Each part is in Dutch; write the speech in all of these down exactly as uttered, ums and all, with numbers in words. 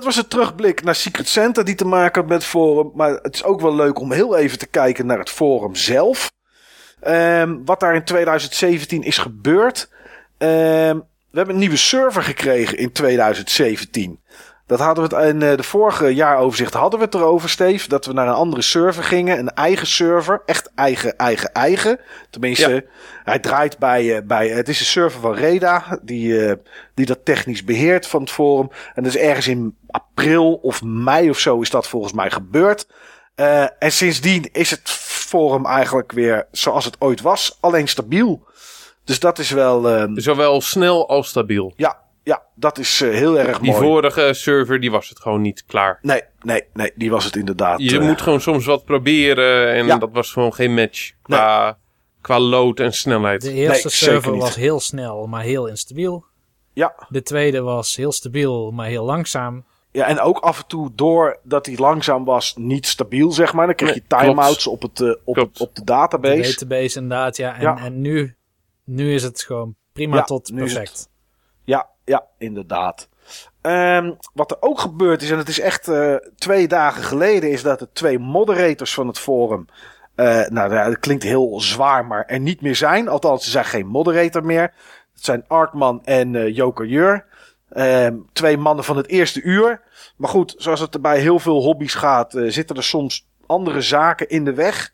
was een terugblik naar Secret Santa die te maken had met het forum. Maar het is ook wel leuk om heel even te kijken naar het forum zelf. Um, wat daar in twintig zeventien is gebeurd. Um, we hebben een nieuwe server gekregen in twintig zeventien. Dat hadden we het in uh, de vorige jaaroverzicht hadden we het erover, Steve. Dat we naar een andere server gingen. Een eigen server. Echt eigen, eigen, eigen. Tenminste, ja. Hij draait bij, uh, bij... Het is een server van Reda. Die, uh, die dat technisch beheert van het forum. En dat is ergens in april of mei of zo is dat volgens mij gebeurd. Uh, en sindsdien is het forum eigenlijk weer zoals het ooit was. Alleen stabiel. Dus dat is wel... Uh, Zowel snel als stabiel. Ja. Ja, dat is uh, heel erg die mooi. Die vorige server, die was het gewoon niet klaar. Nee, nee, nee, die was het inderdaad. Je uh, moet gewoon soms wat proberen en ja. dat was gewoon geen match qua, nee. qua load en snelheid. De eerste nee, server was heel snel, maar heel instabiel. Ja. De tweede was heel stabiel, maar heel langzaam. Ja, en ook af en toe doordat hij langzaam was, niet stabiel, zeg maar. Dan kreeg je nee, time-outs op, het, uh, op, het, op de database. De database inderdaad, ja. En, ja. en nu, nu is het gewoon prima ja, tot perfect. Ja, ja, inderdaad. Um, wat er ook gebeurd is, en het is echt uh, twee dagen geleden, is dat de twee moderators van het forum, uh, nou dat klinkt heel zwaar, maar er niet meer zijn. Althans, ze zijn geen moderator meer. Het zijn Artman en uh, Joker Jur. Um, twee mannen van het eerste uur. Maar goed, zoals het er bij heel veel hobby's gaat, uh, zitten er soms andere zaken in de weg.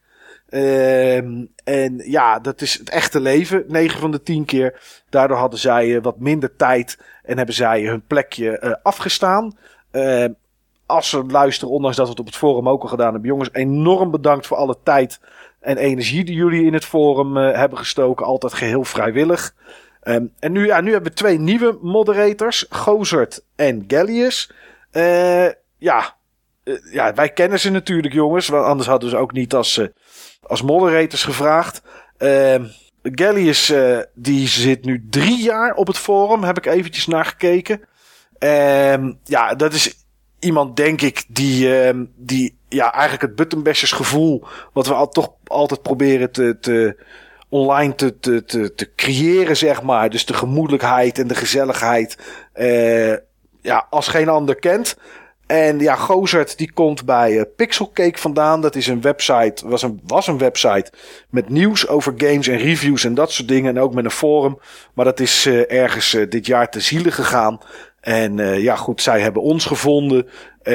Um, en ja, dat is het echte leven. negen van de tien keer. Daardoor hadden zij uh, wat minder tijd en hebben zij hun plekje uh, afgestaan. Uh, als ze luisteren, ondanks dat we het op het forum ook al gedaan hebben. Jongens, enorm bedankt voor alle tijd en energie die jullie in het forum uh, hebben gestoken. Altijd geheel vrijwillig. Um, en nu, ja, nu hebben we twee nieuwe moderators. Gozert en Gallius. Uh, ja, uh, ja, wij kennen ze natuurlijk, jongens. Want anders hadden ze ook niet als... Uh, Als moderators gevraagd. Uh, Gallius, uh, die zit nu drie jaar op het forum. Heb ik eventjes naar gekeken. Uh, ja, dat is iemand, denk ik, die, uh, die ja, eigenlijk het buttonbashers gevoel, wat we al, toch altijd proberen te, te online te, te, te, te creëren, zeg maar. Dus de gemoedelijkheid en de gezelligheid. Uh, ja, als geen ander kent. En ja, Gozert die komt bij uh, Pixelcake vandaan. Dat is een website, was een, was een website met nieuws over games en reviews en dat soort dingen. En ook met een forum. Maar dat is uh, ergens uh, dit jaar te ziele gegaan. En uh, ja, goed, zij hebben ons gevonden.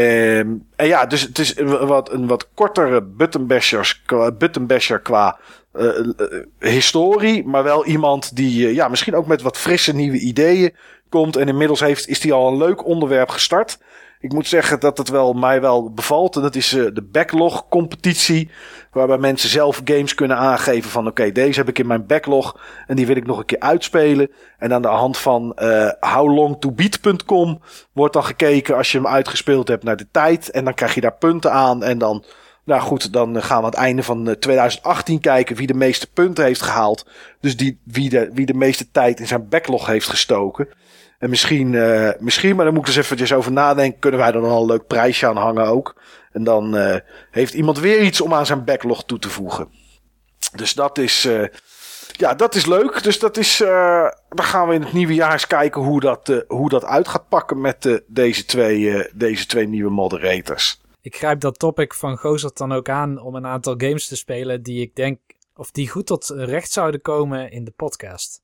Um, en ja, dus het is een wat, een wat kortere buttonbashers, buttonbasher qua uh, uh, historie. Maar wel iemand die uh, ja, misschien ook met wat frisse nieuwe ideeën komt. En inmiddels heeft, is die al een leuk onderwerp gestart. Ik moet zeggen dat het wel, mij wel bevalt. En dat is uh, de backlog competitie. Waarbij mensen zelf games kunnen aangeven van... Oké, okay, deze heb ik in mijn backlog. En die wil ik nog een keer uitspelen. En aan de hand van uh, how long to beat punt com wordt dan gekeken als je hem uitgespeeld hebt naar de tijd. En dan krijg je daar punten aan. En dan, nou goed, dan gaan we aan het einde van twintig achttien kijken wie de meeste punten heeft gehaald. Dus die, wie, de, wie de meeste tijd in zijn backlog heeft gestoken. En misschien, uh, misschien, maar daar moet ik dus eventjes over nadenken. Kunnen wij er dan al een leuk prijsje aan hangen ook. En dan uh, heeft iemand weer iets om aan zijn backlog toe te voegen. Dus dat is, uh, ja, dat is leuk. Dus dat is, uh, dan gaan we in het nieuwe jaar eens kijken hoe dat, uh, hoe dat uit gaat pakken met uh, deze, twee, uh, deze twee nieuwe moderators. Ik grijp dat topic van Gozert dan ook aan om een aantal games te spelen die ik denk, of die goed tot recht zouden komen in de podcast.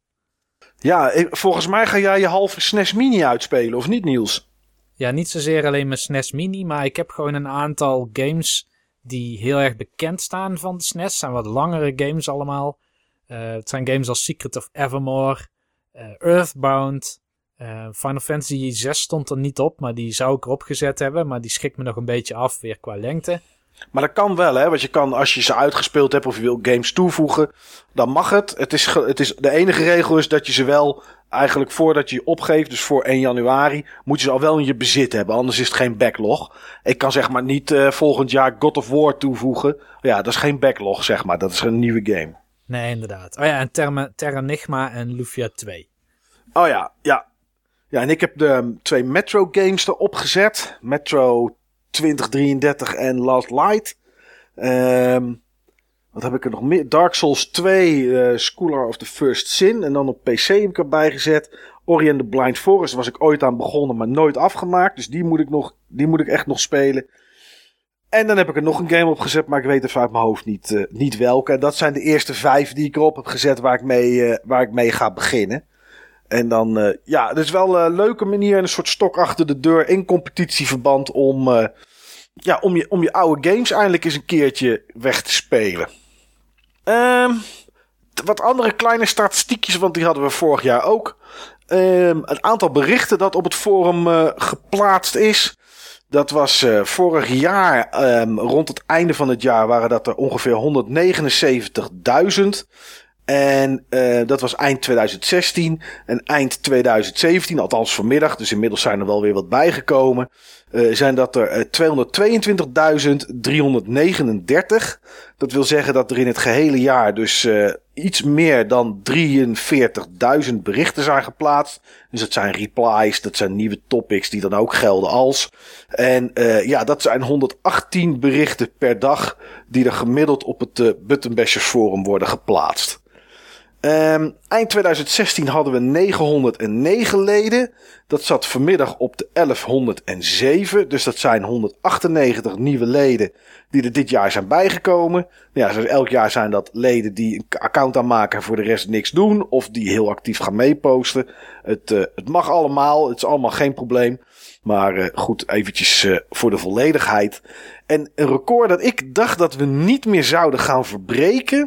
Ja, volgens mij ga jij je halve S N E S Mini uitspelen, of niet, Niels? Ja, niet zozeer alleen mijn S N E S Mini, maar ik heb gewoon een aantal games die heel erg bekend staan van de S N E S. Het zijn wat langere games allemaal. Uh, het zijn games als Secret of Evermore, uh, Earthbound, uh, Final Fantasy zes stond er niet op, maar die zou ik erop gezet hebben. Maar die schrikt me nog een beetje af weer qua lengte. Maar dat kan wel, hè? Want je kan, als je ze uitgespeeld hebt of je wil games toevoegen, dan mag het. Het is, het is, de enige regel is dat je ze wel eigenlijk voordat je je opgeeft, dus voor één januari, moet je ze al wel in je bezit hebben. Anders is het geen backlog. Ik kan zeg maar niet uh, volgend jaar God of War toevoegen. Ja, dat is geen backlog, zeg maar. Dat is een nieuwe game. Nee, inderdaad. Oh ja, en Terra, Terranigma en Lufia twee. Oh ja, ja. Ja, en ik heb de um, twee Metro games erop gezet. Metro twintig drieëndertig en Last Light. Um, wat heb ik er nog meer? Dark Souls twee, uh, Scholar of the First Sin. En dan op P C heb ik erbij gezet. Ori and the Blind Forest was ik ooit aan begonnen, maar nooit afgemaakt. Dus die moet ik, nog, die moet ik echt nog spelen. En dan heb ik er nog een game op gezet, maar ik weet even uit mijn hoofd niet, uh, niet welke. En dat zijn de eerste vijf die ik erop heb gezet waar ik mee, uh, waar ik mee ga beginnen. En dan, uh, ja, het is wel een leuke manier en een soort stok achter de deur in competitieverband om, uh, ja, om, je, om je oude games eindelijk eens een keertje weg te spelen. Um, wat andere kleine statistiekjes, want die hadden we vorig jaar ook. Um, het aantal berichten dat op het forum uh, geplaatst is. Dat was uh, vorig jaar, um, rond het einde van het jaar, waren dat er ongeveer honderdnegenenzeventigduizend. En uh, dat was eind twintig zestien. En eind twintig zeventien, althans vanmiddag, dus inmiddels zijn er wel weer wat bijgekomen. Uh, zijn dat er uh, tweehonderdtweeëntwintigduizend driehonderdnegenendertig. Dat wil zeggen dat er in het gehele jaar dus uh, iets meer dan drieënveertigduizend berichten zijn geplaatst. Dus dat zijn replies, dat zijn nieuwe topics die dan ook gelden als. En uh, ja, dat zijn honderdachttien berichten per dag die er gemiddeld op het uh, Button Bashers forum worden geplaatst. Um, eind twintig zestien hadden we negenhonderdnegen leden. Dat zat vanmiddag op de elfhonderdzeven. Dus dat zijn honderdachtennegentig nieuwe leden die er dit jaar zijn bijgekomen. Ja, zoals elk jaar zijn dat leden die een account aanmaken en voor de rest niks doen. Of die heel actief gaan meeposten. Het, uh, het mag allemaal. Het is allemaal geen probleem. Maar uh, goed, eventjes uh, voor de volledigheid. En een record dat ik dacht dat we niet meer zouden gaan verbreken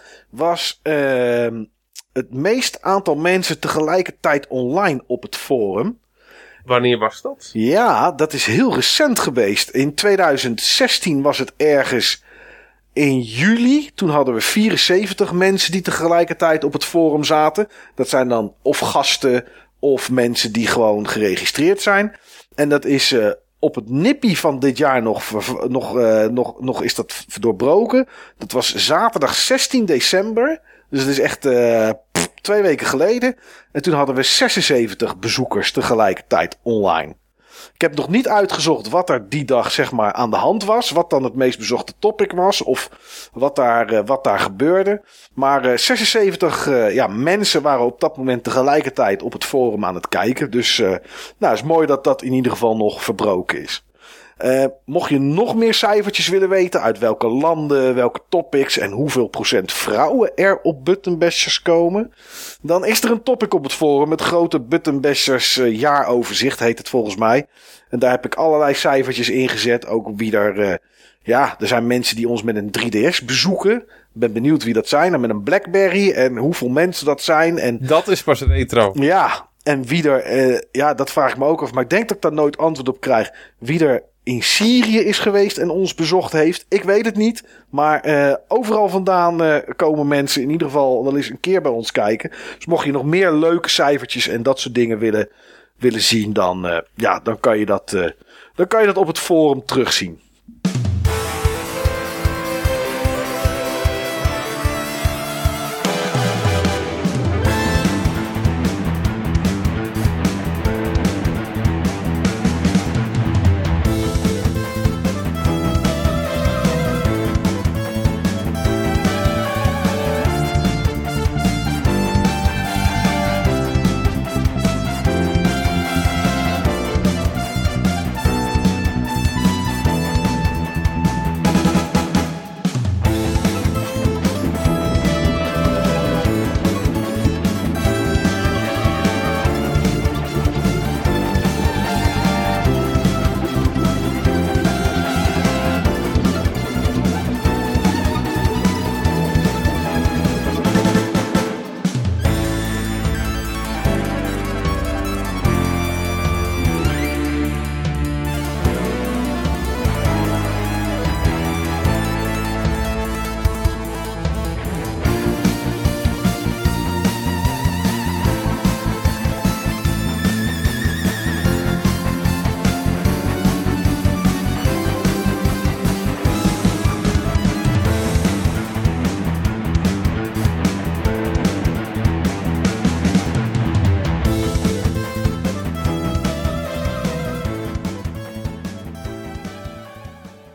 was uh, het meest aantal mensen tegelijkertijd online op het forum. Wanneer was dat? Ja, dat is heel recent geweest. In twintig zestien was het ergens in juli. Toen hadden we vierenzeventig mensen die tegelijkertijd op het forum zaten. Dat zijn dan of gasten of mensen die gewoon geregistreerd zijn. En dat is uh, op het nippie van dit jaar nog, nog, uh, nog, nog is dat doorbroken. Dat was zaterdag zestien december. Dus het is echt uh, pff, twee weken geleden. En toen hadden we zesenzeventig bezoekers tegelijkertijd online. Ik heb nog niet uitgezocht wat er die dag zeg maar aan de hand was. Wat dan het meest bezochte topic was. Of wat daar, uh, wat daar gebeurde. Maar uh, zesenzeventig uh, ja, mensen waren op dat moment tegelijkertijd op het forum aan het kijken. Dus uh, nou, het is mooi dat dat in ieder geval nog verbroken is. Uh, mocht je nog meer cijfertjes willen weten uit welke landen, welke topics en hoeveel procent vrouwen er op Button Bashers komen, dan is er een topic op het forum, het grote Button Bashers uh, jaaroverzicht heet het volgens mij. En daar heb ik allerlei cijfertjes ingezet, ook wie er, uh, ja, er zijn mensen die ons met een drie D S bezoeken. Ik ben benieuwd wie dat zijn en met een Blackberry en hoeveel mensen dat zijn. En dat is pas retro. Ja, en wie er, uh, ja, dat vraag ik me ook af, maar ik denk dat ik daar nooit antwoord op krijg. Wie er in Syrië is geweest en ons bezocht heeft. Ik weet het niet. Maar uh, overal vandaan uh, komen mensen in ieder geval wel eens een keer bij ons kijken. Dus mocht je nog meer leuke cijfertjes en dat soort dingen willen, willen zien, dan, uh, ja, dan, kan je dat, uh, dan kan je dat op het forum terugzien.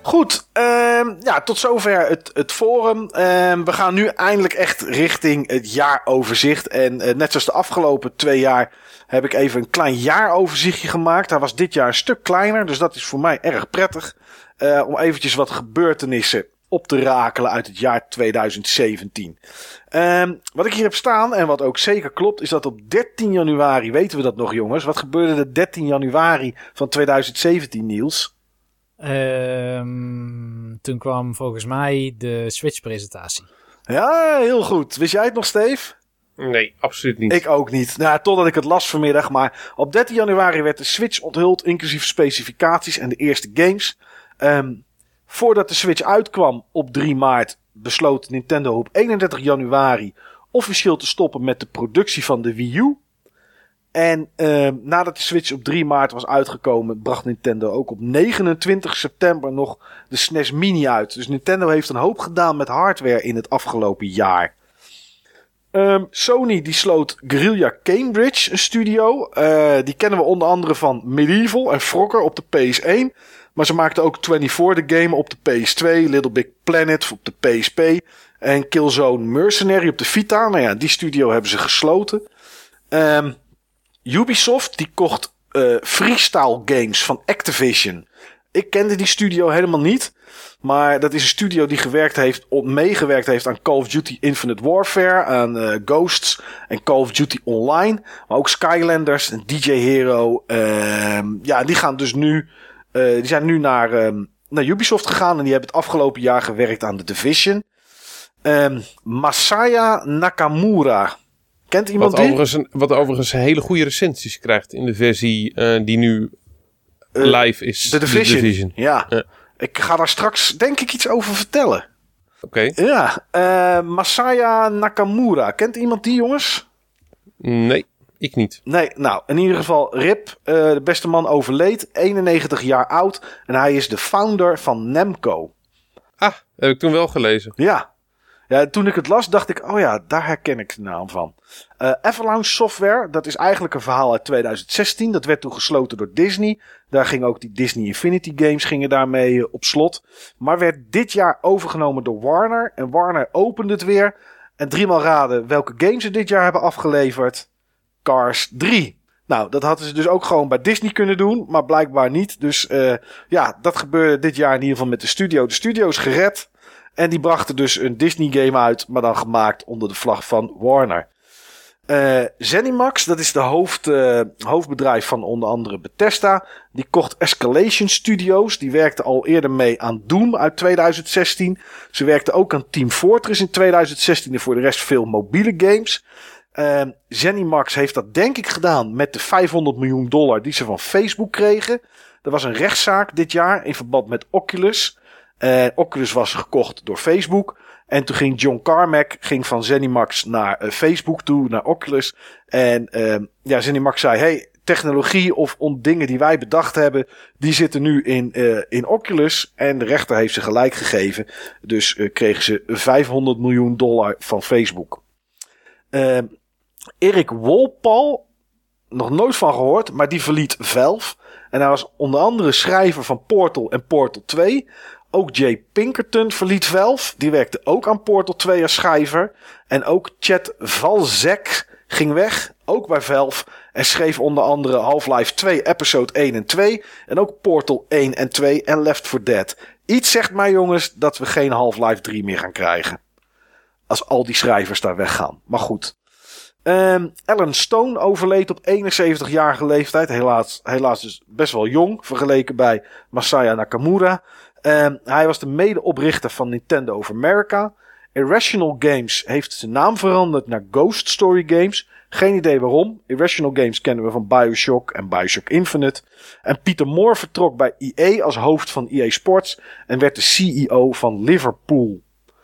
Goed, um, ja, tot zover het, het forum. Um, we gaan nu eindelijk echt richting het jaaroverzicht. En uh, net zoals de afgelopen twee jaar heb ik even een klein jaaroverzichtje gemaakt. Hij was dit jaar een stuk kleiner, dus dat is voor mij erg prettig. Uh, om eventjes wat gebeurtenissen op te rakelen uit het jaar tweeduizend zeventien. Um, wat ik hier heb staan, en wat ook zeker klopt, is dat op dertien januari, weten we dat nog jongens? Wat gebeurde er dertien januari van tweeduizend zeventien, Niels? Um, toen kwam volgens mij de Switch-presentatie. Ja, heel goed. Wist jij het nog, Steve? Nee, absoluut niet. Ik ook niet. Nou, totdat ik het las vanmiddag. Maar op dertien januari werd de Switch onthuld, inclusief specificaties en de eerste games. Um, voordat de Switch uitkwam op drie maart, besloot Nintendo op eenendertig januari officieel te stoppen met de productie van de Wii U. En uh, nadat de Switch op drie maart was uitgekomen, bracht Nintendo ook op negenentwintig september nog de S N E S Mini uit. Dus Nintendo heeft een hoop gedaan met hardware in het afgelopen jaar. Um, Sony die sloot Guerrilla Cambridge, een studio. Uh, die kennen we onder andere van Medieval en Frogger op de P S één. Maar ze maakten ook vierentwintig de game op de P S twee, Little Big Planet op de P S P en Killzone Mercenary op de Vita. Nou ja, die studio hebben ze gesloten. Um, Ubisoft die kocht uh, Freestyle Games van Activision. Ik kende die studio helemaal niet. Maar dat is een studio die gewerkt heeft, op, meegewerkt heeft aan Call of Duty Infinite Warfare, aan uh, Ghosts en Call of Duty Online. Maar ook Skylanders en D J Hero. Uh, ja, die gaan dus nu, uh, die zijn nu naar, um, naar Ubisoft gegaan en die hebben het afgelopen jaar gewerkt aan The Division. Um, Masaya Nakamura. Kent iemand wat die? Overigens, wat overigens hele goede recensies krijgt in de versie uh, die nu uh, live is. The Division. The Division. Ja. ja. Ik ga daar straks denk ik iets over vertellen. Oké. Okay. Ja. Uh, Masaya Nakamura. Kent iemand die, jongens? Nee, ik niet. Nee, nou, in ieder geval Rip. Uh, de beste man overleed. eenennegentig jaar oud. En hij is de founder van Namco. Ah, heb ik toen wel gelezen. Ja. Ja, toen ik het las, dacht ik, oh ja, daar herken ik de naam van. Uh, Avalanche Software, dat is eigenlijk een verhaal uit tweeduizend zestien. Dat werd toen gesloten door Disney. Daar gingen ook die Disney Infinity Games gingen daarmee uh, op slot. Maar werd dit jaar overgenomen door Warner. En Warner opende het weer. En driemaal raden welke games ze dit jaar hebben afgeleverd. Cars drie. Nou, dat hadden ze dus ook gewoon bij Disney kunnen doen. Maar blijkbaar niet. Dus uh, ja, dat gebeurde dit jaar in ieder geval met de studio. De studio is gered. En die brachten dus een Disney game uit, maar dan gemaakt onder de vlag van Warner. Uh, Zenimax, dat is de hoofd, uh, hoofdbedrijf van onder andere Bethesda. Die kocht Escalation Studios. Die werkte al eerder mee aan Doom uit tweeduizend zestien. Ze werkte ook aan Team Fortress in tweeduizend zestien en voor de rest veel mobiele games. Uh, Zenimax heeft dat denk ik gedaan met de vijfhonderd miljoen dollar die ze van Facebook kregen. Er was een rechtszaak dit jaar in verband met Oculus. Uh, Oculus was gekocht door Facebook. En toen ging John Carmack ging van Zenimax naar uh, Facebook toe, naar Oculus. En uh, ja, Zenimax zei, hey, technologie of on- dingen die wij bedacht hebben, die zitten nu in, uh, in Oculus. En de rechter heeft ze gelijk gegeven. Dus uh, kregen ze vijfhonderd miljoen dollar van Facebook. Uh, Erik Wolpaw, nog nooit van gehoord, maar die verliet Valve. En hij was onder andere schrijver van Portal en Portal twee. Ook Jay Pinkerton verliet Valve. Die werkte ook aan Portal twee als schrijver. En ook Chad Valzek ging weg. Ook bij Valve. En schreef onder andere Half-Life twee episode één en twee. En ook Portal één en twee en Left four Dead. Iets zegt mij jongens dat we geen Half-Life drie meer gaan krijgen. Als al die schrijvers daar weggaan. Maar goed. Um, Alan Stone overleed op eenenzeventigjarige leeftijd. Helaas, helaas dus best wel jong. Vergeleken bij Masaya Nakamura. Um, hij was de medeoprichter van Nintendo of America. Irrational Games heeft zijn naam veranderd naar Ghost Story Games. Geen idee waarom. Irrational Games kennen we van Bioshock en Bioshock Infinite. En Peter Moore vertrok bij E A als hoofd van E A Sports. En werd de C E O van Liverpool.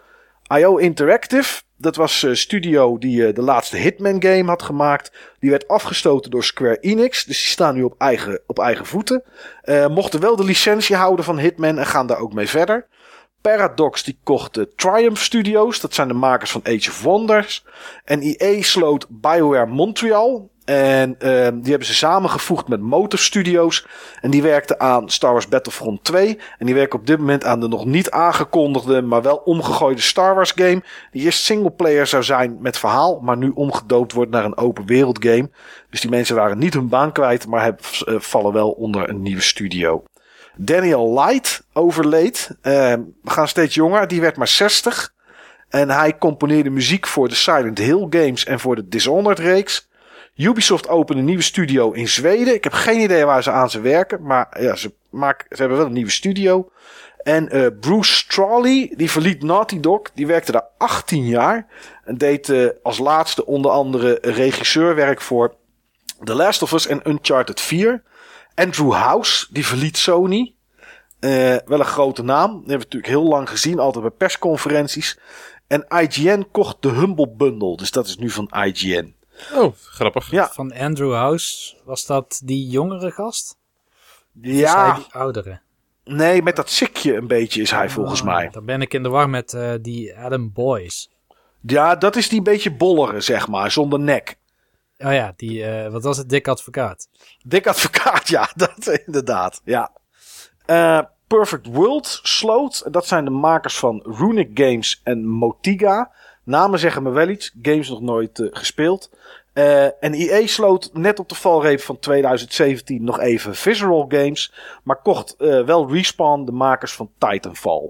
I O Interactive, dat was een studio die uh, de laatste Hitman game had gemaakt. Die werd afgestoten door Square Enix. Dus die staan nu op eigen, op eigen voeten. Uh, mochten wel de licentie houden van Hitman en gaan daar ook mee verder. Paradox die kocht uh, Triumph Studios. Dat zijn de makers van Age of Wonders. En E A sloot BioWare Montreal. En uh, die hebben ze samengevoegd met Motive Studios. En die werkten aan Star Wars Battlefront twee. En die werken op dit moment aan de nog niet aangekondigde, maar wel omgegooide Star Wars game. Die eerst singleplayer zou zijn met verhaal, maar nu omgedoopt wordt naar een open wereld game. Dus die mensen waren niet hun baan kwijt, maar hebben, uh, vallen wel onder een nieuwe studio. Daniel Light overleed. Uh, we gaan steeds jonger. Die werd maar zestig. En hij componeerde muziek voor de Silent Hill games en voor de Dishonored-reeks. Ubisoft opende een nieuwe studio in Zweden. Ik heb geen idee waar ze aan ze werken. Maar ja, ze, maken, ze hebben wel een nieuwe studio. En uh, Bruce Straley, die verliet Naughty Dog. Die werkte daar achttien jaar. En deed uh, als laatste onder andere regisseurwerk voor The Last of Us en Uncharted vier. Andrew House, die verliet Sony. Uh, wel een grote naam. Die hebben we natuurlijk heel lang gezien. Altijd bij persconferenties. En I G N kocht de Humble Bundle. Dus dat is nu van I G N. Oh, grappig. Ja. Van Andrew House, was dat die jongere gast? Ja. Is hij die oudere? Nee, met dat sikje een beetje is hij volgens Oh, mij. Dan ben ik in de war met uh, die Adam Boyce. Ja, dat is die beetje bollere, zeg maar, zonder nek. Oh ja, die, uh, wat was het, Dik Advocaat? Dik Advocaat, ja, dat inderdaad, ja. Uh, Perfect World sloot. Dat zijn de makers van Runic Games en Motiga. Namen zeggen me wel iets. Games nog nooit uh, gespeeld. Uh, en E A sloot net op de valreep van twintig zeventien nog even Visceral Games. Maar kocht uh, wel Respawn, de makers van Titanfall.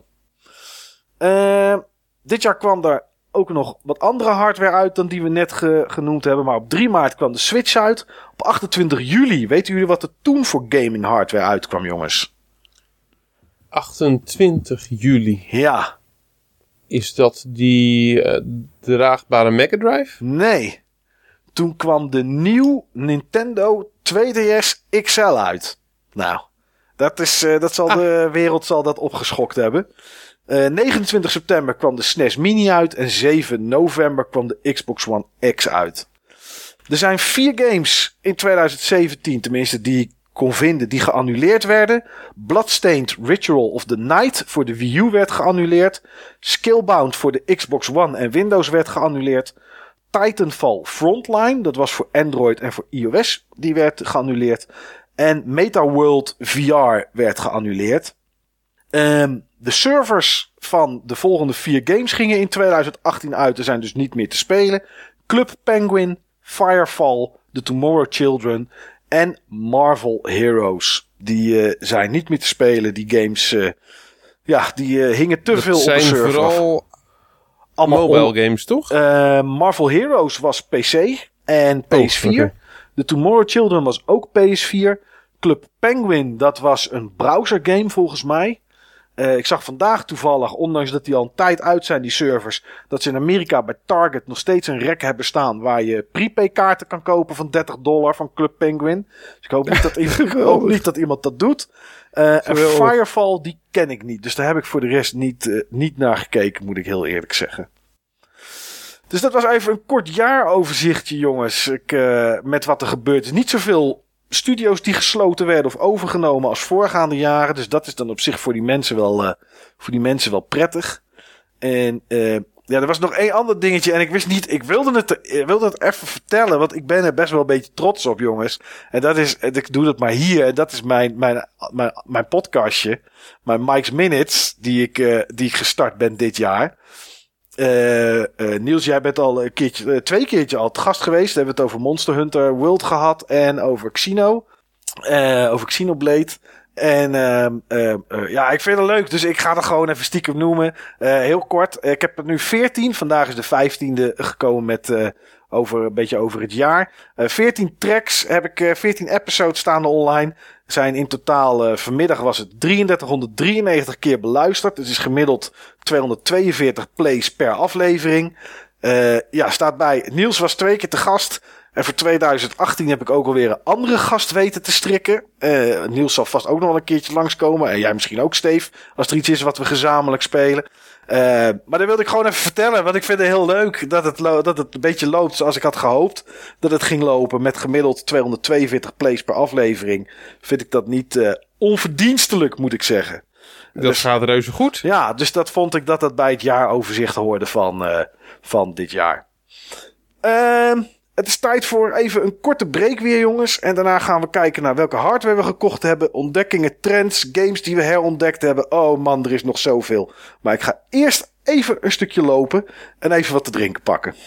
Uh, dit jaar kwam er ook nog wat andere hardware uit dan die we net ge- genoemd hebben. Maar op drie maart kwam de Switch uit. Op achtentwintig juli, weten jullie wat er toen voor gaming hardware uitkwam, jongens? achtentwintig juli. Ja. Is dat die uh, draagbare Mega Drive? Nee. Toen kwam de nieuw Nintendo twee D S X L uit. Nou, dat, is, uh, dat zal ah. de wereld zal dat opgeschokt hebben. Uh, negenentwintig september kwam de S N E S Mini uit. En zeven november kwam de Xbox One X uit. Er zijn vier games in twintig zeventien, tenminste die ik kon vinden, die geannuleerd werden. Bloodstained Ritual of the Night voor de Wii U werd geannuleerd. Skillbound voor de Xbox One en Windows werd geannuleerd. Titanfall Frontline, dat was voor Android en voor iOS, die werd geannuleerd. En MetaWorld V R werd geannuleerd. Um, de servers van de volgende vier games gingen in twintig achttien uit. Er zijn dus niet meer te spelen. Club Penguin, Firefall, The Tomorrow Children en Marvel Heroes. Die uh, zijn niet meer te spelen. Die games, uh, ja, die uh, hingen te dat veel op de server. Dat zijn vooral allemaal mobile on- games, toch? Uh, Marvel Heroes was P C en P S vier. Oh, okay. The Tomorrow Children was ook P S vier. Club Penguin, dat was een browser game volgens mij. Uh, ik zag vandaag toevallig, ondanks dat die al een tijd uit zijn, die servers, dat ze in Amerika bij Target nog steeds een rek hebben staan waar je prepaid kaarten kan kopen van dertig dollar van Club Penguin. Dus ik hoop niet dat, iemand, ik hoop niet dat iemand dat doet. Uh, en Firefall, die ken ik niet. Dus daar heb ik voor de rest niet, uh, niet naar gekeken, moet ik heel eerlijk zeggen. Dus dat was even een kort jaaroverzichtje, jongens. Ik, uh, met wat er gebeurt is. Niet zoveel studio's die gesloten werden of overgenomen als voorgaande jaren. Dus dat is dan op zich voor die mensen wel, uh, voor die mensen wel prettig. En uh, ja, er was nog één ander dingetje. En ik wist niet, ik wilde het, ik wilde het even vertellen. Want ik ben er best wel een beetje trots op, jongens. En dat is, ik doe dat maar hier. En dat is mijn, mijn, mijn, mijn podcastje. Mijn Mike's Minutes. Die ik, uh, die ik gestart ben dit jaar. Uh, uh, Niels, jij bent al een keertje, uh, twee keertje al te gast geweest. We hebben het over Monster Hunter World gehad en over Xeno. Uh, over Xenoblade. En uh, uh, uh, ja, ik vind het leuk, dus ik ga het gewoon even stiekem noemen. Uh, heel kort, uh, ik heb er nu veertien. Vandaag is de vijftiende gekomen met uh, over, een beetje over het jaar. Uh, veertien tracks heb ik, uh, veertien episodes staan online. Zijn in totaal, uh, vanmiddag was het drieëndertighonderddrieënnegentig keer beluisterd. Dus is gemiddeld tweehonderdtweeënveertig plays per aflevering. Uh, ja, staat bij. Niels was twee keer te gast. En voor twintig achttien heb ik ook alweer een andere gast weten te strikken. Uh, Niels zal vast ook nog wel een keertje langskomen. En jij misschien ook, Steve. Als er iets is wat we gezamenlijk spelen. Uh, maar dat wilde ik gewoon even vertellen. Want ik vind het heel leuk dat het, lo- dat het een beetje loopt zoals ik had gehoopt. Dat het ging lopen met gemiddeld tweehonderdtweeënveertig plays per aflevering. Vind ik dat niet uh, onverdienstelijk, moet ik zeggen. Dat dus, gaat reuze goed. Ja, dus dat vond ik dat dat bij het jaaroverzicht hoorde van, uh, van dit jaar. Uh, Het is tijd voor even een korte break weer, jongens. En daarna gaan we kijken naar welke hardware we gekocht hebben. Ontdekkingen, trends, games die we herontdekt hebben. Oh man, er is nog zoveel. Maar ik ga eerst even een stukje lopen en even wat te drinken pakken.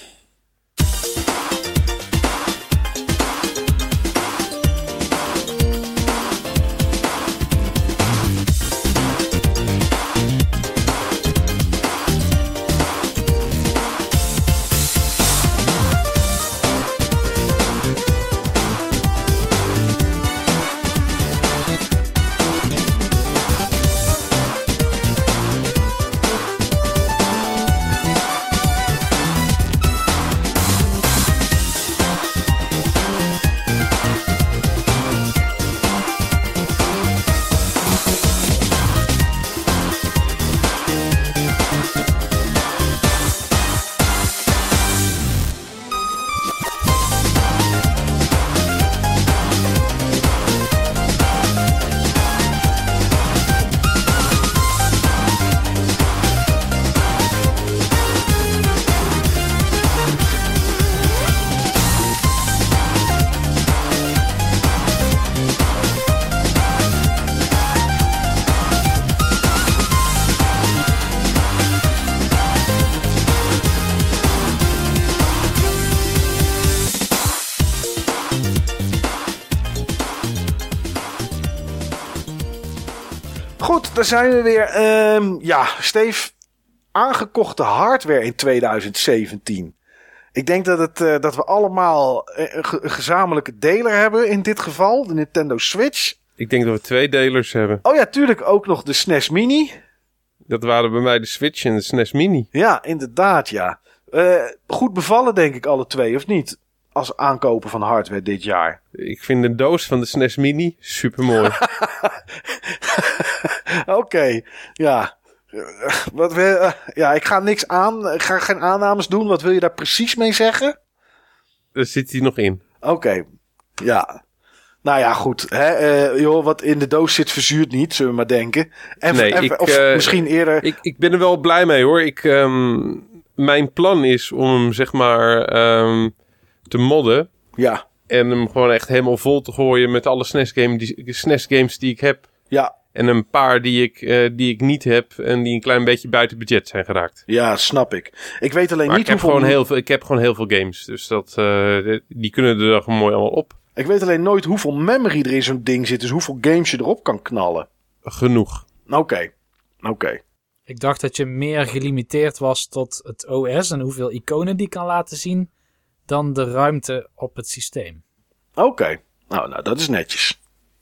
Goed, daar zijn we weer. Um, ja, Steve, aangekochte hardware in tweeduizend zeventien. Ik denk dat, het, uh, dat we allemaal een, ge- een gezamenlijke deler hebben in dit geval. De Nintendo Switch. Ik denk dat we twee delers hebben. Oh ja, tuurlijk ook nog de S N E S Mini. Dat waren bij mij de Switch en de S N E S Mini. Ja, inderdaad, ja. Uh, goed bevallen, denk ik, alle twee, of niet? Als aankopen van hardware dit jaar. Ik vind de doos van de S N E S Mini supermooi. Oké, okay, ja. Uh, wat we, uh, ja, ik ga niks aan. Ik ga geen aannames doen. Wat wil je daar precies mee zeggen? Daar zit hij nog in. Oké, okay, ja. Nou ja, goed. Hè, uh, joh, wat in de doos zit verzuurt niet, zullen we maar denken. En, nee, en, ik, of uh, misschien eerder... Ik, ik ben er wel blij mee, hoor. Ik, um, mijn plan is om hem, zeg maar, um, te modden. Ja. En hem gewoon echt helemaal vol te gooien met alle S N E S, game die, S N E S games die ik heb. Ja. En een paar die ik, uh, die ik niet heb en die een klein beetje buiten budget zijn geraakt. Ja, snap ik. Ik weet alleen maar niet ik heb hoeveel... Gewoon heel veel, ik heb gewoon heel veel games. Dus dat, uh, die kunnen er dan gewoon mooi allemaal op. Ik weet alleen nooit hoeveel memory er in zo'n ding zit. Dus hoeveel games je erop kan knallen. Genoeg. Oké. Okay. Oké. Okay. Ik dacht dat je meer gelimiteerd was tot het O S en hoeveel iconen die kan laten zien, dan de ruimte op het systeem. Oké. Okay. Nou, nou, dat is netjes.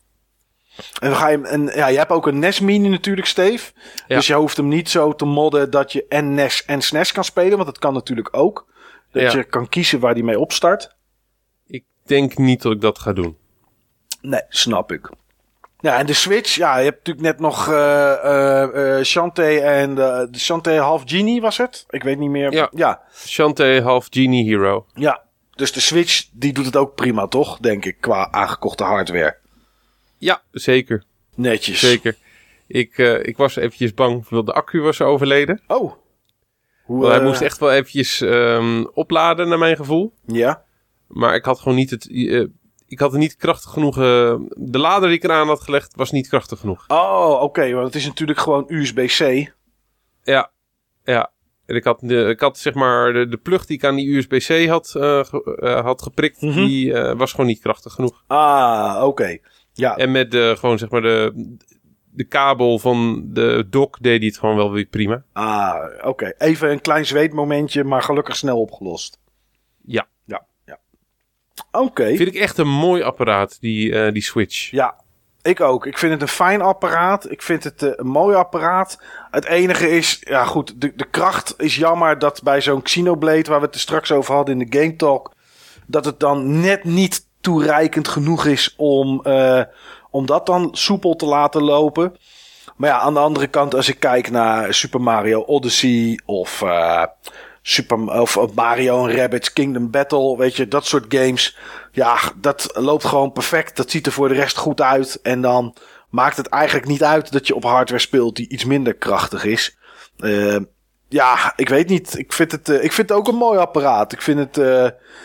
En, dan ga je, en ja, je hebt ook een N E S Mini natuurlijk, Steve. Ja. Dus je hoeft hem niet zo te modden dat je en N E S en S N E S kan spelen. Want dat kan natuurlijk ook. Dat ja. je kan kiezen waar die mee opstart. Ik denk niet dat ik dat ga doen. Nee, snap ik. Ja, en de Switch. Ja, je hebt natuurlijk net nog uh, uh, uh, Shantae en de, de Shantae Half Genie was het? Ik weet niet meer. Ja, ja. Shantae Half Genie Hero. Ja, dus de Switch die doet het ook prima, toch? Denk ik, qua aangekochte hardware. Ja, zeker. Netjes. Zeker. Ik, uh, ik was eventjes bang dat de accu was overleden. Oh. Hoe, uh... Hij moest echt wel eventjes um, opladen, naar mijn gevoel. Ja. Maar ik had gewoon niet het... Uh, ik had er niet krachtig genoeg... Uh, de lader die ik eraan had gelegd was niet krachtig genoeg. Oh, oké. Okay, want het is natuurlijk gewoon U S B C. Ja. Ja. En ik had, de, ik had zeg maar de, de plug die ik aan die U S B C had, uh, ge, uh, had geprikt, mm-hmm. die uh, was gewoon niet krachtig genoeg. Ah, oké. Okay. Ja. En met de, gewoon zeg maar de, de kabel van de dock deed hij het gewoon wel weer prima. Ah, oké. Okay. Even een klein zweetmomentje, maar gelukkig snel opgelost. Ja. Ja, ja. Oké. Okay. Vind ik echt een mooi apparaat, die, uh, die Switch. Ja, ik ook. Ik vind het een fijn apparaat. Ik vind het uh, een mooi apparaat. Het enige is, ja goed, de, de kracht is jammer dat bij zo'n Xenoblade, waar we het er straks over hadden in de Game Talk, dat het dan net niet toereikend genoeg is om, uh, om dat dan soepel te laten lopen. Maar ja, aan de andere kant, als ik kijk naar Super Mario Odyssey of, uh, Super, of Mario en Rabbids Kingdom Battle, weet je, dat soort games. Ja, dat loopt gewoon perfect. Dat ziet er voor de rest goed uit. En dan maakt het eigenlijk niet uit dat je op hardware speelt die iets minder krachtig is. Uh, ja, ik weet niet. Ik vind het, uh, ik vind het ook een mooi apparaat. Ik vind het... Uh,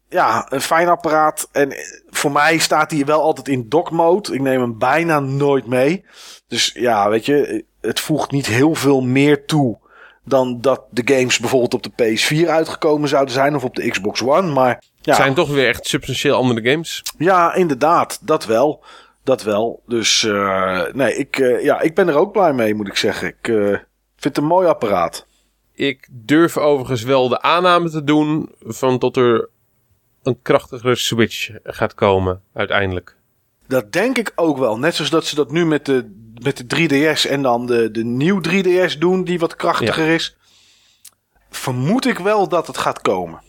ja, een fijn apparaat. En voor mij staat hij wel altijd in dock mode. Ik neem hem bijna nooit mee. Dus ja, weet je, het voegt niet heel veel meer toe dan dat de games bijvoorbeeld op de P S vier uitgekomen zouden zijn of op de Xbox One. Maar ja, Het zijn toch weer echt substantieel andere games. ja, inderdaad, dat wel. Dat wel. Dus uh, nee, ik, uh, ja, ik ben er ook blij mee, moet ik zeggen. Ik uh, vind het een mooi apparaat. Ik durf overigens wel de aanname te doen van dat er een krachtigere Switch gaat komen uiteindelijk. Dat denk ik ook wel. Net zoals dat ze dat nu met de, met de drie D S en dan de, de nieuw drie D S doen, die wat krachtiger ja. is. Vermoed ik wel dat het gaat komen.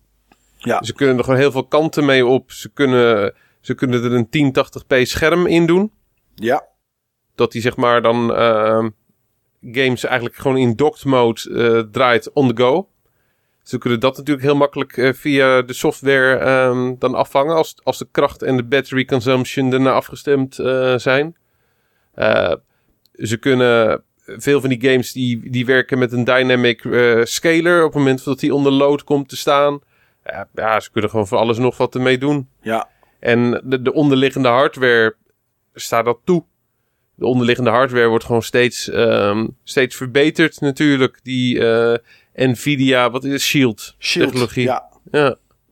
Ja. Ze kunnen er gewoon heel veel kanten mee op. Ze kunnen, ze kunnen er een tien tachtig p scherm in doen. Ja. Dat die zeg maar dan uh, games eigenlijk gewoon in docked mode uh, draait on the go. Ze kunnen dat natuurlijk heel makkelijk uh, via de software um, dan afvangen. Als, als de kracht en de battery consumption ernaar afgestemd uh, zijn. Uh, ze kunnen veel van die games die, die werken met een dynamic uh, scaler. Op het moment dat die onder load komt te staan. Uh, ja, ze kunnen gewoon voor alles nog wat ermee doen. Ja. En de, de onderliggende hardware staat dat toe. De onderliggende hardware wordt gewoon steeds, um, steeds verbeterd natuurlijk. Die uh, Nvidia, wat is het? Shield, Shield technologie. Ja. ja.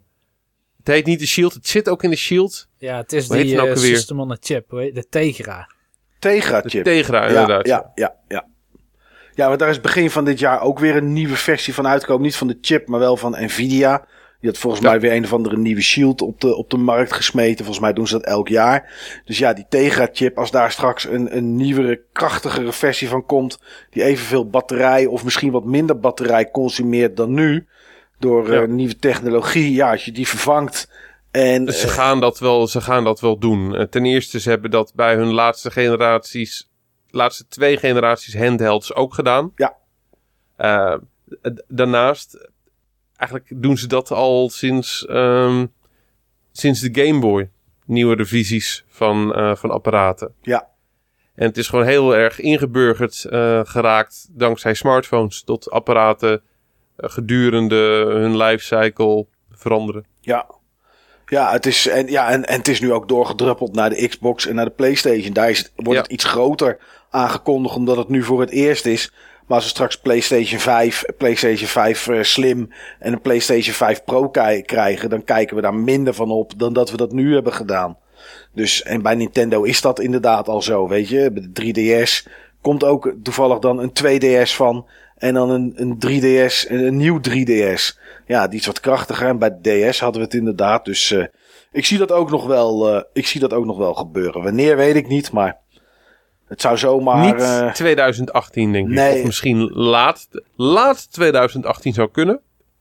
Het heet niet de Shield, het zit ook in de Shield. Ja, het is Hoe heet die het nou uh, ook alweer? system on a chip, hoe heet- de Tegra. Tegra De chip. Tegra, Ja, inderdaad. ja, ja, ja. Ja, maar daar is begin van dit jaar ook weer een nieuwe versie van uitgekomen. Niet van de chip, maar wel van Nvidia. Die had volgens Ja. mij weer een of andere nieuwe Shield op de, op de markt gesmeten. Volgens mij doen ze dat elk jaar. Dus ja, die Tegra chip, als daar straks een, een nieuwere, krachtigere versie van komt, die evenveel batterij of misschien wat minder batterij consumeert dan nu, door Ja. uh, nieuwe technologie. Ja, als je die vervangt en... Dus ze uh, gaan dat wel, ze gaan dat wel doen. Uh, ten eerste, ze hebben dat bij hun laatste generaties, laatste twee generaties handhelds ook gedaan. Ja. Uh, d- daarnaast, eigenlijk doen ze dat al sinds, um, sinds de Game Boy. Nieuwe revisies van, uh, van apparaten. Ja. En het is gewoon heel erg ingeburgerd uh, geraakt dankzij smartphones. Dat apparaten uh, gedurende hun lifecycle veranderen. Ja. Ja, het is, en, ja en, en het is nu ook doorgedruppeld naar de Xbox en naar de PlayStation. Daar is het, wordt Ja. het iets groter aangekondigd, omdat het nu voor het eerst is. Maar als we straks PlayStation vijf, PlayStation vijf uh, Slim en een PlayStation vijf Pro k- krijgen, dan kijken we daar minder van op dan dat we dat nu hebben gedaan. Dus, en bij Nintendo is dat inderdaad al zo, weet je. Bij de drie D S komt ook toevallig dan een twee D S van. En dan een, een drie D S, een, een nieuw drie D S. Ja, die is wat krachtiger. En bij de D S hadden we het inderdaad. Dus uh, ik zie dat ook nog wel, uh, ik zie dat ook nog wel gebeuren. Wanneer weet ik niet, maar het zou zomaar... Niet uh, twintig achttien, denk ik. nee. Of misschien laat, laat twintig achttien zou kunnen.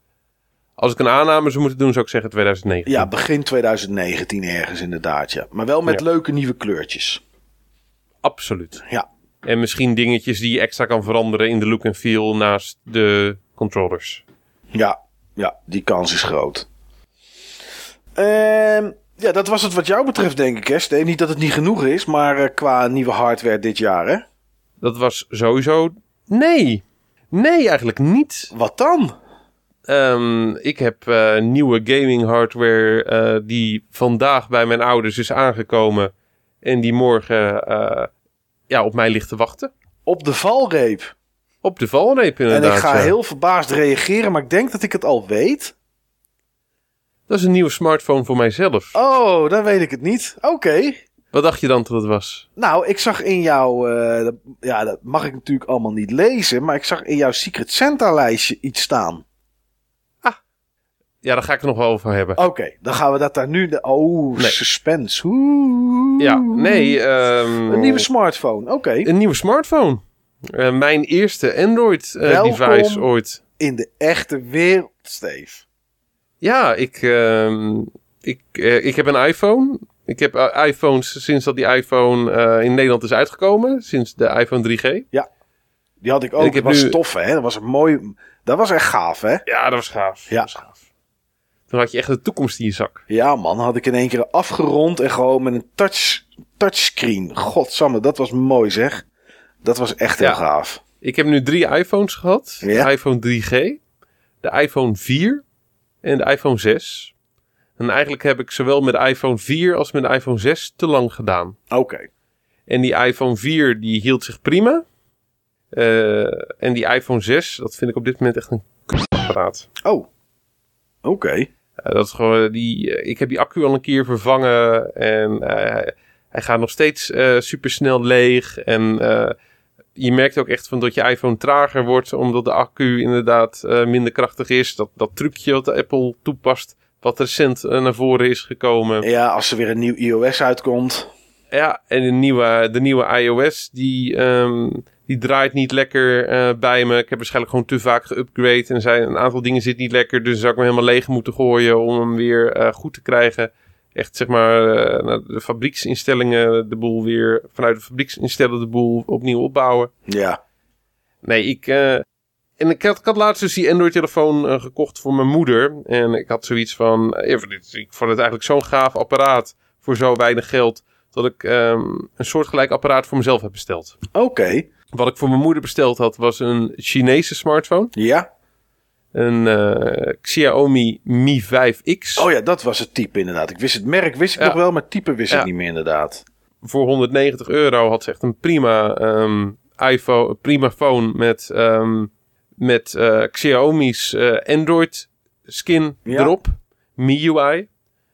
Als ik een aanname zou moeten doen, zou ik zeggen twintig negentien. ja, begin twintig negentien ergens inderdaad, ja. Maar wel met Ja. leuke nieuwe kleurtjes. Absoluut. Ja. En misschien dingetjes die je extra kan veranderen in de look en feel naast de controllers. Ja, ja, die kans is groot. Ehm ja, dat was het wat jou betreft, denk ik, hè, Steve. Niet dat het niet genoeg is, maar uh, qua nieuwe hardware dit jaar, hè? Dat was sowieso... Nee. Nee, eigenlijk niet. Wat dan? Um, ik heb uh, nieuwe gaming hardware uh, die vandaag bij mijn ouders is aangekomen. En die morgen uh, ja, op mij ligt te wachten. Op de valreep. Op de valreep inderdaad. En ik ga ja. heel verbaasd reageren, maar ik denk dat ik het al weet. Dat is een nieuwe smartphone voor mijzelf. Oh, dan weet ik het niet. Oké. Okay. Wat dacht je dan dat het was? Nou, ik zag in jouw... Uh, dat, ja, dat mag ik natuurlijk allemaal niet lezen, maar ik zag in jouw Secret Santa lijstje iets staan. Ja, daar ga ik er nog wel over hebben. Oké, okay, dan gaan we dat daar nu... De, oh, Nee. suspense. Oeh. Ja, nee. Um, Een nieuwe smartphone, oké. Okay. Een nieuwe smartphone. Uh, mijn eerste Android-device uh, ooit. In de echte wereld, Steve. Ja, ik, uh, ik, uh, ik heb een iPhone. Ik heb uh, iPhones sinds dat die iPhone uh, in Nederland is uitgekomen. Sinds de iPhone drie G. Ja, die had ik ook. Ik heb dat was nu... tof, hè? Dat was een mooi... Dat was echt gaaf, hè? Ja, dat was gaaf. Ja. Dat was gaaf. Toen had je echt de toekomst in je zak. Ja, man. Had ik in één keer afgerond en gewoon met een touch, touchscreen. Godsamme, dat was mooi, zeg. Dat was echt heel Ja. gaaf. Ik heb nu drie iPhones gehad. Ja. De iPhone drie G, de iPhone vier en de iPhone zes. En eigenlijk heb ik zowel met de iPhone vier als met de iPhone zes te lang gedaan. Oké. Okay. En die iPhone vier, die hield zich prima. Uh, en die iPhone zes, dat vind ik op dit moment echt een k***apparaat. Oh, oké. Okay. Uh, dat is gewoon die. Uh, ik heb die accu al een keer vervangen en uh, hij gaat nog steeds uh, super snel leeg. En uh, je merkt ook echt van dat je iPhone trager wordt, omdat de accu inderdaad uh, minder krachtig is. Dat, dat trucje wat Apple toepast, wat recent uh, naar voren is gekomen. Ja, als er weer een nieuw iOS uitkomt. Ja, en de nieuwe, de nieuwe iOS, die, um, die draait niet lekker uh, bij me. Ik heb waarschijnlijk gewoon te vaak geupgrade. En er zijn een aantal dingen zitten niet lekker. Dus zou ik hem helemaal leeg moeten gooien om hem weer uh, goed te krijgen. Echt, zeg maar, uh, de fabrieksinstellingen, de boel weer vanuit de fabrieksinstellingen de boel opnieuw opbouwen. Ja. Nee, ik... Uh, en ik had, ik had laatst dus die Android-telefoon uh, gekocht voor mijn moeder. En ik had zoiets van... Uh, ik vond het eigenlijk zo'n gaaf apparaat voor zo weinig geld... dat ik um, een soortgelijk apparaat voor mezelf heb besteld. Oké. Okay. Wat ik voor mijn moeder besteld had, was een Chinese smartphone. Ja. Een uh, Xiaomi Mi vijf X. Oh ja, dat was het type inderdaad. Ik wist het merk, wist ik ja. nog wel, maar het type wist ja. ik niet meer inderdaad. Voor honderdnegentig euro had ze echt een prima um, iPhone, prima phone met, um, met uh, Xiaomi's uh, Android skin ja. erop. M I U I.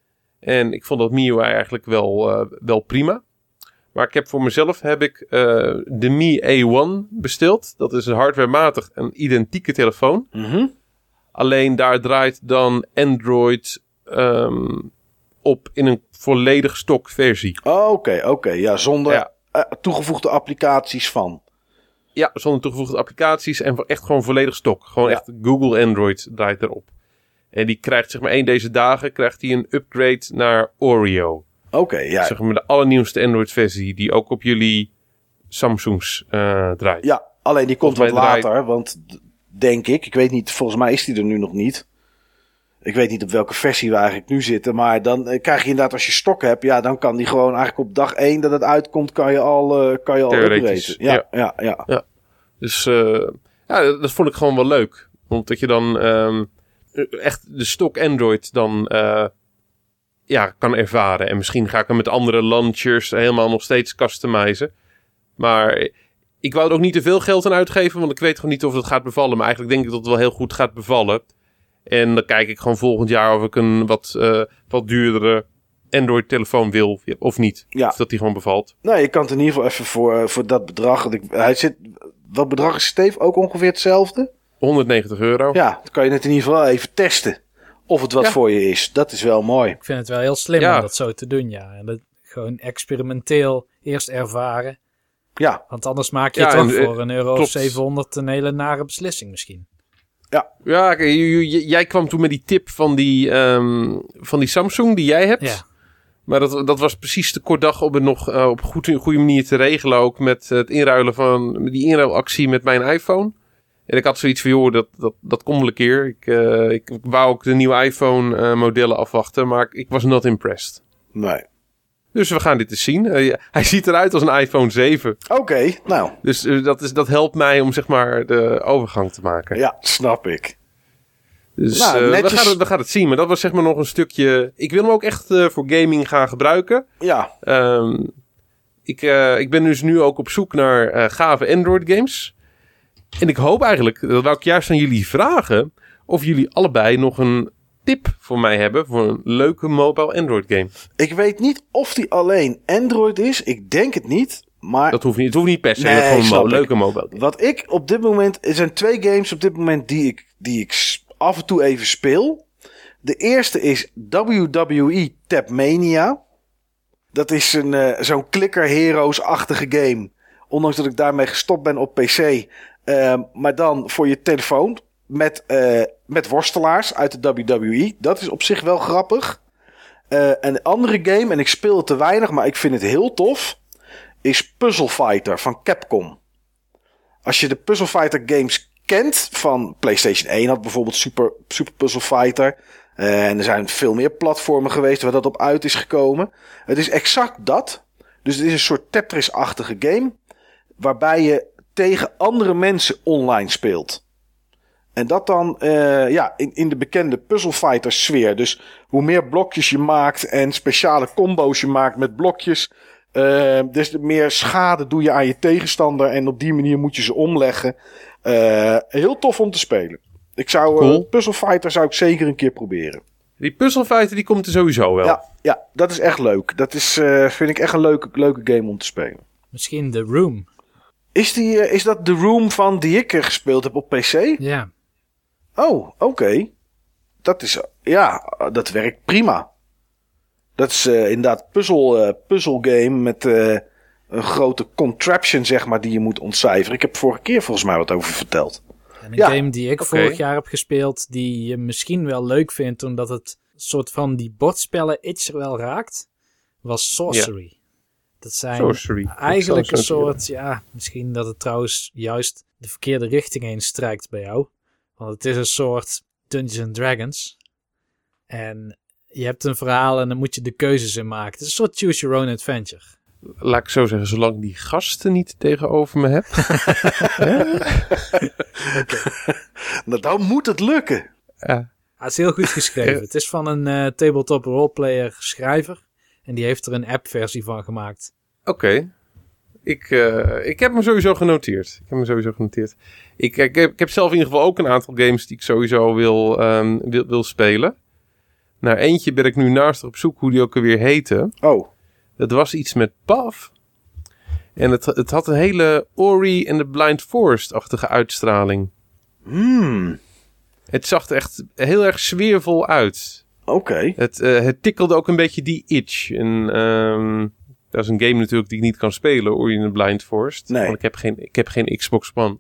En ik vond dat M I U I eigenlijk wel, uh, wel prima. Maar ik heb voor mezelf heb ik uh, de Mi A één besteld. Dat is een hardwarematig een identieke telefoon. Mm-hmm. Alleen daar draait dan Android um, op in een volledig stok versie. Oké, oh, oké. Okay, okay. Ja, zonder ja. Uh, toegevoegde applicaties van. Ja, zonder toegevoegde applicaties en echt gewoon volledig stok. Gewoon ja. echt Google Android draait erop. En die krijgt, zeg maar, één deze dagen krijgt hij een upgrade naar Oreo. Oké, okay, ja. Zeg maar de allernieuwste Android-versie die ook op jullie Samsungs uh, draait. Ja, alleen die komt wat later, draait... want denk ik, ik weet niet, volgens mij is die er nu nog niet. Ik weet niet op welke versie we eigenlijk nu zitten, maar dan uh, krijg je inderdaad als je stok hebt, ja, dan kan die gewoon eigenlijk op dag één dat het uitkomt, kan je al, uh, kan je al upgraden. Ja, ja, ja, ja. ja. Dus uh, ja, dat vond ik gewoon wel leuk, omdat je dan um, echt de stok Android dan uh, ja, kan ervaren. En misschien ga ik hem met andere launchers helemaal nog steeds customizen. Maar ik wou er ook niet te veel geld aan uitgeven, want ik weet gewoon niet of het gaat bevallen. Maar eigenlijk denk ik dat het wel heel goed gaat bevallen. En dan kijk ik gewoon volgend jaar of ik een wat, uh, wat duurdere Android-telefoon wil of niet. Ja. Of dat die gewoon bevalt. Nou, je kan het in ieder geval even voor, voor dat bedrag. Hij zit, wat bedrag is Steve? Ook ongeveer hetzelfde? honderdnegentig euro. Ja, dan kan je het in ieder geval even testen. Of het wat ja. voor je is. Dat is wel mooi. Ik vind het wel heel slim ja. om dat zo te doen, ja. En dat gewoon experimenteel eerst ervaren. Ja. Want anders maak je ja, toch en, voor een euro klopt. of zevenhonderd een hele nare beslissing misschien. Ja, ja j- j- jij kwam toen met die tip van die, um, van die Samsung die jij hebt. Ja. Maar dat, dat was precies te kort dag om het nog uh, op een goede manier te regelen. Ook met het inruilen van die inruilactie met mijn iPhone. En ik had zoiets van, joh, dat, dat, dat komt wel een keer. Ik, uh, ik wou ook de nieuwe iPhone uh, modellen afwachten, maar ik, ik was not impressed. Nee. Dus we gaan dit eens zien. Uh, hij ziet eruit als een iPhone zeven. Oké, okay, nou. Dus uh, dat, is, dat helpt mij om, zeg maar, de overgang te maken. Ja, snap ik. Dus nou, uh, we, gaan het, we gaan het zien. Maar dat was, zeg maar, nog een stukje... Ik wil hem ook echt uh, voor gaming gaan gebruiken. Ja. Um, ik, uh, ik ben dus nu ook op zoek naar uh, gave Android games. En ik hoop eigenlijk, dat wou ik juist aan jullie vragen, of jullie allebei nog een tip voor mij hebben voor een leuke mobile Android game. Ik weet niet of die alleen Android is. Ik denk het niet. Maar... Dat hoeft niet, het hoeft niet per se. Nee, gewoon een mo- ik. leuke mobile game. Wat ik op dit moment... Er zijn twee games op dit moment die ik, die ik af en toe even speel. De eerste is W W E Tapmania. Dat is een, uh, zo'n Clicker Heroes-achtige game. Ondanks dat ik daarmee gestopt ben op P C... Uh, maar dan voor je telefoon met, uh, met worstelaars uit de W W E. Dat is op zich wel grappig. Uh, een andere game, en ik speel het te weinig, maar ik vind het heel tof, is Puzzle Fighter van Capcom. Als je de Puzzle Fighter games kent, van PlayStation één had bijvoorbeeld Super, Super Puzzle Fighter. Uh, en er zijn veel meer platformen geweest waar dat op uit is gekomen. Het is exact dat. Dus het is een soort Tetris-achtige game, waarbij je tegen andere mensen online speelt. En dat dan uh, ja, in, in de bekende Puzzle Fighter sfeer. Dus hoe meer blokjes je maakt en speciale combo's je maakt met blokjes, uh, des te meer schade doe je aan je tegenstander. En op die manier moet je ze omleggen. Uh, heel tof om te spelen. Ik zou cool. uh, Puzzle Fighter zou ik zeker een keer proberen. Die Puzzle Fighter die komt er sowieso wel. Ja, ja, dat is echt leuk. Dat is, uh, vind ik echt een leuke, leuke game om te spelen. Misschien The Room. Is, die, uh, is dat The Room van die ik uh, gespeeld heb op P C? Ja. Oh, oké. Okay. Dat is, ja, dat werkt prima. Dat is uh, inderdaad puzzel, uh, puzzel game met uh, een grote contraption, zeg maar, die je moet ontcijferen. Ik heb vorige keer volgens mij wat over verteld. En een ja. game die ik okay. vorig jaar heb gespeeld, die je misschien wel leuk vindt, omdat het soort van die bordspellen itch er wel raakt, was Sorcery. Ja. Dat zijn Sorcery. eigenlijk een soort, ja, misschien dat het trouwens juist de verkeerde richting heen strijkt bij jou. Want het is een soort Dungeons and Dragons. En je hebt een verhaal en dan moet je de keuzes in maken. Het is een soort choose your own adventure. Laat ik zo zeggen, zolang die gasten niet tegenover me heb. Nou, dan moet het lukken. Ja. Het is heel goed geschreven. Het is van een uh, tabletop roleplayer schrijver. En die heeft er een app versie van gemaakt. Oké. Okay. Ik, uh, ik heb me sowieso genoteerd. Ik heb me sowieso genoteerd. Ik, ik, heb, ik heb zelf in ieder geval ook een aantal games die ik sowieso wil, um, wil, wil spelen. Naar eentje ben ik nu naast op zoek hoe die ook alweer heette. Oh. Dat was iets met P A F. En het, het had een hele Ori and the Blind Forest-achtige uitstraling. Hmm. Het zag er echt heel erg sfeervol uit. Oké. Okay. Het, uh, het tikkelde ook een beetje die itch. En um, dat is een game natuurlijk die ik niet kan spelen, Ori and the Blind Forest. Nee. Want ik heb geen, ik heb geen Xbox One.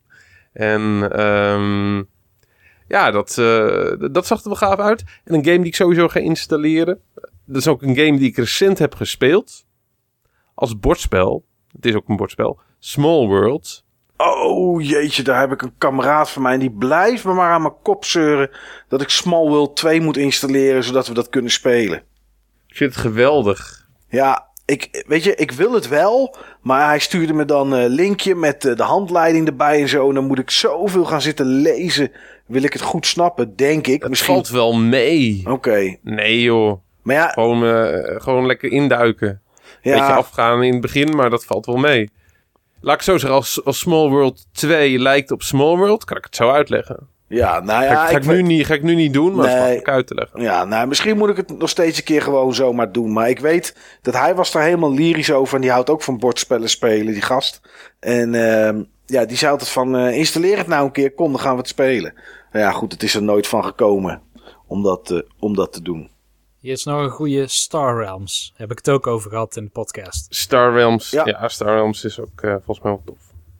En um, ja, dat, uh, dat zag er wel gaaf uit. En een game die ik sowieso ga installeren. Dat is ook een game die ik recent heb gespeeld. Als bordspel. Het is ook een bordspel. Small World. Oh jeetje, daar heb ik een kameraad van mij. En die blijft me maar aan mijn kop zeuren dat ik Small World twee moet installeren, zodat we dat kunnen spelen. Ik vind het geweldig. Ja, ik, weet je, ik wil het wel. Maar hij stuurde me dan een linkje met de handleiding erbij en zo. En dan moet ik zoveel gaan zitten lezen. Wil ik het goed snappen, denk ik. Het Misschien valt wel mee. Oké. Okay. Nee joh. Maar ja, gewoon, uh, gewoon lekker induiken. Ja. Beetje afgaan in het begin, maar dat valt wel mee. Laat ik zo zeggen, als, als Small World twee lijkt op Small World, kan ik het zo uitleggen. Ja, nou ja. Ga, ga, ik, ik nu weet... niet, ga ik nu niet doen, maar nee. Dat is makkelijk uit te leggen. Ja, nou, misschien moet ik het nog steeds een keer gewoon zomaar doen. Maar ik weet dat hij was daar helemaal lyrisch over. En die houdt ook van bordspellen spelen, die gast. En uh, ja, die zei altijd van, uh, installeer het nou een keer, kom, dan gaan we het spelen. Nou ja, goed, het is er nooit van gekomen om dat, uh, om dat te doen. Hier is nog een goede Star Realms. Heb ik het ook over gehad in de podcast. Star Realms, ja, ja Star Realms is ook uh, volgens mij wel tof.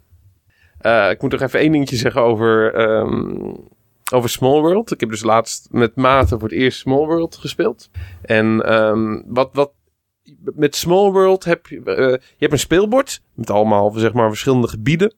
Uh, ik moet nog even één dingetje zeggen over, um, over Small World. Ik heb dus laatst met Maarten voor het eerst Small World gespeeld. En um, wat, wat met Small World heb je... Uh, je hebt een speelbord met allemaal zeg maar verschillende gebieden.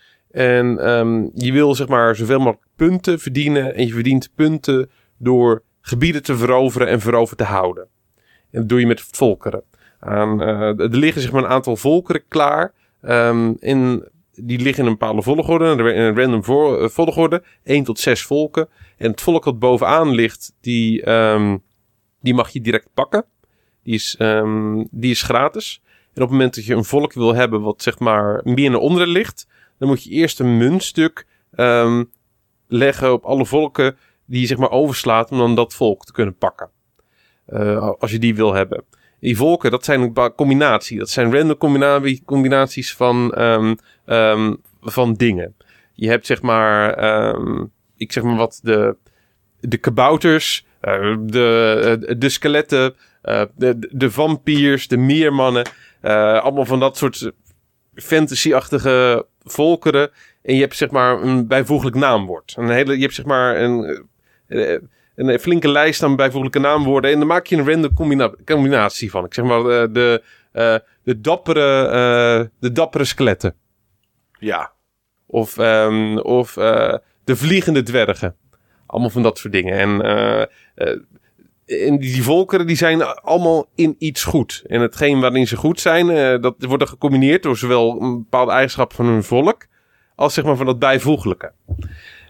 En um, je wil zeg maar zoveel mogelijk punten verdienen. En je verdient punten door gebieden te veroveren en veroverd te houden. En dat doe je met volkeren. Aan, uh, er liggen zeg maar een aantal volkeren klaar. Um, in, die liggen in een bepaalde volgorde. In een random vo- uh, volgorde. één tot zes volken. En het volk dat bovenaan ligt, die, um, die mag je direct pakken. Die is, um, die is gratis. En op het moment dat je een volk wil hebben wat zeg maar meer naar onderen ligt, dan moet je eerst een muntstuk um, leggen op alle volken die je zeg maar overslaat om dan dat volk te kunnen pakken. Uh, als je die wil hebben. Die volken, dat zijn een combinatie. Dat zijn random combina- combinaties van, um, um, van dingen. Je hebt zeg maar, um, ik zeg maar wat, de, de kabouters, uh, de, de skeletten, uh, de, de vampiers, de meermannen. Uh, allemaal van dat soort fantasy-achtige volkeren. En je hebt zeg maar een bijvoeglijk naamwoord. Een hele, je hebt zeg maar een, een, een flinke lijst aan bijvoeglijke naamwoorden. En dan maak je een random combina- combinatie van. Ik zeg maar de, de, uh, de, dappere, uh, de dappere skeletten. Ja. Of, um, of uh, de vliegende dwergen. Allemaal van dat soort dingen. En, uh, uh, en die volkeren die zijn allemaal in iets goed. En hetgeen waarin ze goed zijn, uh, dat wordt dan gecombineerd door zowel een bepaalde eigenschap van hun volk als zeg maar van dat bijvoeglijke.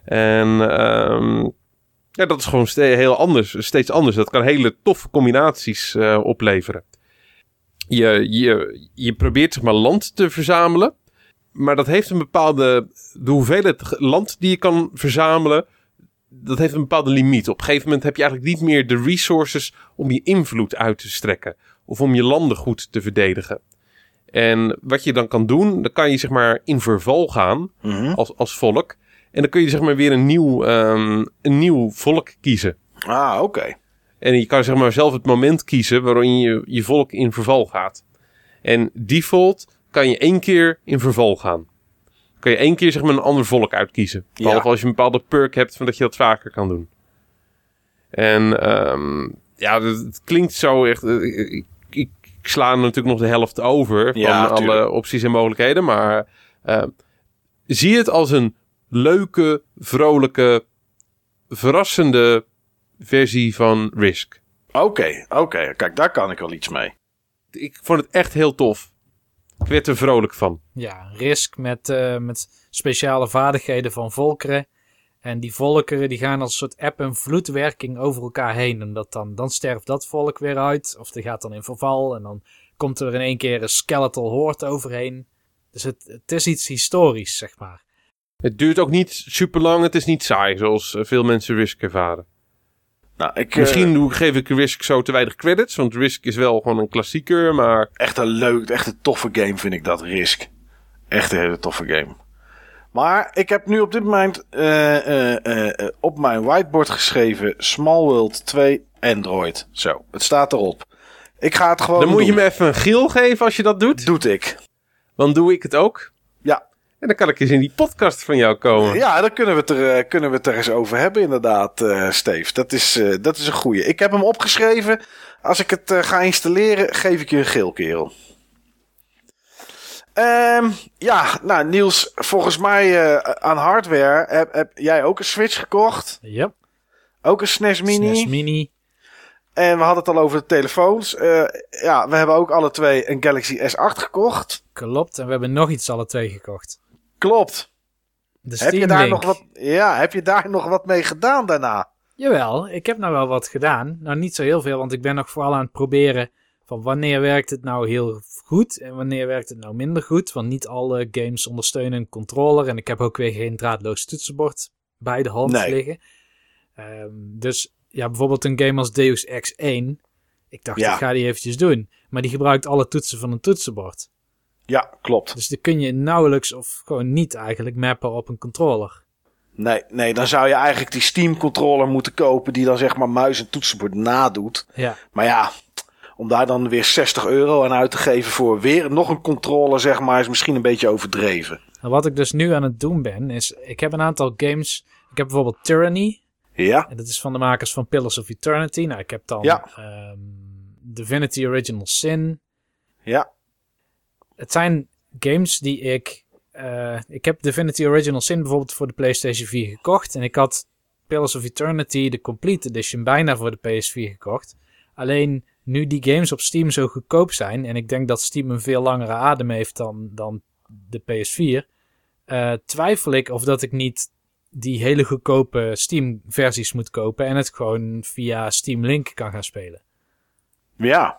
En um, ja, dat is gewoon ste- heel anders, steeds anders. Dat kan hele toffe combinaties uh, opleveren. Je, je, je probeert zeg maar land te verzamelen. Maar dat heeft een bepaalde... De hoeveelheid land die je kan verzamelen... Dat heeft een bepaalde limiet. Op een gegeven moment heb je eigenlijk niet meer de resources... om je invloed uit te strekken. Of om je landen goed te verdedigen. En wat je dan kan doen... Dan kan je zeg maar in verval gaan... Mm-hmm. Als, als volk. En dan kun je zeg maar weer een nieuw, um, een nieuw volk kiezen. Ah, oké. Okay. En je kan zeg maar zelf het moment kiezen... waarin je je volk in verval gaat. En default... kan je één keer in verval gaan. Kan je één keer zeg maar een ander volk uitkiezen. Behalve ja. als je een bepaalde perk hebt van dat je dat vaker kan doen. En um, ja, het, het klinkt zo echt... Ik, ik, ik sla natuurlijk nog de helft over van ja, alle opties en mogelijkheden. Maar uh, zie het als een leuke, vrolijke, verrassende versie van Risk. Oké, okay, oké. Okay. Kijk, daar kan ik wel iets mee. Ik vond het echt heel tof. Ik werd er vrolijk van. Ja, Risk met, uh, met speciale vaardigheden van volkeren. En die volkeren die gaan als een soort eb- en vloedwerking over elkaar heen. Omdat dan, dan sterft dat volk weer uit. Of die gaat dan in verval. En dan komt er in één keer een skeletal horde overheen. Dus het, het is iets historisch, zeg maar. Het duurt ook niet super lang. Het is niet saai, zoals veel mensen Risk ervaren. Nou, ik, Misschien uh, geef ik Risk zo te weinig credits. Want Risk is wel gewoon een klassieker, maar... Echt een leuk, echt een toffe game vind ik dat, Risk. Echt een hele toffe game. Maar ik heb nu op dit moment uh, uh, uh, op mijn whiteboard geschreven... Small World twee Android. Zo, het staat erop. Ik ga het gewoon Dan moet doen. je me even een geel geven als je dat doet. Doet ik. Dan doe ik het ook. Ja. En dan kan ik eens in die podcast van jou komen. Ja, dan kunnen we het er, uh, kunnen we het er eens over hebben inderdaad, uh, Steve. Dat is, uh, dat is een goeie. Ik heb hem opgeschreven. Als ik het uh, ga installeren, geef ik je een geel, kerel. Um, ja, nou Niels, volgens mij uh, aan hardware heb, heb jij ook een Switch gekocht. Yep. Ook een S N E S Mini. S N E S Mini. En we hadden het al over de telefoons. Uh, ja, we hebben ook alle twee een Galaxy S acht gekocht. Klopt, en we hebben nog iets alle twee gekocht. Klopt. De heb je daar nog wat? Ja, heb je daar nog wat mee gedaan daarna? Jawel, ik heb nou wel wat gedaan. Nou, niet zo heel veel, want ik ben nog vooral aan het proberen van wanneer werkt het nou heel goed en wanneer werkt het nou minder goed. Want niet alle games ondersteunen een controller en ik heb ook weer geen draadloos toetsenbord bij de hand nee. liggen. Um, dus ja, bijvoorbeeld een game als Deus Ex één. Ik dacht, ja. ik ga die eventjes doen. Maar die gebruikt alle toetsen van een toetsenbord. Ja, klopt. Dus die kun je nauwelijks of gewoon niet eigenlijk mappen op een controller. Nee, nee, dan zou je eigenlijk die Steam controller moeten kopen die dan zeg maar muis en toetsenbord nadoet. Ja. Maar ja, om daar dan weer zestig euro aan uit te geven voor weer nog een controller zeg maar is misschien een beetje overdreven. En wat ik dus nu aan het doen ben is, ik heb een aantal games. Ik heb bijvoorbeeld Tyranny. Ja. En dat is van de makers van Pillars of Eternity. Nou, ik heb dan ja. um, Divinity Original Sin. Ja. Het zijn games die ik... Uh, ik heb Divinity Original Sin bijvoorbeeld voor de PlayStation vier gekocht. En ik had Pillars of Eternity, de Complete Edition, bijna voor de P S vier gekocht. Alleen nu die games op Steam zo goedkoop zijn... en ik denk dat Steam een veel langere adem heeft dan, dan de P S vier... Uh, twijfel ik of dat ik niet die hele goedkope Steam versies moet kopen... en het gewoon via Steam Link kan gaan spelen. Ja.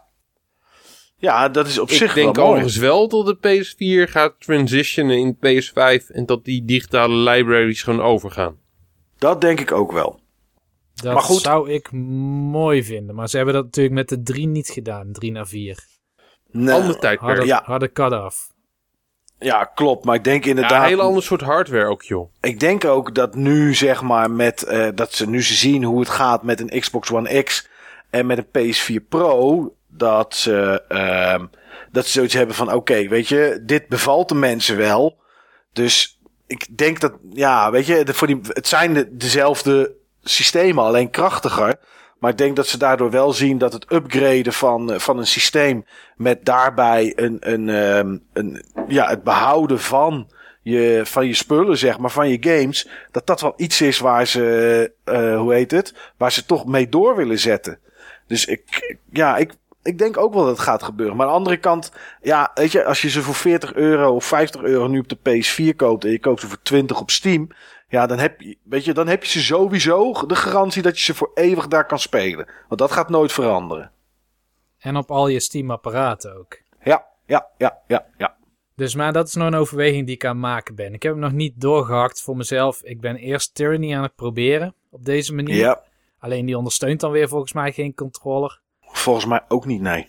Ja, dat is op ik zich wel mooi. Ik denk overigens wel dat de P S vier gaat transitionen in P S vijf... en dat die digitale libraries gewoon overgaan. Dat denk ik ook wel. Dat maar goed. zou ik mooi vinden. Maar ze hebben dat natuurlijk met de drie niet gedaan. drie naar vier. Nee. Ander tijdperk. Harde, ja. harde cut-off. Ja, klopt. Maar ik denk inderdaad... Ja, een heel ander soort hardware ook, joh. Ik denk ook dat nu, zeg maar, met... Uh, dat ze nu ze zien hoe het gaat met een Xbox One X... en met een P S vier Pro... dat ze... Uh, dat ze zoiets hebben van... Oké, okay, weet je... Dit bevalt de mensen wel. Dus ik denk dat... Ja, weet je... De, voor die, het zijn de, dezelfde systemen, alleen krachtiger... Maar ik denk dat ze daardoor wel zien dat het upgraden van, van een systeem met daarbij een, een, um, een, ja, het behouden van je, van je spullen, zeg maar, van je games, dat dat wel iets is waar ze, uh, hoe heet het, waar ze toch mee door willen zetten. Dus ik, ja, ik, ik denk ook wel dat het gaat gebeuren. Maar aan de andere kant, ja, weet je, als je ze voor veertig euro of vijftig euro nu op de P S vier koopt en je koopt ze voor twintig op Steam, Ja, dan heb je, weet je, dan heb je ze sowieso de garantie dat je ze voor eeuwig daar kan spelen. Want dat gaat nooit veranderen. En op al je Steam-apparaten ook. Ja, ja, ja, ja, ja. Dus maar dat is nog een overweging die ik aan het maken ben. Ik heb hem nog niet doorgehakt voor mezelf. Ik ben eerst Tyranny aan het proberen op deze manier. Ja. Alleen die ondersteunt dan weer volgens mij geen controller. Volgens mij ook niet, nee.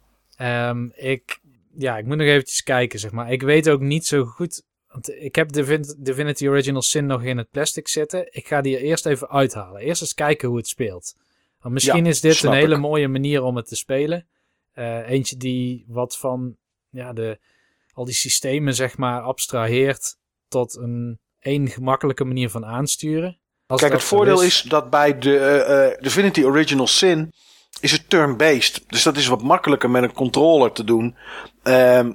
Um, ik, ja, ik moet nog eventjes kijken, zeg maar. Ik weet ook niet zo goed... Want ik heb Divin- Divinity Original Sin nog in het plastic zitten. Ik ga die er eerst even uithalen. Eerst eens kijken hoe het speelt. Want misschien Ja, is dit snap een hele ik. mooie manier om het te spelen. Uh, eentje die wat van ja, de, al die systemen zeg maar abstraheert tot een één gemakkelijke manier van aansturen. Als Kijk, dat het zo voordeel is dat bij de uh, Divinity Original Sin is het turn-based. Dus dat is wat makkelijker met een controller te doen. Um,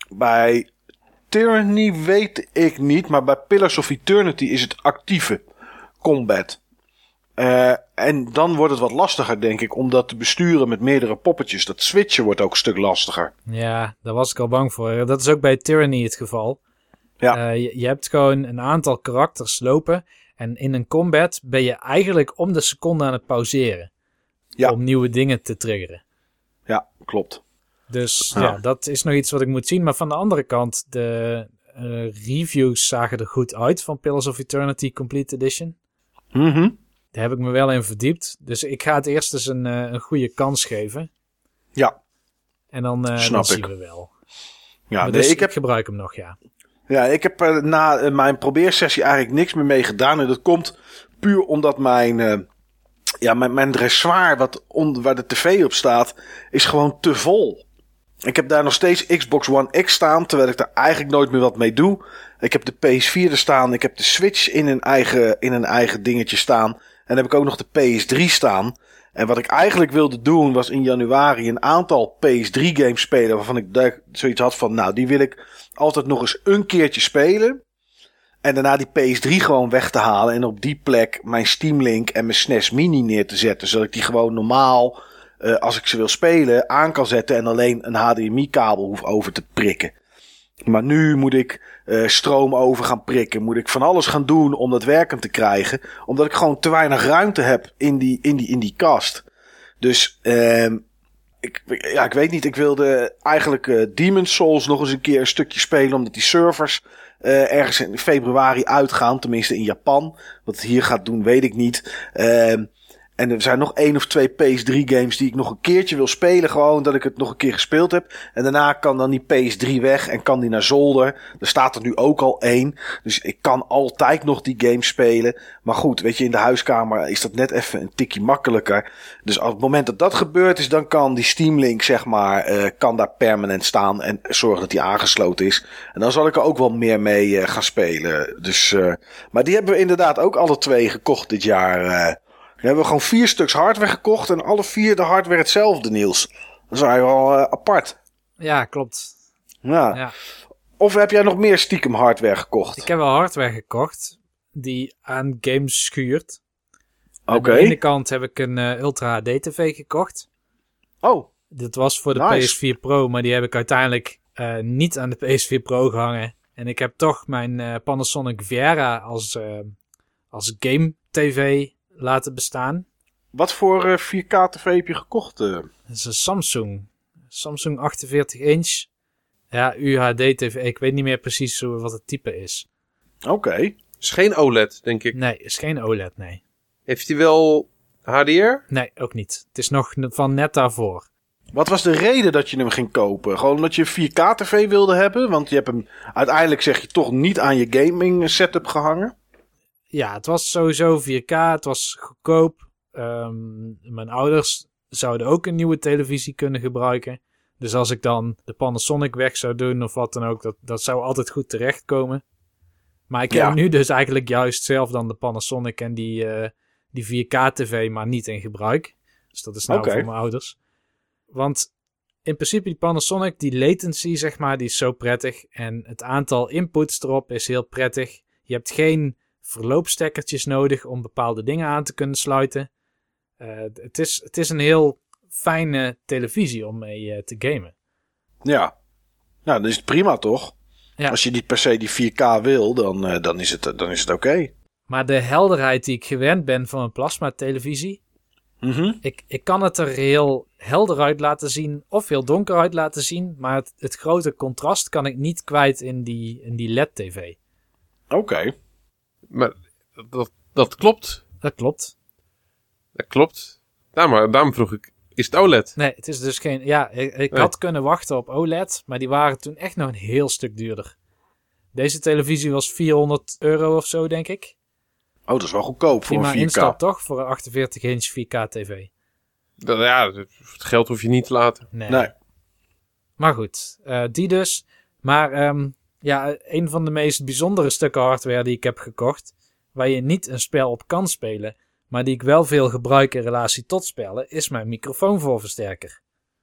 bij Tyranny weet ik niet, maar bij Pillars of Eternity is het actieve combat. Uh, en dan wordt het wat lastiger, denk ik, om dat te besturen met meerdere poppetjes. Dat switchen wordt ook een stuk lastiger. Ja, daar was ik al bang voor. Dat is ook bij Tyranny het geval. Ja. Uh, je, je hebt gewoon een aantal karakters lopen. En in een combat ben je eigenlijk om de seconde aan het pauzeren. Ja. Om nieuwe dingen te triggeren. Ja, klopt. Dus Ja. ja, dat is nog iets wat ik moet zien. Maar van de andere kant, de uh, reviews zagen er goed uit van Pillars of Eternity Complete Edition. Mhm. Daar heb ik me wel in verdiept. Dus ik ga het eerst eens een, uh, een goede kans geven. Ja. En dan, uh, Snap dan ik. zien we wel. Ja, Maar nee, dus ik heb ik gebruik hem nog, ja. Ja, ik heb uh, na uh, mijn probeersessie eigenlijk niks meer mee gedaan. En dat komt puur omdat mijn, uh, ja, mijn, mijn dressoir wat onder, waar de tv op staat, is gewoon te vol. Ik heb daar nog steeds Xbox One X staan, terwijl ik daar eigenlijk nooit meer wat mee doe. Ik heb de P S vier er staan, ik heb de Switch in een eigen, in een eigen dingetje staan. En dan heb ik ook nog de P S drie staan. En wat ik eigenlijk wilde doen was in januari een aantal P S drie games spelen waarvan ik zoiets had van, nou, die wil ik altijd nog eens een keertje spelen. En daarna die P S drie gewoon weg te halen en op die plek mijn Steam Link en mijn S N E S Mini neer te zetten. Zodat ik die gewoon normaal, uh, als ik ze wil spelen, aan kan zetten en alleen een H D M I-kabel hoef over te prikken. Maar nu moet ik uh, stroom over gaan prikken. Moet ik van alles gaan doen om dat werkend te krijgen. Omdat ik gewoon te weinig ruimte heb in die, in die, in die kast. Dus uh, ik, ja, ik weet niet. Ik wilde eigenlijk uh, Demon's Souls nog eens een keer een stukje spelen. Omdat die servers uh, ergens in februari uitgaan. Tenminste in Japan. Wat het hier gaat doen weet ik niet. Uh, En er zijn nog één of twee P S drie games die ik nog een keertje wil spelen. Gewoon dat ik het nog een keer gespeeld heb. En daarna kan dan die P S drie weg en kan die naar zolder. Er staat er nu ook al één. Dus ik kan altijd nog die games spelen. Maar goed, weet je, in de huiskamer is dat net even een tikje makkelijker. Dus op het moment dat dat gebeurd is, dan kan die Steam Link, zeg maar, uh, kan daar permanent staan. En zorgen dat die aangesloten is. En dan zal ik er ook wel meer mee uh, gaan spelen. Dus, uh, maar die hebben we inderdaad ook alle twee gekocht dit jaar. Uh, We hebben gewoon vier stuks hardware gekocht en alle vier de hardware hetzelfde, Niels. Dat is eigenlijk wel uh, apart. Ja, klopt. Ja. Ja. Of heb jij nog meer stiekem hardware gekocht? Ik heb wel hardware gekocht die aan games schuurt. Oké. Okay. Aan de ene kant heb ik een uh, Ultra H D tv gekocht. Oh. Dit was voor de Nice. P S vier Pro, maar die heb ik uiteindelijk uh, niet aan de P S vier Pro gehangen. En ik heb toch mijn uh, Panasonic Viera als, uh, als game tv laten bestaan. Wat voor uh, vier K tv heb je gekocht? Uh? Dat is een Samsung. Samsung achtenveertig inch. Ja, U H D tv. Ik weet niet meer precies wat het type is. Oké. Okay. Is geen O L E D, denk ik. Nee, is geen O L E D, nee. Heeft hij wel H D R? Nee, ook niet. Het is nog van net daarvoor. Wat was de reden dat je hem ging kopen? Gewoon omdat je een vier K tv wilde hebben? Want je hebt hem uiteindelijk, zeg je, toch niet aan je gaming setup gehangen? Ja, het was sowieso vier K. Het was goedkoop. Um, mijn ouders zouden ook een nieuwe televisie kunnen gebruiken. Dus als ik dan de Panasonic weg zou doen of wat dan ook, dat, dat zou altijd goed terechtkomen. Maar ik Ja. heb nu dus eigenlijk juist zelf dan de Panasonic en die, uh, die vier K tv maar niet in gebruik. Dus dat is nou Oké. voor mijn ouders. Want in principe die Panasonic, die latency zeg maar, die is zo prettig. En het aantal inputs erop is heel prettig. Je hebt geen verloopstekkertjes nodig om bepaalde dingen aan te kunnen sluiten. Uh, het, is, het is een heel fijne televisie om mee uh, te gamen. Ja. Nou, dan is het prima toch? Ja. Als je niet per se die vier K wil, dan, uh, dan is het, dan is het oké. Okay. Maar de helderheid die ik gewend ben van een plasmatelevisie... Mm-hmm. Ik, ik kan het er heel helder uit laten zien of heel donker uit laten zien. Maar het, het grote contrast kan ik niet kwijt in die, in die L E D-tv. Oké. Okay. Maar dat, dat klopt. Dat klopt. Dat klopt. Nou, maar daarom vroeg ik, is het O L E D? Nee, het is dus geen... Ja, ik, ik nee. had kunnen wachten op O L E D, maar die waren toen echt nog een heel stuk duurder. Deze televisie was vierhonderd euro of zo, denk ik. Oh, dat is wel goedkoop voor Prima een vier K. instap toch, voor een achtenveertig inch vier K tv. Dat, ja, het geld hoef je niet te laten. Nee. Nee. Maar goed, uh, die dus. Maar um, ja, een van de meest bijzondere stukken hardware die ik heb gekocht, waar je niet een spel op kan spelen, maar die ik wel veel gebruik in relatie tot spellen, is mijn microfoonvoorversterker.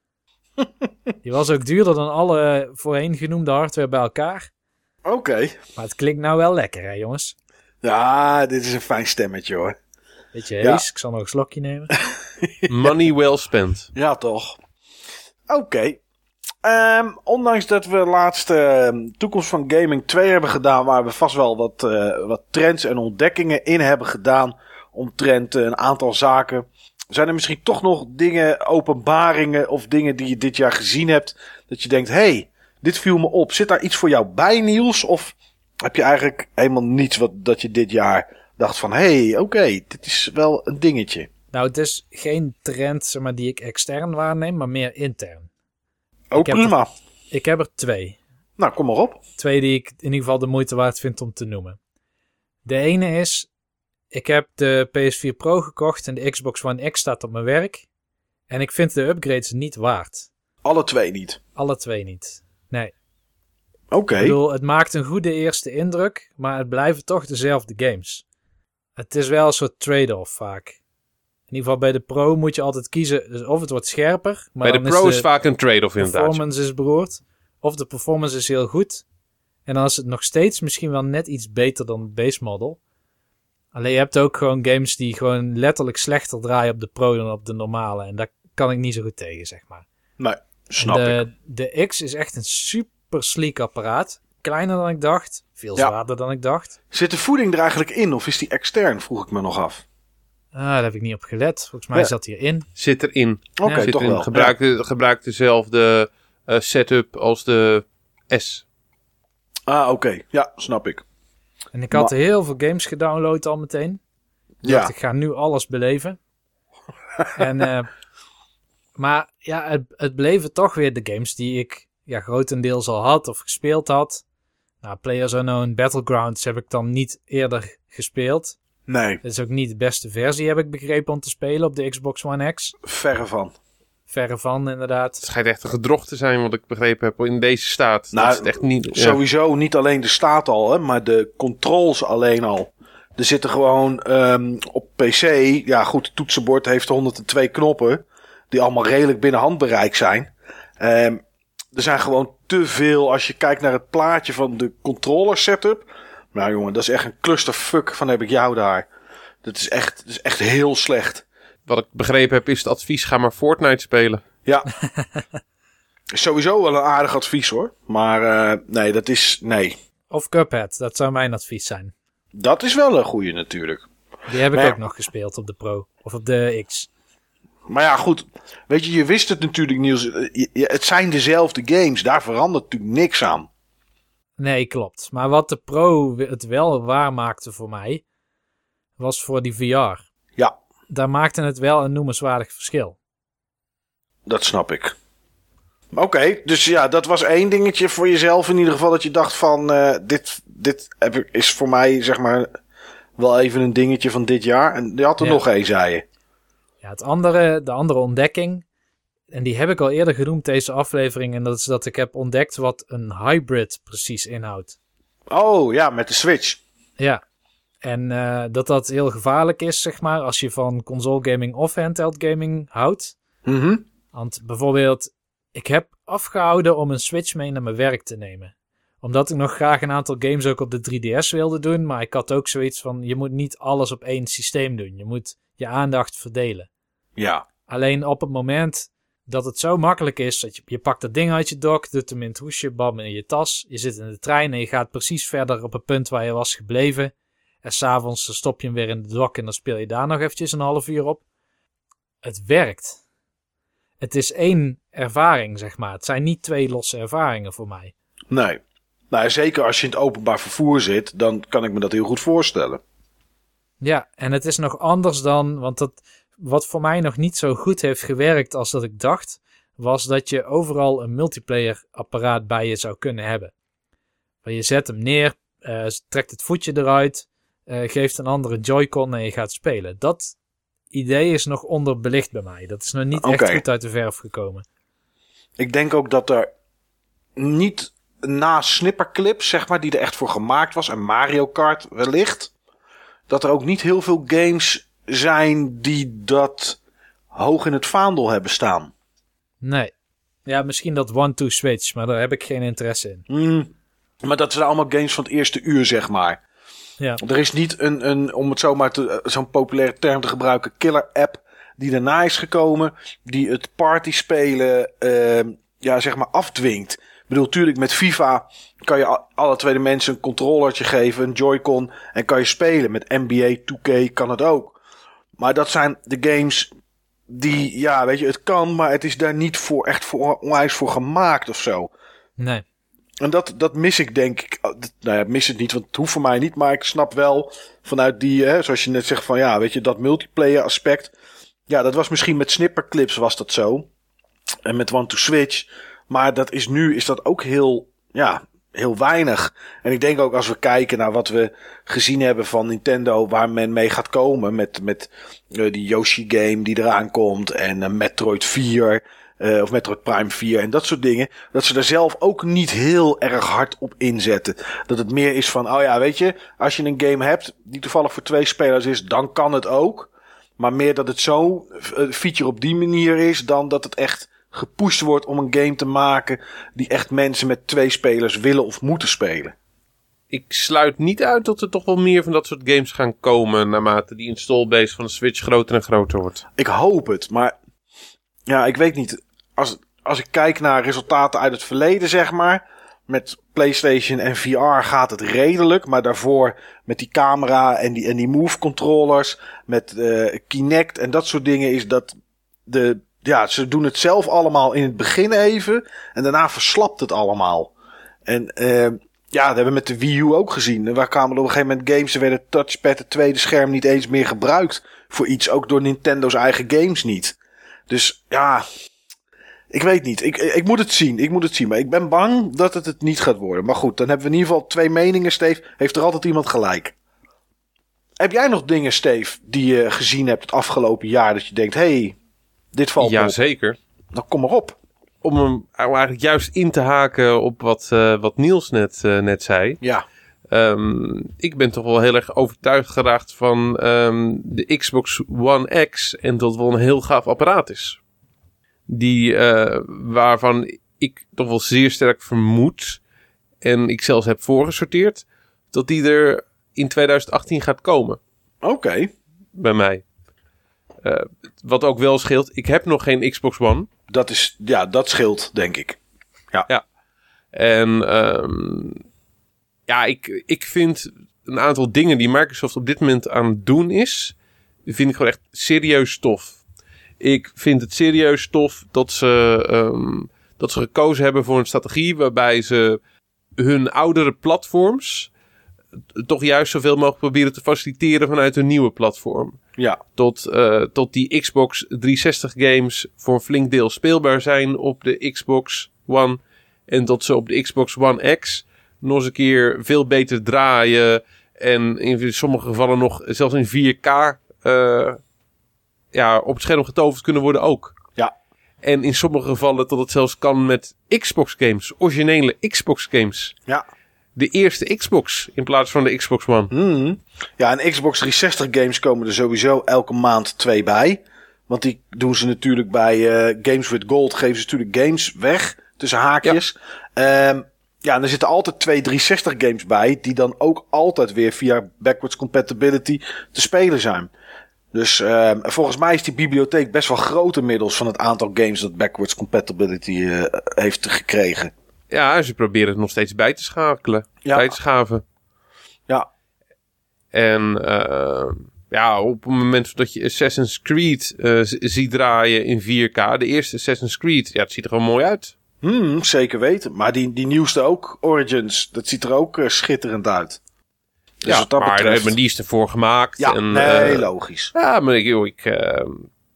Die was ook duurder dan alle voorheen genoemde hardware bij elkaar. Oké. Okay. Maar het klinkt nou wel lekker, hè jongens? Ja, dit is een fijn stemmetje hoor. Beetje hees, Ja. ik zal nog een slokje nemen. Money well spent. Ja, toch. Oké. Okay. Um, ondanks dat we laatste um, toekomst van gaming twee hebben gedaan, waar we vast wel wat, uh, wat trends en ontdekkingen in hebben gedaan omtrent uh, een aantal zaken, zijn er misschien toch nog dingen, openbaringen of dingen die je dit jaar gezien hebt, dat je denkt, hé, hey, dit viel me op. Zit daar iets voor jou bij, Niels? Of heb je eigenlijk helemaal niets wat dat je dit jaar dacht van, hé, hey, oké, okay, dit is wel een dingetje. Nou, het is geen trend zeg maar, die ik extern waarneem, maar meer intern. Oh, ik prima. Er, ik heb er twee. Nou, kom maar op. Twee die ik in ieder geval de moeite waard vind om te noemen. De ene is, ik heb de P S vier Pro gekocht en de Xbox One X staat op mijn werk. En ik vind de upgrades niet waard. Alle twee niet? Alle twee niet. Nee. Oké. Okay. Ik bedoel, het maakt een goede eerste indruk, maar het blijven toch dezelfde games. Het is wel een soort trade-off vaak. In ieder geval bij de Pro moet je altijd kiezen, dus of het wordt scherper. Maar bij de dan Pro is, is vaak een trade-off inderdaad. De performance is beroerd. Of de performance is heel goed. En dan is het nog steeds misschien wel net iets beter dan het base model. Alleen je hebt ook gewoon games die gewoon letterlijk slechter draaien op de Pro dan op de normale. En daar kan ik niet zo goed tegen, zeg maar. Nee, snap de, ik. De X is echt een super sleek apparaat. Kleiner dan ik dacht. Veel zwaarder ja. dan ik dacht. Zit de voeding er eigenlijk in of is die extern, vroeg ik me nog af. Ah, daar heb ik niet op gelet. Volgens mij ja. zat hij erin. Zit erin. Oké, okay, ja. toch wel. Gebruik, ja. de, gebruik dezelfde uh, setup als de S. Ah, oké. Okay. Ja, snap ik. En ik had maar... heel veel games gedownload al meteen. Ik ja. dacht, ik ga nu alles beleven. en, uh, maar ja, het, het bleven toch weer de games die ik ja, grotendeels al had of gespeeld had. Nou, PlayerUnknown Battlegrounds heb ik dan niet eerder gespeeld. Nee. Het is ook niet de beste versie, heb ik begrepen, om te spelen op de Xbox One X. Verre van. Verre van, inderdaad. Het schijnt echt een gedrocht te zijn, wat ik begrepen heb, in deze staat. Nou, dat is het echt niet, ja. Sowieso niet alleen de staat al, hè, maar de controls alleen al. Er zitten gewoon um, op P C, ja goed, het toetsenbord heeft honderdtwee knoppen, die allemaal redelijk binnen handbereik zijn. Um, er zijn gewoon te veel, als je kijkt naar het plaatje van de controller setup. Nou jongen, dat is echt een clusterfuck van heb ik jou daar. Dat is echt, dat is echt heel slecht. Wat ik begrepen heb is het advies, ga maar Fortnite spelen. Ja. Sowieso wel een aardig advies hoor. Maar uh, nee, dat is, nee. Of Cuphead, dat zou mijn advies zijn. Dat is wel een goeie natuurlijk. Die heb ik maar ook nog gespeeld op de Pro. Of op de X. Maar ja, goed. Weet je, je wist het natuurlijk, Niels. Het zijn dezelfde games. Daar verandert natuurlijk niks aan. Nee, klopt. Maar wat de Pro het wel waar maakte voor mij, was voor die V R. Ja. Daar maakte het wel een noemenswaardig verschil. Dat snap ik. Oké, okay, dus ja, dat was één dingetje voor jezelf in ieder geval. Dat je dacht van, uh, dit, dit heb ik, is voor mij zeg maar wel even een dingetje van dit jaar. En je had er ja. nog één, zei je. Ja, het andere, de andere ontdekking, en die heb ik al eerder genoemd deze aflevering. En dat is dat ik heb ontdekt wat een hybrid precies inhoudt. Oh ja, met de Switch. Ja, en uh, dat dat heel gevaarlijk is, zeg maar, als je van console gaming of handheld gaming houdt. Mm-hmm. Want bijvoorbeeld, ik heb afgehouden om een Switch mee naar mijn werk te nemen. Omdat ik nog graag een aantal games ook op de drie D S wilde doen. Maar ik had ook zoiets van, je moet niet alles op één systeem doen. Je moet je aandacht verdelen. Ja. Alleen op het moment dat het zo makkelijk is, dat je, je pakt dat ding uit je dock, doet hem in het hoesje, bam in je tas. Je zit in de trein en je gaat precies verder op het punt waar je was gebleven. En s'avonds stop je hem weer in de dock en dan speel je daar nog eventjes een half uur op. Het werkt. Het is één ervaring, zeg maar. Het zijn niet twee losse ervaringen voor mij. Nee. Nou, zeker als je in het openbaar vervoer zit, dan kan ik me dat heel goed voorstellen. Ja, en het is nog anders dan... Want dat, wat voor mij nog niet zo goed heeft gewerkt als dat ik dacht, was dat je overal een multiplayer apparaat bij je zou kunnen hebben. Waar je zet hem neer, uh, trekt het voetje eruit, uh, geeft een andere Joy-Con en je gaat spelen. Dat idee is nog onderbelicht bij mij. Dat is nog niet okay. echt goed uit de verf gekomen. Ik denk ook dat er niet na snipperclips, zeg maar, die er echt voor gemaakt was, en Mario Kart wellicht, dat er ook niet heel veel games zijn die dat hoog in het vaandel hebben staan. Nee. Ja, misschien dat one-two-switch, maar daar heb ik geen interesse in. Mm, maar dat zijn allemaal games van het eerste uur, zeg maar. Ja. Er is niet een, een om het zomaar te, zo'n populaire term te gebruiken, killer-app die daarna is gekomen, die het party spelen, uh, ja, zeg maar, afdwingt. Ik bedoel, natuurlijk met FIFA kan je alle tweede mensen een controllertje geven, een Joy-Con, en kan je spelen. Met N B A two K kan het ook. Maar dat zijn de games die, ja, weet je, het kan, maar het is daar niet voor echt voor onwijs voor gemaakt of zo. Nee. En dat, dat mis ik, denk ik. Nou ja, mis het niet, want het hoeft voor mij niet. Maar ik snap wel vanuit die, hè, zoals je net zegt van, ja, weet je, dat multiplayer aspect. Ja, dat was misschien met snipperclips was dat zo. En met one-to-switch. Maar dat is nu, is dat ook heel, ja, heel weinig. En ik denk ook als we kijken naar wat we gezien hebben van Nintendo, waar men mee gaat komen. Met, met uh, die Yoshi game die eraan komt. En uh, Metroid vier. Uh, of Metroid Prime vier en dat soort dingen. Dat ze er zelf ook niet heel erg hard op inzetten. Dat het meer is van, oh ja, weet je, als je een game hebt die toevallig voor twee spelers is, dan kan het ook. Maar meer dat het zo uh, feature op die manier is, dan dat het echt gepusht wordt om een game te maken die echt mensen met twee spelers willen of moeten spelen. Ik sluit niet uit dat er toch wel meer van dat soort games gaan komen naarmate die installbase van de Switch groter en groter wordt. Ik hoop het, maar ja, ik weet niet. Als, als ik kijk naar resultaten uit het verleden, zeg maar, met PlayStation en V R gaat het redelijk. Maar daarvoor met die camera en die, en die Move controllers, met uh, Kinect en dat soort dingen is dat de, ja, ze doen het zelf allemaal in het begin even en daarna verslapt het allemaal. En uh, ja, dat hebben we met de Wii U ook gezien. Waar kwamen op een gegeven moment games, er werden touchpad, het tweede scherm niet eens meer gebruikt voor iets, ook door Nintendo's eigen games niet. Dus ja, ik weet niet. Ik, ik moet het zien. Ik moet het zien. Maar ik ben bang dat het het niet gaat worden. Maar goed, dan hebben we in ieder geval twee meningen, Steve. Heeft er altijd iemand gelijk? Heb jij nog dingen, Steve, die je gezien hebt het afgelopen jaar, dat je denkt, hé, hey, dit valt me op? Jazeker. Nou, kom maar op. Om hem eigenlijk juist in te haken op wat, uh, wat Niels net, uh, net zei. Ja. Um, ik ben toch wel heel erg overtuigd geraakt van um, de Xbox One X. En dat het wel een heel gaaf apparaat is. Die, uh, waarvan ik toch wel zeer sterk vermoed, en ik zelfs heb voorgesorteerd, dat die er in twintig achttien gaat komen. Oké. Okay. Bij mij. Uh, wat ook wel scheelt, ik heb nog geen Xbox One. Dat is, ja, dat scheelt, denk ik. Ja. Ja. En um, ja, ik, ik vind een aantal dingen die Microsoft op dit moment aan het doen is, vind ik gewoon echt serieus tof. Ik vind het serieus tof dat ze, um, dat ze gekozen hebben voor een strategie waarbij ze hun oudere platforms toch juist zoveel mogelijk proberen te faciliteren vanuit hun nieuwe platform. Ja. Tot, uh, tot die Xbox driehonderdzestig games voor een flink deel speelbaar zijn op de Xbox One. En dat ze op de Xbox One X nog eens een keer veel beter draaien. En in sommige gevallen nog zelfs in vier K uh, ja, op het scherm getoverd kunnen worden ook. Ja. En in sommige gevallen dat het zelfs kan met Xbox games. Originele Xbox games. Ja. De eerste Xbox in plaats van de Xbox One. Mm. Ja, en Xbox driehonderdzestig games komen er sowieso elke maand twee bij. Want die doen ze natuurlijk bij uh, Games with Gold. Geven ze natuurlijk games weg. Tussen haakjes. Ja. Um, ja, en er zitten altijd twee driehonderdzestig games bij. Die dan ook altijd weer via backwards compatibility te spelen zijn. Dus uh, volgens mij is die bibliotheek best wel groot inmiddels van het aantal games dat backwards compatibility uh, heeft gekregen. Ja, ze proberen het nog steeds bij te schakelen. Ja. Bij te schaven. Ja. En uh, ja, op het moment dat je Assassin's Creed uh, z- ziet draaien in vier K, de eerste Assassin's Creed, ja, het ziet er gewoon mooi uit. Hmm, zeker weten. Maar die, die nieuwste ook, Origins, dat ziet er ook uh, schitterend uit. Dus ja, wat dat maar betreft... maar die is ervoor gemaakt. Ja, en, nee, uh, logisch. Ja, maar ik... Joh, ik uh,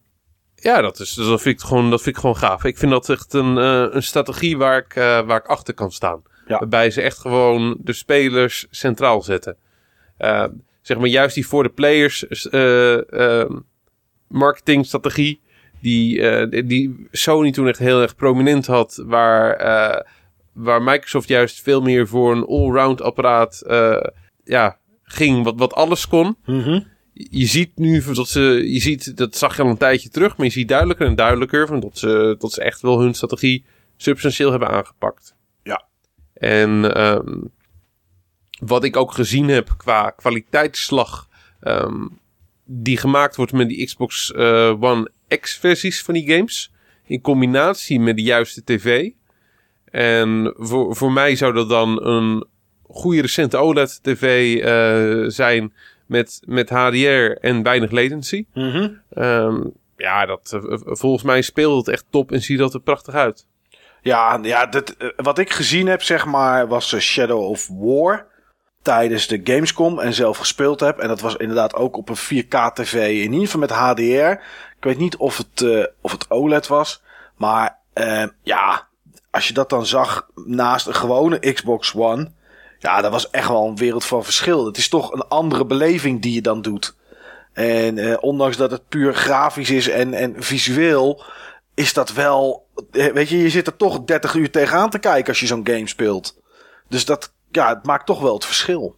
ja, dat, is, dat, vind ik gewoon, dat vind ik gewoon gaaf. Ik vind dat echt een, uh, een strategie waar ik, uh, waar ik achter kan staan. Ja. Waarbij ze echt gewoon de spelers centraal zetten. Uh, zeg maar juist die voor de players uh, uh, marketingstrategie... Die, uh, die Sony toen echt heel erg prominent had... waar, uh, waar Microsoft juist veel meer voor een allround apparaat uh, ja, ging... Wat, wat alles kon. Mm-hmm. Je ziet nu dat ze... Je ziet, dat zag je al een tijdje terug... maar je ziet duidelijker en duidelijker... Van dat, ze, dat ze echt wel hun strategie substantieel hebben aangepakt. Ja. En um, wat ik ook gezien heb qua kwaliteitsslag... Um, die gemaakt wordt met die Xbox uh, One X-versies van die games... in combinatie met de juiste tv. En voor, voor mij zou dat dan een goede recente O L E D-tv uh, zijn... Met, met H D R en weinig latency. Mm-hmm. Um, ja, dat, uh, volgens mij speelt het echt top en ziet dat er prachtig uit. Ja, ja dat, uh, wat ik gezien heb, zeg maar, was uh, Shadow of War... tijdens de Gamescom en zelf gespeeld heb. En dat was inderdaad ook op een vier K tv. In ieder geval met H D R. Ik weet niet of het, uh, of het O L E D was. Maar uh, ja, als je dat dan zag naast een gewone Xbox One... Ja, dat was echt wel een wereld van verschil. Het is toch een andere beleving die je dan doet. En uh, ondanks dat het puur grafisch is en, en visueel... is dat wel... Weet je, je zit er toch dertig uur tegenaan te kijken als je zo'n game speelt. Dus dat... Ja, het maakt toch wel het verschil.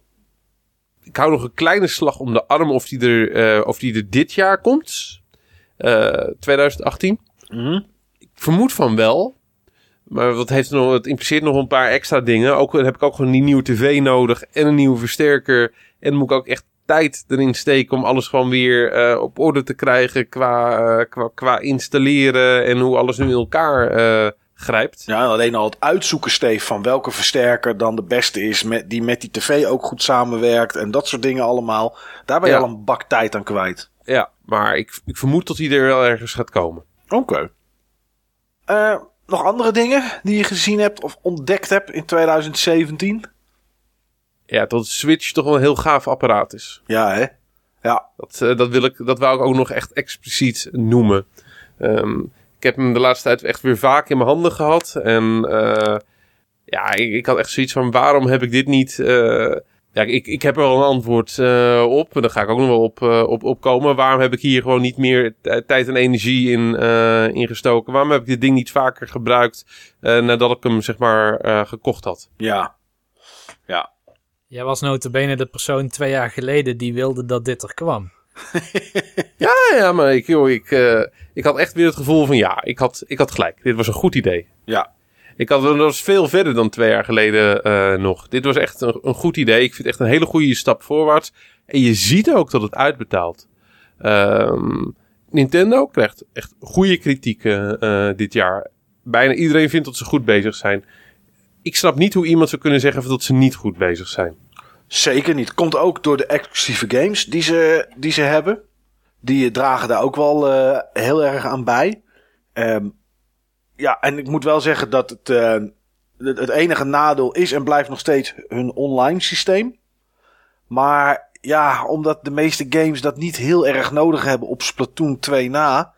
Ik hou nog een kleine slag om de arm of die er, uh, of die er dit jaar komt. Uh, twintig achttien. Mm-hmm. Ik vermoed van wel. Maar wat heeft nog, het impliceert nog een paar extra dingen. Ook heb ik ook gewoon die nieuwe tv nodig. En een nieuwe versterker. En dan moet ik ook echt tijd erin steken om alles gewoon weer uh, op orde te krijgen. Qua, uh, qua, qua installeren en hoe alles nu in elkaar... Uh, grijpt. Ja, alleen al het uitzoeken, Steve, van welke versterker dan de beste is, met, die met die tv ook goed samenwerkt en dat soort dingen allemaal. Daar ben je ja. al een bak tijd aan kwijt. Ja, maar ik, ik vermoed dat die er wel ergens gaat komen. Oké. Okay. Uh, nog andere dingen die je gezien hebt of ontdekt hebt in twintig zeventien? Ja, dat de Switch toch wel een heel gaaf apparaat is. Ja, hè? Ja. Dat, uh, dat, wil ik, dat wou ik ook nog echt expliciet noemen. Um, Ik heb hem de laatste tijd echt weer vaak in mijn handen gehad. En uh, ja, ik, ik had echt zoiets van, waarom heb ik dit niet... Uh, ja, ik, ik heb er wel een antwoord uh, op. En daar ga ik ook nog wel op, uh, op, op komen. Waarom heb ik hier gewoon niet meer t- tijd en energie in, uh, in gestoken? Waarom heb ik dit ding niet vaker gebruikt uh, nadat ik hem, zeg maar, uh, gekocht had? Ja. Ja. Jij was nota bene de persoon twee jaar geleden die wilde dat dit er kwam. ja, ja, maar ik, joh, ik, uh, ik had echt weer het gevoel van ja, ik had, ik had gelijk. Dit was een goed idee. Ja. Ik had, dat was veel verder dan twee jaar geleden uh, nog. Dit was echt een, een goed idee. Ik vind het echt een hele goede stap voorwaarts. En je ziet ook dat het uitbetaalt. Um, Nintendo krijgt echt goede kritiek uh, uh, dit jaar. Bijna iedereen vindt dat ze goed bezig zijn. Ik snap niet hoe iemand zou kunnen zeggen dat ze niet goed bezig zijn. Zeker niet. Komt ook door de exclusieve games die ze, die ze hebben. Die dragen daar ook wel uh, heel erg aan bij. Um, ja, en ik moet wel zeggen dat het, uh, het, het enige nadeel is en blijft nog steeds hun online systeem. Maar ja, omdat de meeste games dat niet heel erg nodig hebben op Splatoon twee na...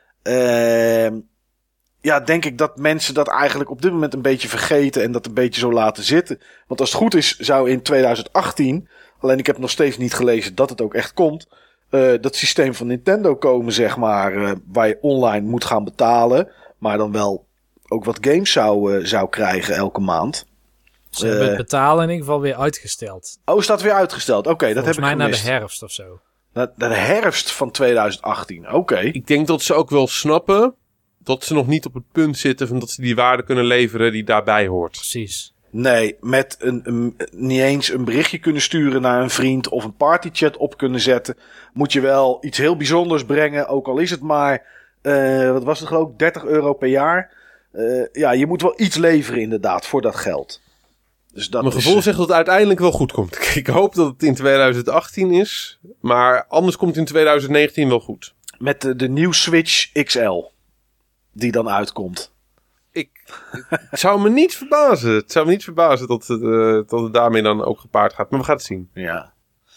Uh, ja, denk ik dat mensen dat eigenlijk op dit moment een beetje vergeten en dat een beetje zo laten zitten. Want als het goed is, zou in twintig achttien, alleen ik heb nog steeds niet gelezen dat het ook echt komt, uh, dat systeem van Nintendo komen, zeg maar, uh, waar je online moet gaan betalen, maar dan wel ook wat games zou, uh, zou krijgen elke maand. Ze uh, hebben het betalen in ieder geval weer uitgesteld. Oh, is dat weer uitgesteld? Oké, okay, dat heb ik gemist. Volgens mij naar de herfst of zo. Naar, naar de herfst van twintig achttien, oké. Okay. Ik denk dat ze ook wel snappen dat ze nog niet op het punt zitten van dat ze die waarde kunnen leveren die daarbij hoort. Precies. Nee, met een, een, niet eens een berichtje kunnen sturen naar een vriend of een partychat op kunnen zetten. Moet je wel iets heel bijzonders brengen, ook al is het maar, uh, wat was het geloof ik, dertig euro per jaar. Uh, ja, je moet wel iets leveren inderdaad voor dat geld. Dus dat Mijn is, gevoel zegt dat het uiteindelijk wel goed komt. Ik hoop dat het in twintig achttien is. Maar anders komt het in twintig negentien wel goed. Met de, de nieuwe Switch X L. Die dan uitkomt. Ik, het zou me niet verbazen. Het zou me niet verbazen dat het, uh, dat het daarmee dan ook gepaard gaat. Maar we gaan het zien. Ja.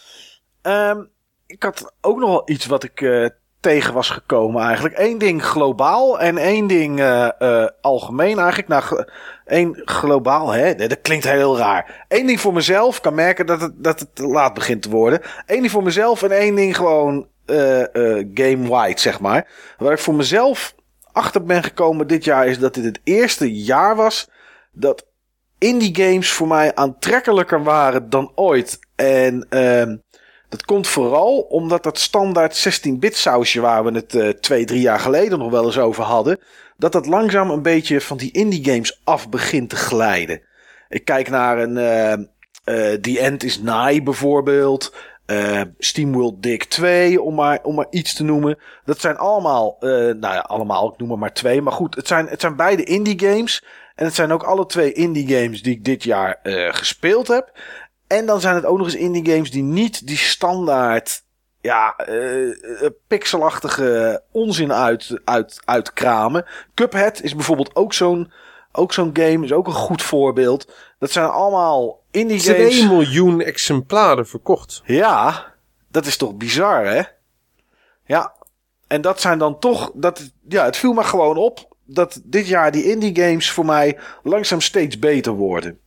Um, ik had ook nog wel iets wat ik uh, tegen was gekomen eigenlijk. Eén ding globaal en één ding uh, uh, algemeen eigenlijk. Nou, één globaal, hè, dat klinkt heel raar. Eén ding voor mezelf, kan merken dat het, dat het te laat begint te worden. Eén ding voor mezelf en één ding gewoon uh, uh, game-wide, zeg maar. Waar ik voor mezelf achter ben gekomen dit jaar is dat dit het eerste jaar was dat indie games voor mij aantrekkelijker waren dan ooit. En uh, dat komt vooral omdat dat standaard zestien-bit sausje waar we het uh, twee, drie jaar geleden nog wel eens over hadden, dat dat langzaam een beetje van die indie games af begint te glijden. Ik kijk naar een uh, uh, The End is Nigh bijvoorbeeld. Uh, SteamWorld Dig twee, om maar, om maar iets te noemen. Dat zijn allemaal, uh, nou ja, allemaal, ik noem er maar twee. Maar goed, het zijn, het zijn beide indie games. En het zijn ook alle twee indie games die ik dit jaar uh, gespeeld heb. En dan zijn het ook nog eens indie games die niet die standaard, ja, uh, pixelachtige onzin uit, uit, uitkramen. Cuphead is bijvoorbeeld ook zo'n, ook zo'n game, is ook een goed voorbeeld. Dat zijn allemaal indie games. twee miljoen exemplaren verkocht. Ja, dat is toch bizar, hè? Ja, en dat zijn dan toch, dat, ja, het viel me gewoon op dat dit jaar die indie games voor mij langzaam steeds beter worden.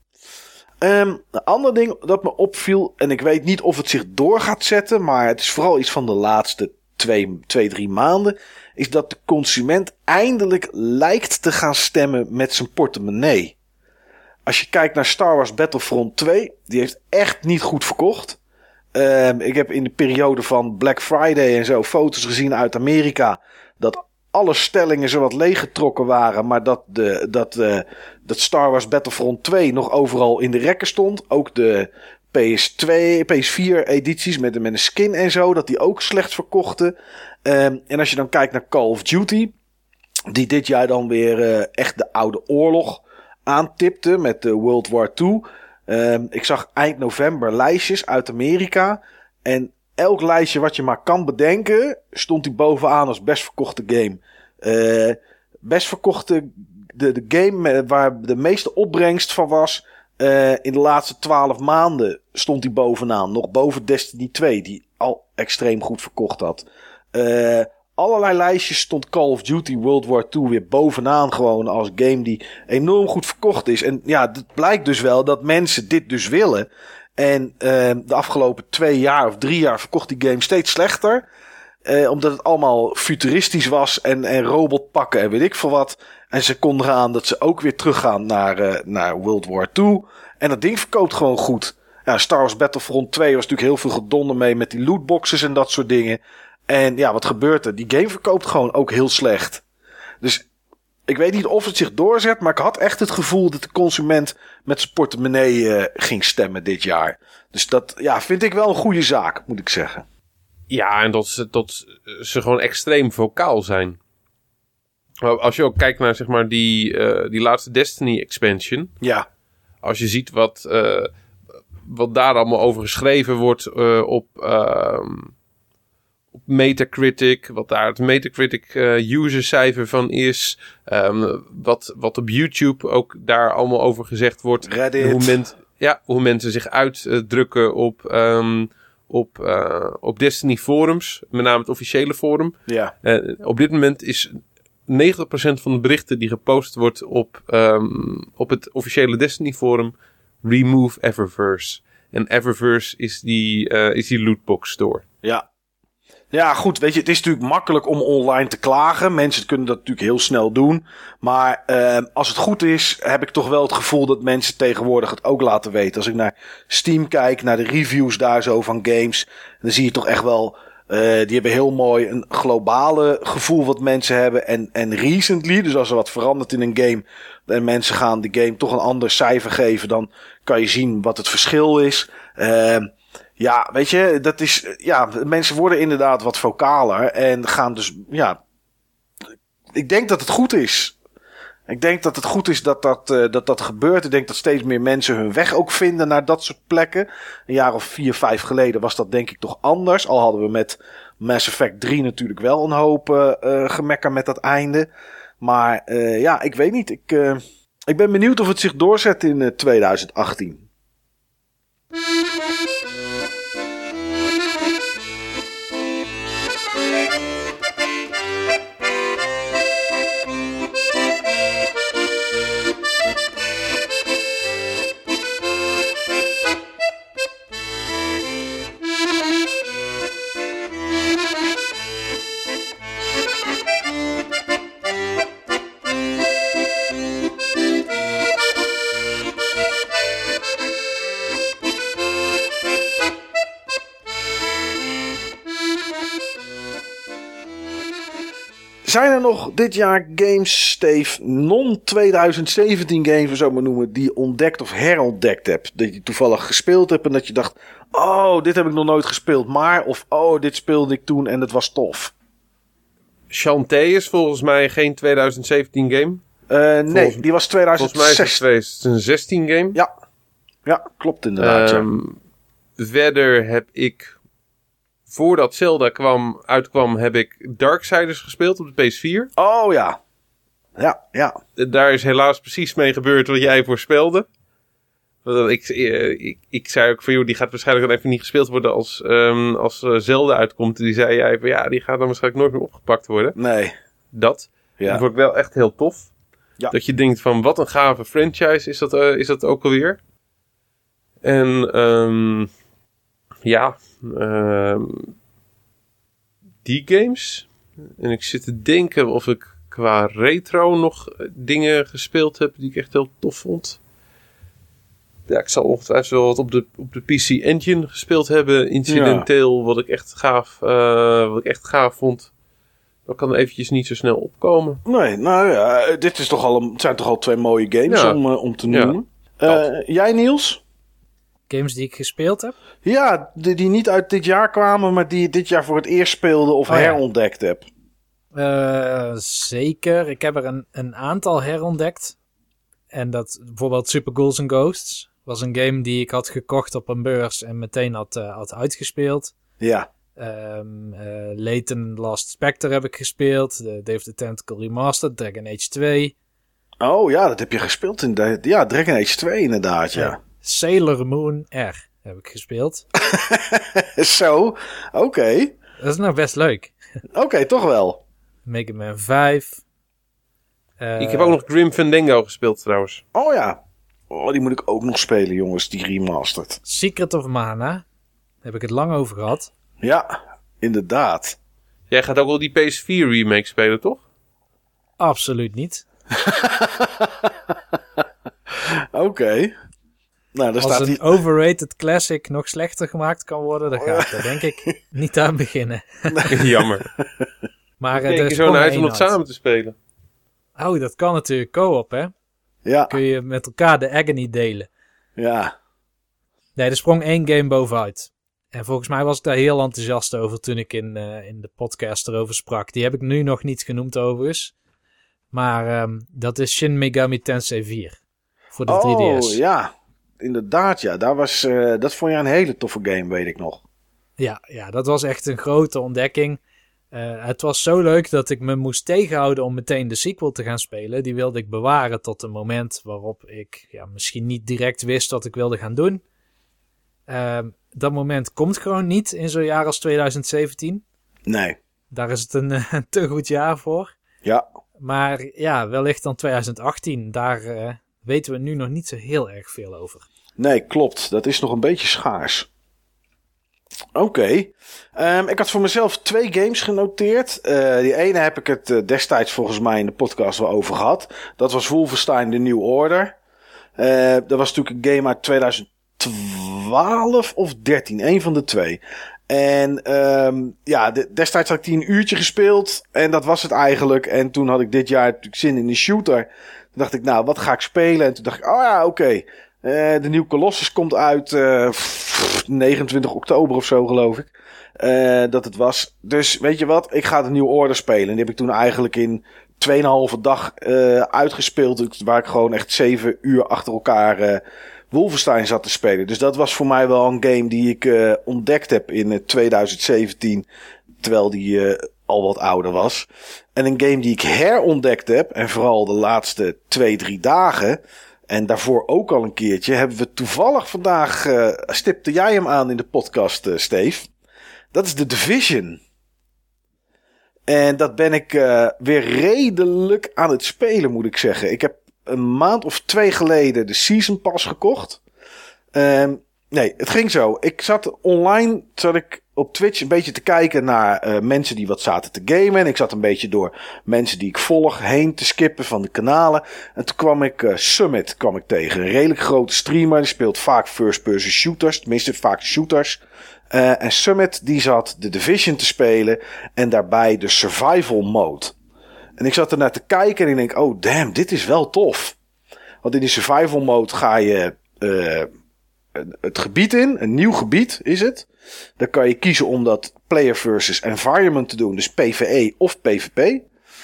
Um, een ander ding dat me opviel, en ik weet niet of het zich door gaat zetten, maar het is vooral iets van de laatste twee, twee drie maanden, is dat de consument eindelijk lijkt te gaan stemmen met zijn portemonnee. Als je kijkt naar Star Wars Battlefront twee, die heeft echt niet goed verkocht. Um, ik heb in de periode van Black Friday en zo foto's gezien uit Amerika, dat alle stellingen zowat leeggetrokken waren, maar dat, de, dat, uh, dat Star Wars Battlefront twee nog overal in de rekken stond. Ook de P S twee, P S vier edities met, met een skin en zo, dat die ook slecht verkochten. Um, en als je dan kijkt naar Call of Duty, die dit jaar dan weer uh, echt de oude oorlog aantipte met de World War twee. Um, ik zag eind november lijstjes uit Amerika en elk lijstje wat je maar kan bedenken, stond hij bovenaan als best verkochte game. Uh, best verkochte, de, de game waar de meeste opbrengst van was, uh, in de laatste twaalf maanden stond hij bovenaan. Nog boven Destiny twee, die al extreem goed verkocht had. Uh, allerlei lijstjes stond Call of Duty World War twee weer bovenaan gewoon als game die enorm goed verkocht is. En ja, het blijkt dus wel dat mensen dit dus willen. En uh, de afgelopen twee jaar of drie jaar verkocht die game steeds slechter. Uh, omdat het allemaal futuristisch was en, en robotpakken en weet ik veel wat. En ze kondigen aan dat ze ook weer teruggaan naar, uh, naar World War twee. En dat ding verkoopt gewoon goed. Ja, Star Wars Battlefront twee was natuurlijk heel veel gedonder mee met die lootboxes en dat soort dingen. En ja, wat gebeurt er? Die game verkoopt gewoon ook heel slecht. Dus ik weet niet of het zich doorzet, maar ik had echt het gevoel dat de consument met zijn portemonnee uh, ging stemmen dit jaar. Dus dat ja, vind ik wel een goede zaak, moet ik zeggen. Ja, en dat ze, dat ze gewoon extreem vocaal zijn. Als je ook kijkt naar zeg maar die, uh, die laatste Destiny expansion. Ja. Als je ziet wat, uh, wat daar allemaal over geschreven wordt uh, op... Uh, op Metacritic, wat daar het Metacritic uh, usercijfer van is. Um, wat, wat op YouTube ook daar allemaal over gezegd wordt. Reddit. Hoe, men, ja, hoe mensen zich uitdrukken op, um, op, uh, op Destiny forums. Met name het officiële forum. Ja. Uh, op dit moment is negentig procent van de berichten die gepost wordt op, um, op het officiële Destiny forum. Remove Eververse. En Eververse is die, uh, is die lootbox store. Ja. Ja, goed, weet je, het is natuurlijk makkelijk om online te klagen. Mensen kunnen dat natuurlijk heel snel doen. Maar uh, als het goed is, heb ik toch wel het gevoel dat mensen tegenwoordig het ook laten weten. Als ik naar Steam kijk, naar de reviews daar zo van games, dan zie je toch echt wel, uh, die hebben heel mooi een globale gevoel wat mensen hebben. En, en recently, dus als er wat verandert in een game en mensen gaan de game toch een ander cijfer geven, dan kan je zien wat het verschil is. Uh, Ja, weet je, dat is, ja, mensen worden inderdaad wat vocaler en gaan dus, ja, ik denk dat het goed is. Ik denk dat het goed is dat dat, uh, dat dat gebeurt. Ik denk dat steeds meer mensen hun weg ook vinden naar dat soort plekken. Een jaar of vier, vijf geleden was dat denk ik toch anders. Al hadden we met Mass Effect drie natuurlijk wel een hoop uh, uh, gemekker met dat einde. Maar uh, ja, ik weet niet. Ik, uh, ik ben benieuwd of het zich doorzet in uh, twintig achttien. Zijn er nog dit jaar games, Steve, non-twintig zeventien games, we zo maar noemen, die je ontdekt of herontdekt hebt? Dat je toevallig gespeeld hebt en dat je dacht, oh, dit heb ik nog nooit gespeeld, maar, of oh, dit speelde ik toen en het was tof. Shantae is volgens mij geen twintig zeventien game. Uh, nee, volgens, die was twintig zestien. Volgens mij is het twintig zestien game. Ja, ja klopt inderdaad. Um, ja. Verder heb ik... Voordat Zelda kwam, uitkwam, heb ik Darksiders gespeeld op de P S vier. Oh ja. Ja, ja. Daar is helaas precies mee gebeurd wat jij voorspelde. Ik, ik, ik zei ook van, joh, die gaat waarschijnlijk dan even niet gespeeld worden als, um, als Zelda uitkomt. Die zei jij van, ja, die gaat dan waarschijnlijk nooit meer opgepakt worden. Nee. Dat. Ja. Dat vond ik wel echt heel tof. Ja. Dat je denkt van, wat een gave franchise is dat, uh, is dat ook alweer. En, um, ja... Uh, die games. En ik zit te denken of ik qua retro nog dingen gespeeld heb die ik echt heel tof vond. Ja, ik zal ongetwijfeld wel wat op de, op de P C Engine gespeeld hebben. Incidenteel, ja. wat ik echt gaaf, uh, wat ik echt gaaf vond. Dat kan eventjes niet zo snel opkomen. Nee, nou ja, dit is toch al een, het zijn toch al twee mooie games ja. om, uh, om te noemen. Ja, uh, jij Niels? Games die ik gespeeld heb? Ja, die, die niet uit dit jaar kwamen, maar die je dit jaar voor het eerst speelde of oh, herontdekt ja. heb. Uh, zeker. Ik heb er een, een aantal herontdekt. En dat bijvoorbeeld Super Ghouls and Ghosts was een game die ik had gekocht op een beurs en meteen had, uh, had uitgespeeld. Ja. Um, uh, Layton Last Spectre heb ik gespeeld. De Day of the Tentacle Remastered, Dragon Age twee. Oh ja, dat heb je gespeeld in de, ja, Dragon Age twee inderdaad, ja. ja. Sailor Moon R heb ik gespeeld. Zo, oké. Okay. Dat is nog best leuk. Oké, okay, toch wel. Mega Man vijf. Uh, ik heb ook nog Grim Fandango gespeeld trouwens. Oh ja. Oh, die moet ik ook nog spelen, jongens, die remastered. Secret of Mana. Daar heb ik het lang over gehad. Ja, inderdaad. Jij gaat ook wel die P S vier remake spelen, toch? Absoluut niet. Oké. Okay. Nou, Als staat een die... overrated classic nog slechter gemaakt kan worden, dan ga ik er denk ik niet aan beginnen. Jammer. Maar ik denk er zo naar uit om het samen te spelen. Oh, dat kan natuurlijk co-op, hè? Ja. Kun je met elkaar de agony delen. Ja. Nee, er sprong één game bovenuit. En volgens mij was ik daar heel enthousiast over toen ik in, uh, in de podcast erover sprak. Die heb ik nu nog niet genoemd overigens. Maar um, dat is Shin Megami Tensei vier. Voor de oh, drie D S. Oh, ja. Inderdaad, ja. Daar was, uh, dat vond je een hele toffe game, weet ik nog. Ja, ja, dat was echt een grote ontdekking. Uh, het was zo leuk dat ik me moest tegenhouden om meteen de sequel te gaan spelen. Die wilde ik bewaren tot een moment waarop ik ja, misschien niet direct wist wat ik wilde gaan doen. Uh, dat moment komt gewoon niet in zo'n jaar als twintig zeventien. Nee. Daar is het een, een te goed jaar voor. Ja. Maar ja, wellicht dan twintig achttien. Daar uh, weten we nu nog niet zo heel erg veel over. Nee, klopt. Dat is nog een beetje schaars. Oké. Okay. Um, ik had voor mezelf twee games genoteerd. Uh, die ene heb ik het uh, destijds volgens mij in de podcast wel over gehad. Dat was Wolfenstein The New Order. Uh, dat was natuurlijk een game uit twintig twaalf of dertien. Een van de twee. En um, ja, de, destijds had ik die een uurtje gespeeld. En dat was het eigenlijk. En toen had ik dit jaar natuurlijk zin in een shooter. Toen dacht ik, nou, wat ga ik spelen? En toen dacht ik, oh ja, oké. Okay. Uh, de nieuwe Colossus komt uit uh, negenentwintig oktober of zo, geloof ik. Uh, dat het was. Dus weet je wat, ik ga de New Order spelen. En die heb ik toen eigenlijk in tweeënhalve dag uh, uitgespeeld. Waar ik gewoon echt zeven uur achter elkaar uh, Wolfenstein zat te spelen. Dus dat was voor mij wel een game die ik uh, ontdekt heb in uh, twintig zeventien. Terwijl die uh, al wat ouder was. En een game die ik herontdekt heb. En vooral de laatste twee, drie dagen. En daarvoor ook al een keertje. Hebben we toevallig vandaag, uh, stipte jij hem aan in de podcast, uh, Steve. Dat is The Division. En dat ben ik uh, weer redelijk aan het spelen, moet ik zeggen. Ik heb een maand of twee geleden de Season Pass gekocht. Um, nee, het ging zo. Ik zat online, zat ik op Twitch een beetje te kijken naar uh, mensen die wat zaten te gamen. En ik zat een beetje door mensen die ik volg heen te skippen van de kanalen. En toen kwam ik uh, Summit kwam ik tegen. Een redelijk grote streamer. Die speelt vaak first-person shooters. Tenminste, vaak shooters. Uh, en Summit die zat de Division te spelen. En daarbij de survival mode. En ik zat er naar te kijken en ik denk, oh damn, dit is wel tof. Want in die survival mode ga je uh, het gebied in. Een nieuw gebied is het. Dan kan je kiezen om dat player versus environment te doen. Dus PvE of PvP.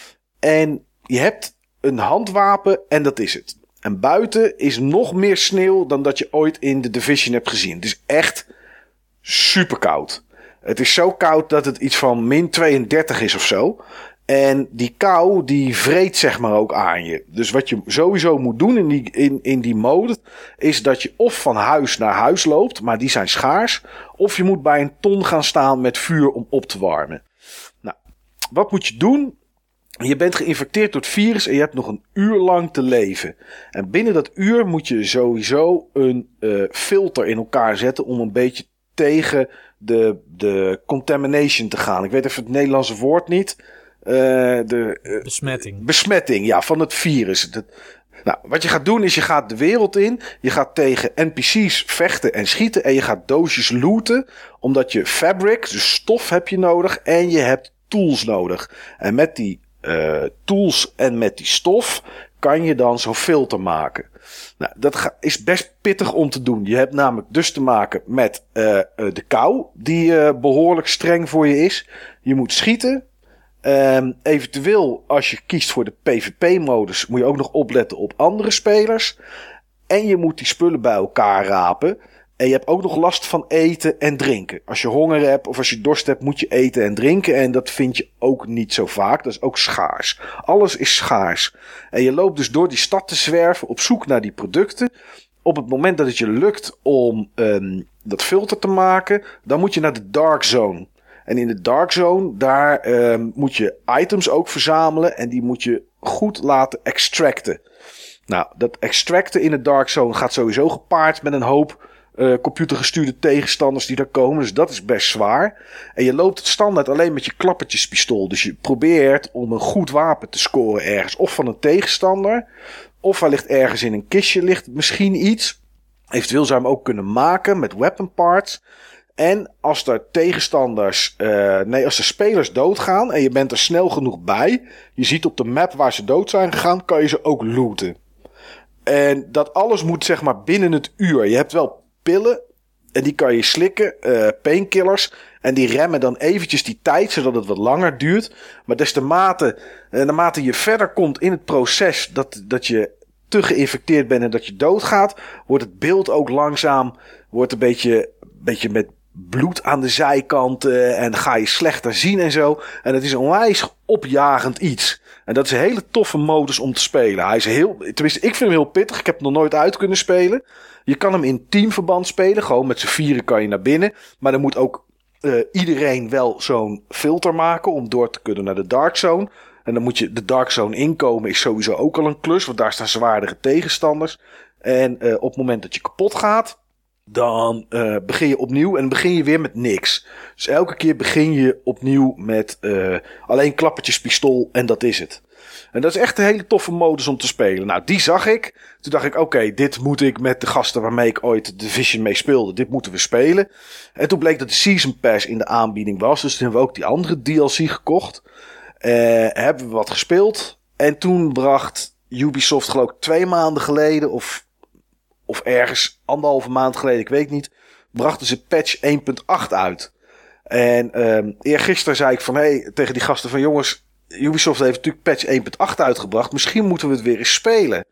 En je hebt een handwapen en dat is het. En buiten is nog meer sneeuw dan dat je ooit in de Division hebt gezien. Het is echt super koud. Het is zo koud dat het iets van min tweeëndertig is of zo. En die kou, die vreet zeg maar ook aan je. Dus wat je sowieso moet doen in die, in, in die mode, is dat je of van huis naar huis loopt, maar die zijn schaars. Of je moet bij een ton gaan staan met vuur om op te warmen. Nou, wat moet je doen? Je bent geïnfecteerd door het virus en je hebt nog een uur lang te leven. En binnen dat uur moet je sowieso een uh, filter in elkaar zetten om een beetje tegen de, de contamination te gaan. Ik weet even het Nederlandse woord niet. Uh, de, uh, besmetting. Besmetting, ja, van het virus. Dat, nou, wat je gaat doen is je gaat de wereld in. Je gaat tegen N P C's vechten en schieten. En je gaat doosjes looten. Omdat je fabric, dus stof heb je nodig. En je hebt tools nodig. En met die uh, tools en met die stof kan je dan zo'n filter maken. Nou, dat ga, is best pittig om te doen. Je hebt namelijk dus te maken met uh, uh, de kou. Die uh, behoorlijk streng voor je is. Je moet schieten. Um, eventueel, als je kiest voor de PvP-modus, moet je ook nog opletten op andere spelers. En je moet die spullen bij elkaar rapen. En je hebt ook nog last van eten en drinken. Als je honger hebt of als je dorst hebt, moet je eten en drinken. En dat vind je ook niet zo vaak. Dat is ook schaars. Alles is schaars. En je loopt dus door die stad te zwerven op zoek naar die producten. Op het moment dat het je lukt om um, dat filter te maken, dan moet je naar de Dark Zone. En in de Dark Zone, daar uh, moet je items ook verzamelen. En die moet je goed laten extracten. Nou, dat extracten in de Dark Zone gaat sowieso gepaard met een hoop uh, computergestuurde tegenstanders die daar komen. Dus dat is best zwaar. En je loopt het standaard alleen met je klappertjespistool. Dus je probeert om een goed wapen te scoren ergens. Of van een tegenstander. Of er ligt ergens in een kistje ligt misschien iets. Eventueel zou je hem ook kunnen maken met weapon parts. En als er tegenstanders, uh, nee, als de spelers doodgaan en je bent er snel genoeg bij, je ziet op de map waar ze dood zijn gegaan, kan je ze ook looten. En dat alles moet zeg maar binnen het uur. Je hebt wel pillen en die kan je slikken, uh, painkillers. En die remmen dan eventjes die tijd, zodat het wat langer duurt. Maar des te mate, uh, naarmate je verder komt in het proces dat, dat je te geïnfecteerd bent en dat je doodgaat, wordt het beeld ook langzaam, wordt een beetje, beetje met bloed aan de zijkanten en ga je slechter zien en zo. En het is een onwijs opjagend iets. En dat is een hele toffe modus om te spelen. Hij is heel, tenminste, ik vind hem heel pittig. Ik heb hem nog nooit uit kunnen spelen. Je kan hem in teamverband spelen. Gewoon met z'n vieren kan je naar binnen. Maar dan moet ook uh, iedereen wel zo'n filter maken om door te kunnen naar de Dark Zone. En dan moet je de Dark Zone inkomen is sowieso ook al een klus. Want daar staan zwaardere tegenstanders. En uh, op het moment dat je kapot gaat, dan uh, begin je opnieuw en dan begin je weer met niks. Dus elke keer begin je opnieuw met uh, alleen klappertjespistool en dat is het. En dat is echt een hele toffe modus om te spelen. Nou, die zag ik. Toen dacht ik, oké, okay, dit moet ik met de gasten waarmee ik ooit de Division mee speelde. Dit moeten we spelen. En toen bleek dat de Season Pass in de aanbieding was. Dus toen hebben we ook die andere D L C gekocht. Uh, hebben we wat gespeeld. En toen bracht Ubisoft geloof ik twee maanden geleden of... Of ergens anderhalve maand geleden, ik weet niet, brachten ze patch één punt acht uit. En um, eergisteren zei ik van, hey, tegen die gasten van jongens, Ubisoft heeft natuurlijk patch één punt acht uitgebracht. Misschien moeten we het weer eens spelen.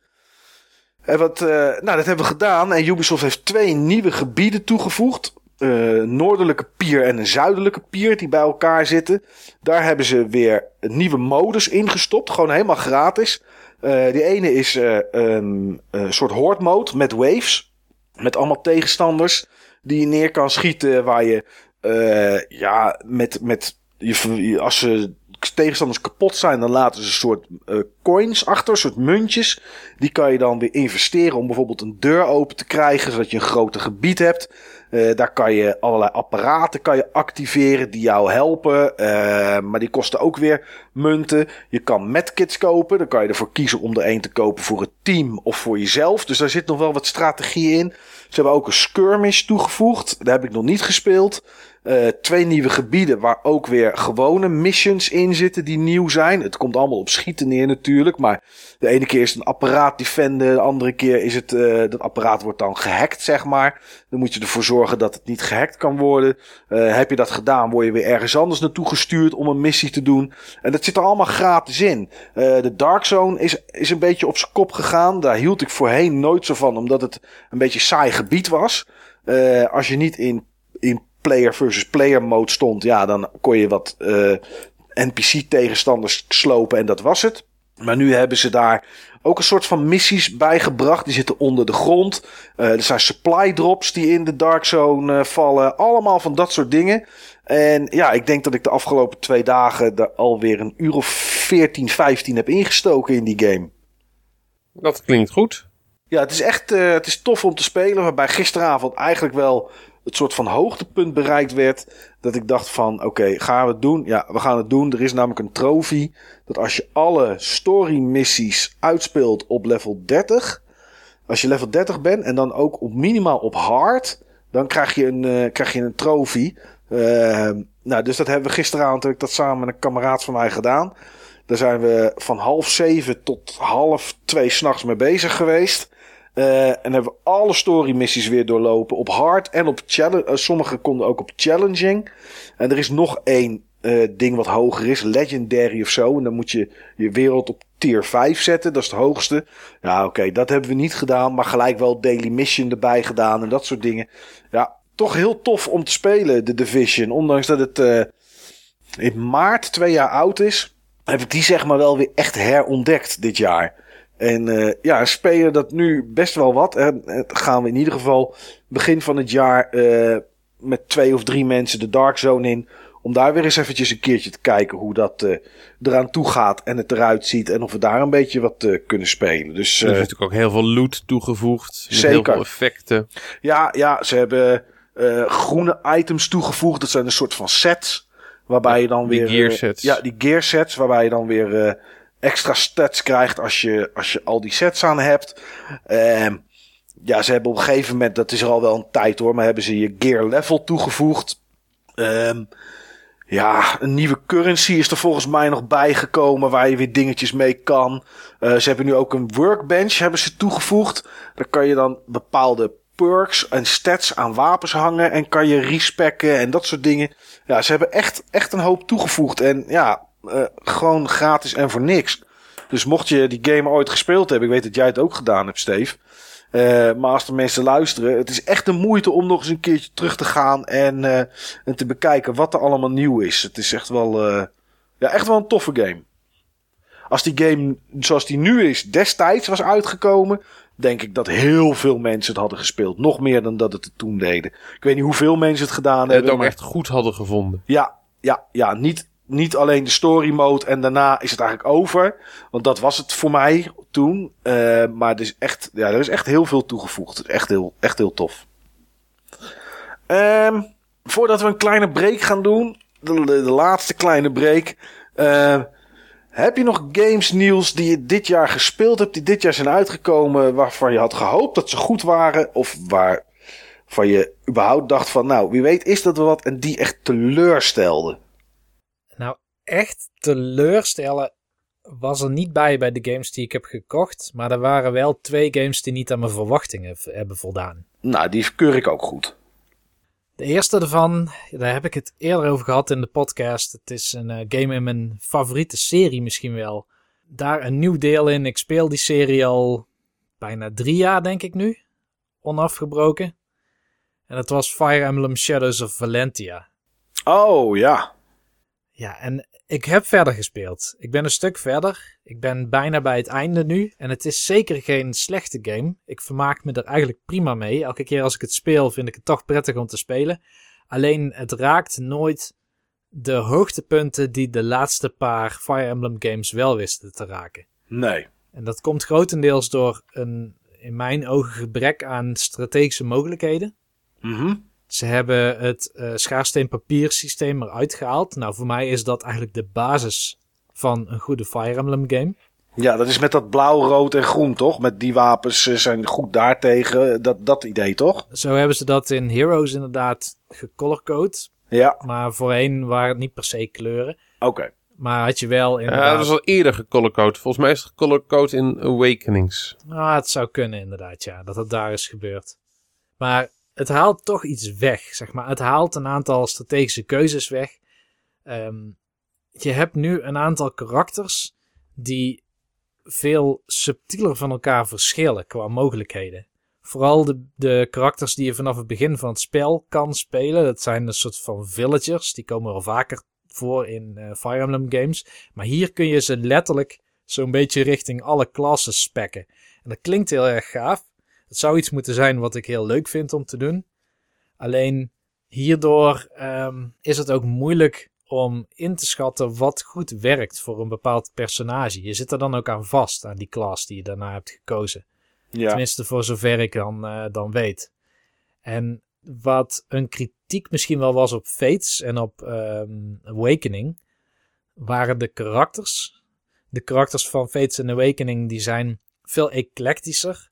En wat, uh, nou, dat hebben we gedaan. En Ubisoft heeft twee nieuwe gebieden toegevoegd. Uh, noordelijke pier en een zuidelijke pier die bij elkaar zitten. Daar hebben ze weer een nieuwe modus ingestopt. Gewoon helemaal gratis. Uh, die ene is uh, een, een soort horde mode met waves. Met allemaal tegenstanders die je neer kan schieten. Waar je uh, ja, met, met je, als ze tegenstanders kapot zijn, dan laten ze een soort uh, coins achter, een soort muntjes. Die kan je dan weer investeren om bijvoorbeeld een deur open te krijgen, zodat je een groter gebied hebt. Uh, daar kan je allerlei apparaten kan je activeren die jou helpen. Uh, maar die kosten ook weer munten. Je kan medkits kopen. Dan kan je ervoor kiezen om er een te kopen voor het team of voor jezelf. Dus daar zit nog wel wat strategie in. Ze hebben ook een skirmish toegevoegd. Daar heb ik nog niet gespeeld. Uh, twee nieuwe gebieden waar ook weer gewone missions in zitten die nieuw zijn. Het komt allemaal op schieten neer natuurlijk. Maar de ene keer is het een apparaat defenden. De andere keer is het, uh, dat apparaat wordt dan gehackt, zeg maar. Dan moet je ervoor zorgen dat het niet gehackt kan worden. Uh, heb je dat gedaan, word je weer ergens anders naartoe gestuurd om een missie te doen. En dat zit er allemaal gratis in. Uh, de Dark Zone is, is een beetje op zijn kop gegaan. Daar hield ik voorheen nooit zo van, omdat het een beetje saai gebied was. Uh, als je niet in, in player versus player mode stond, ja, dan kon je wat uh, N P C tegenstanders slopen en dat was het. Maar nu hebben ze daar ook een soort van missies bijgebracht. Die zitten onder de grond. Uh, er zijn supply drops die in de Dark Zone uh, vallen. Allemaal van dat soort dingen. En ja, ik denk dat ik de afgelopen twee dagen er alweer een uur of veertien, vijftien heb ingestoken in die game. Dat klinkt goed. Ja, het is echt uh, het is tof om te spelen. Waarbij gisteravond eigenlijk wel het soort van hoogtepunt bereikt werd. Dat ik dacht van, oké, okay, gaan we het doen? Ja, we gaan het doen. Er is namelijk een trofee. Dat als je alle story missies uitspeelt op level dertig. Als je level dertig bent en dan ook op minimaal op hard. Dan krijg je een, uh, krijg je een trofee. Uh, nou, dus dat hebben we gisteravond, heb ik dat samen met een kameraad van mij gedaan. Daar zijn we van half zeven tot half twee 's nachts mee bezig geweest. Uh, en hebben we alle story missies weer doorlopen op hard en op challenge. Uh, sommige konden ook op challenging. En er is nog één uh, ding wat hoger is, legendary of zo. En dan moet je je wereld op tier vijf zetten, dat is het hoogste. Ja, oké, okay, dat hebben we niet gedaan, maar gelijk wel daily mission erbij gedaan en dat soort dingen. Ja, toch heel tof om te spelen, de Division. Ondanks dat het uh, in maart twee jaar oud is, heb ik die zeg maar wel weer echt herontdekt dit jaar. En uh, ja, spelen dat nu best wel wat. En gaan we in ieder geval begin van het jaar uh, met twee of drie mensen de Dark Zone in. Om daar weer eens eventjes een keertje te kijken hoe dat uh, eraan toe gaat en het eruit ziet. En of we daar een beetje wat uh, kunnen spelen. Dus, uh, er is natuurlijk ook heel veel loot toegevoegd. Met zeker. Heel veel effecten. Ja, ja, ze hebben uh, groene items toegevoegd. Dat zijn een soort van sets. Waarbij ja, je dan weer... Die gear sets. Uh, ja, die gear sets. Waarbij je dan weer... Uh, extra stats krijgt als je, als je al die sets aan hebt. Uh, ja, ze hebben op een gegeven moment, dat is er al wel een tijd hoor, maar hebben ze je gear level toegevoegd. Uh, ja, een nieuwe currency is er volgens mij nog bijgekomen waar je weer dingetjes mee kan. Uh, ze hebben nu ook een workbench hebben ze toegevoegd. Daar kan je dan bepaalde perks en stats aan wapens hangen en kan je respecken en dat soort dingen. Ja, ze hebben echt, echt een hoop toegevoegd en ja, Uh, gewoon gratis en voor niks. Dus mocht je die game ooit gespeeld hebben, ik weet dat jij het ook gedaan hebt, Steve. Uh, maar als de mensen luisteren, het is echt de moeite om nog eens een keertje terug te gaan en, uh, en te bekijken wat er allemaal nieuw is. Het is echt wel, uh, ja, echt wel een toffe game. Als die game zoals die nu is destijds was uitgekomen, denk ik dat heel veel mensen het hadden gespeeld. Nog meer dan dat het het toen deden. Ik weet niet hoeveel mensen het gedaan en hebben. Het ook maar... echt goed hadden gevonden. Ja, ja, ja, niet... Niet alleen de story mode en daarna is het eigenlijk over. Want dat was het voor mij toen. Uh, maar er is, echt, ja, er is echt heel veel toegevoegd. Het is echt heel, echt heel tof. Um, voordat we een kleine break gaan doen. De, de, de laatste kleine break. Uh, heb je nog games, Niels, die je dit jaar gespeeld hebt. Die dit jaar zijn uitgekomen. Waarvan je had gehoopt dat ze goed waren. Of waarvan je überhaupt dacht van nou wie weet is dat wel wat. En die echt teleurstelden. Nou, echt teleurstellen was er niet bij bij de games die ik heb gekocht. Maar er waren wel twee games die niet aan mijn verwachtingen hebben voldaan. Nou, die keur ik ook goed. De eerste ervan, daar heb ik het eerder over gehad in de podcast. Het is een uh, game in mijn favoriete serie misschien wel. Daar een nieuw deel in. Ik speel die serie al bijna drie jaar, denk ik nu. Onafgebroken. En dat was Fire Emblem Shadows of Valentia. Oh, ja. Ja, en ik heb verder gespeeld. Ik ben een stuk verder. Ik ben bijna bij het einde nu. En het is zeker geen slechte game. Ik vermaak me er eigenlijk prima mee. Elke keer als ik het speel vind ik het toch prettig om te spelen. Alleen het raakt nooit de hoogtepunten die de laatste paar Fire Emblem games wel wisten te raken. Nee. En dat komt grotendeels door een, in mijn ogen, gebrek aan strategische mogelijkheden. Mm-hmm. Ze hebben het uh, schaarsteen-papier systeem eruit gehaald. Nou, voor mij is dat eigenlijk de basis van een goede Fire Emblem game. Ja, dat is met dat blauw, rood en groen, toch? Met die wapens uh, zijn goed daartegen. Dat, dat idee, toch? Zo hebben ze dat in Heroes inderdaad gecolorcoded. Ja. Maar voorheen waren het niet per se kleuren. Oké. Okay. Maar had je wel inderdaad... Ja, dat is al eerder gecolorcode. Volgens mij is het gecolorcode in Awakenings. Ah, het zou kunnen inderdaad, ja. Dat het daar is gebeurd. Maar het haalt toch iets weg, zeg maar. Het haalt een aantal strategische keuzes weg. Um, je hebt nu een aantal karakters die veel subtieler van elkaar verschillen qua mogelijkheden. Vooral de, de karakters die je vanaf het begin van het spel kan spelen. Dat zijn een soort van villagers. Die komen wel vaker voor in uh, Fire Emblem games. Maar hier kun je ze letterlijk zo'n beetje richting alle klassen spekken. En dat klinkt heel erg gaaf. Het zou iets moeten zijn wat ik heel leuk vind om te doen. Alleen hierdoor um, is het ook moeilijk om in te schatten wat goed werkt voor een bepaald personage. Je zit er dan ook aan vast, aan die class die je daarna hebt gekozen. Ja. Tenminste voor zover ik dan, uh, dan weet. En wat een kritiek misschien wel was op Fates en op um, Awakening, waren de karakters. De karakters van Fates en Awakening die zijn veel eclectischer.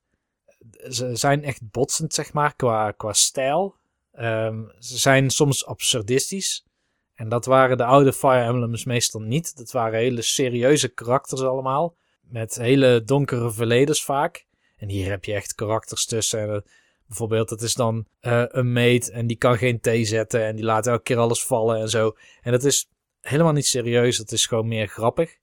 Ze zijn echt botsend, zeg maar, qua, qua stijl. Um, ze zijn soms absurdistisch. En dat waren de oude Fire Emblems meestal niet. Dat waren hele serieuze karakters allemaal. Met hele donkere verledens vaak. En hier heb je echt karakters tussen. Uh, bijvoorbeeld, dat is dan uh, een mate en die kan geen thee zetten. En die laat elke keer alles vallen en zo. En dat is helemaal niet serieus. Dat is gewoon meer grappig.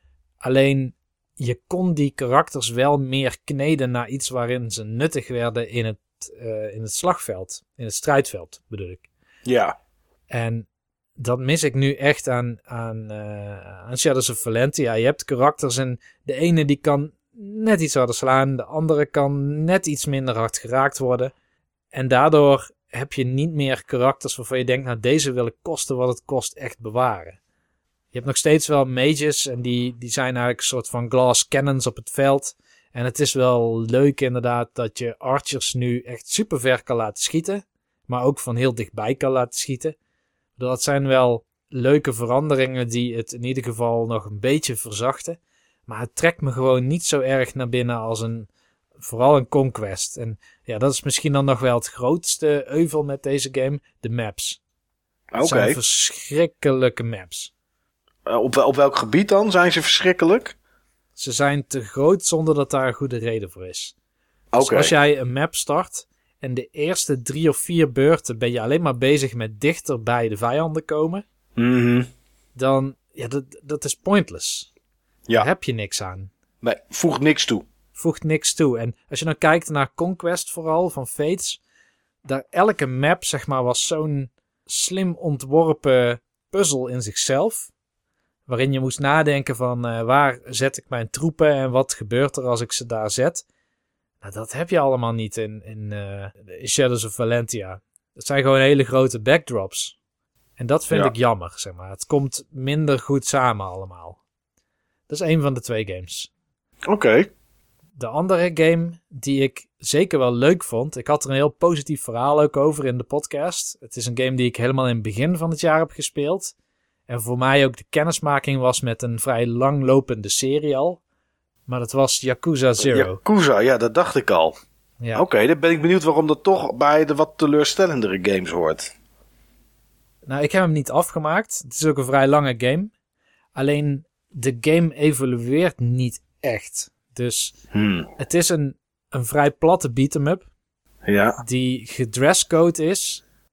Alleen, je kon die karakters wel meer kneden naar iets waarin ze nuttig werden in het, uh, in het slagveld. In het strijdveld, bedoel ik. Ja. En dat mis ik nu echt aan, aan, uh, aan Shadows of Valentia. Je hebt karakters en de ene die kan net iets harder slaan. De andere kan net iets minder hard geraakt worden. En daardoor heb je niet meer karakters waarvan je denkt, nou deze wil ik kosten wat het kost echt bewaren. Je hebt nog steeds wel mages en die, die zijn eigenlijk een soort van glass cannons op het veld. En het is wel leuk inderdaad dat je archers nu echt super ver kan laten schieten. Maar ook van heel dichtbij kan laten schieten. Dat zijn wel leuke veranderingen die het in ieder geval nog een beetje verzachten. Maar het trekt me gewoon niet zo erg naar binnen als een, vooral een Conquest. En ja, dat is misschien dan nog wel het grootste euvel met deze game. De maps. Oké. Het zijn verschrikkelijke maps. Uh, op, op welk gebied dan? Zijn ze verschrikkelijk? Ze zijn te groot zonder dat daar een goede reden voor is. Oké. Dus als jij een map start en de eerste drie of vier beurten ben je alleen maar bezig met dichter bij de vijanden komen. Mm-hmm. Dan, ja, dat, dat is pointless. Ja. Daar heb je niks aan. Nee, voegt niks toe. Voegt niks toe. En als je dan kijkt naar Conquest vooral, van Fates. Daar elke map, zeg maar, was zo'n slim ontworpen puzzel in zichzelf. Waarin je moest nadenken van uh, waar zet ik mijn troepen en wat gebeurt er als ik ze daar zet. Nou, dat heb je allemaal niet in, in, uh, in Shadows of Valentia. Dat zijn gewoon hele grote backdrops. En dat vind ja. ik jammer, zeg maar. Het komt minder goed samen allemaal. Dat is een van de twee games. Oké. Okay. De andere game die ik zeker wel leuk vond. Ik had er een heel positief verhaal ook over in de podcast. Het is een game die ik helemaal in het begin van het jaar heb gespeeld. En voor mij ook de kennismaking was met een vrij langlopende serie al. Maar dat was Yakuza Zero. Yakuza, ja, dat dacht ik al. Ja. Oké, okay, dan ben ik benieuwd waarom dat toch bij de wat teleurstellendere games hoort. Nou, ik heb hem niet afgemaakt. Het is ook een vrij lange game. Alleen, de game evolueert niet echt. Dus hmm. het is een, een vrij platte beat-em-up. Ja. Die gedresscode is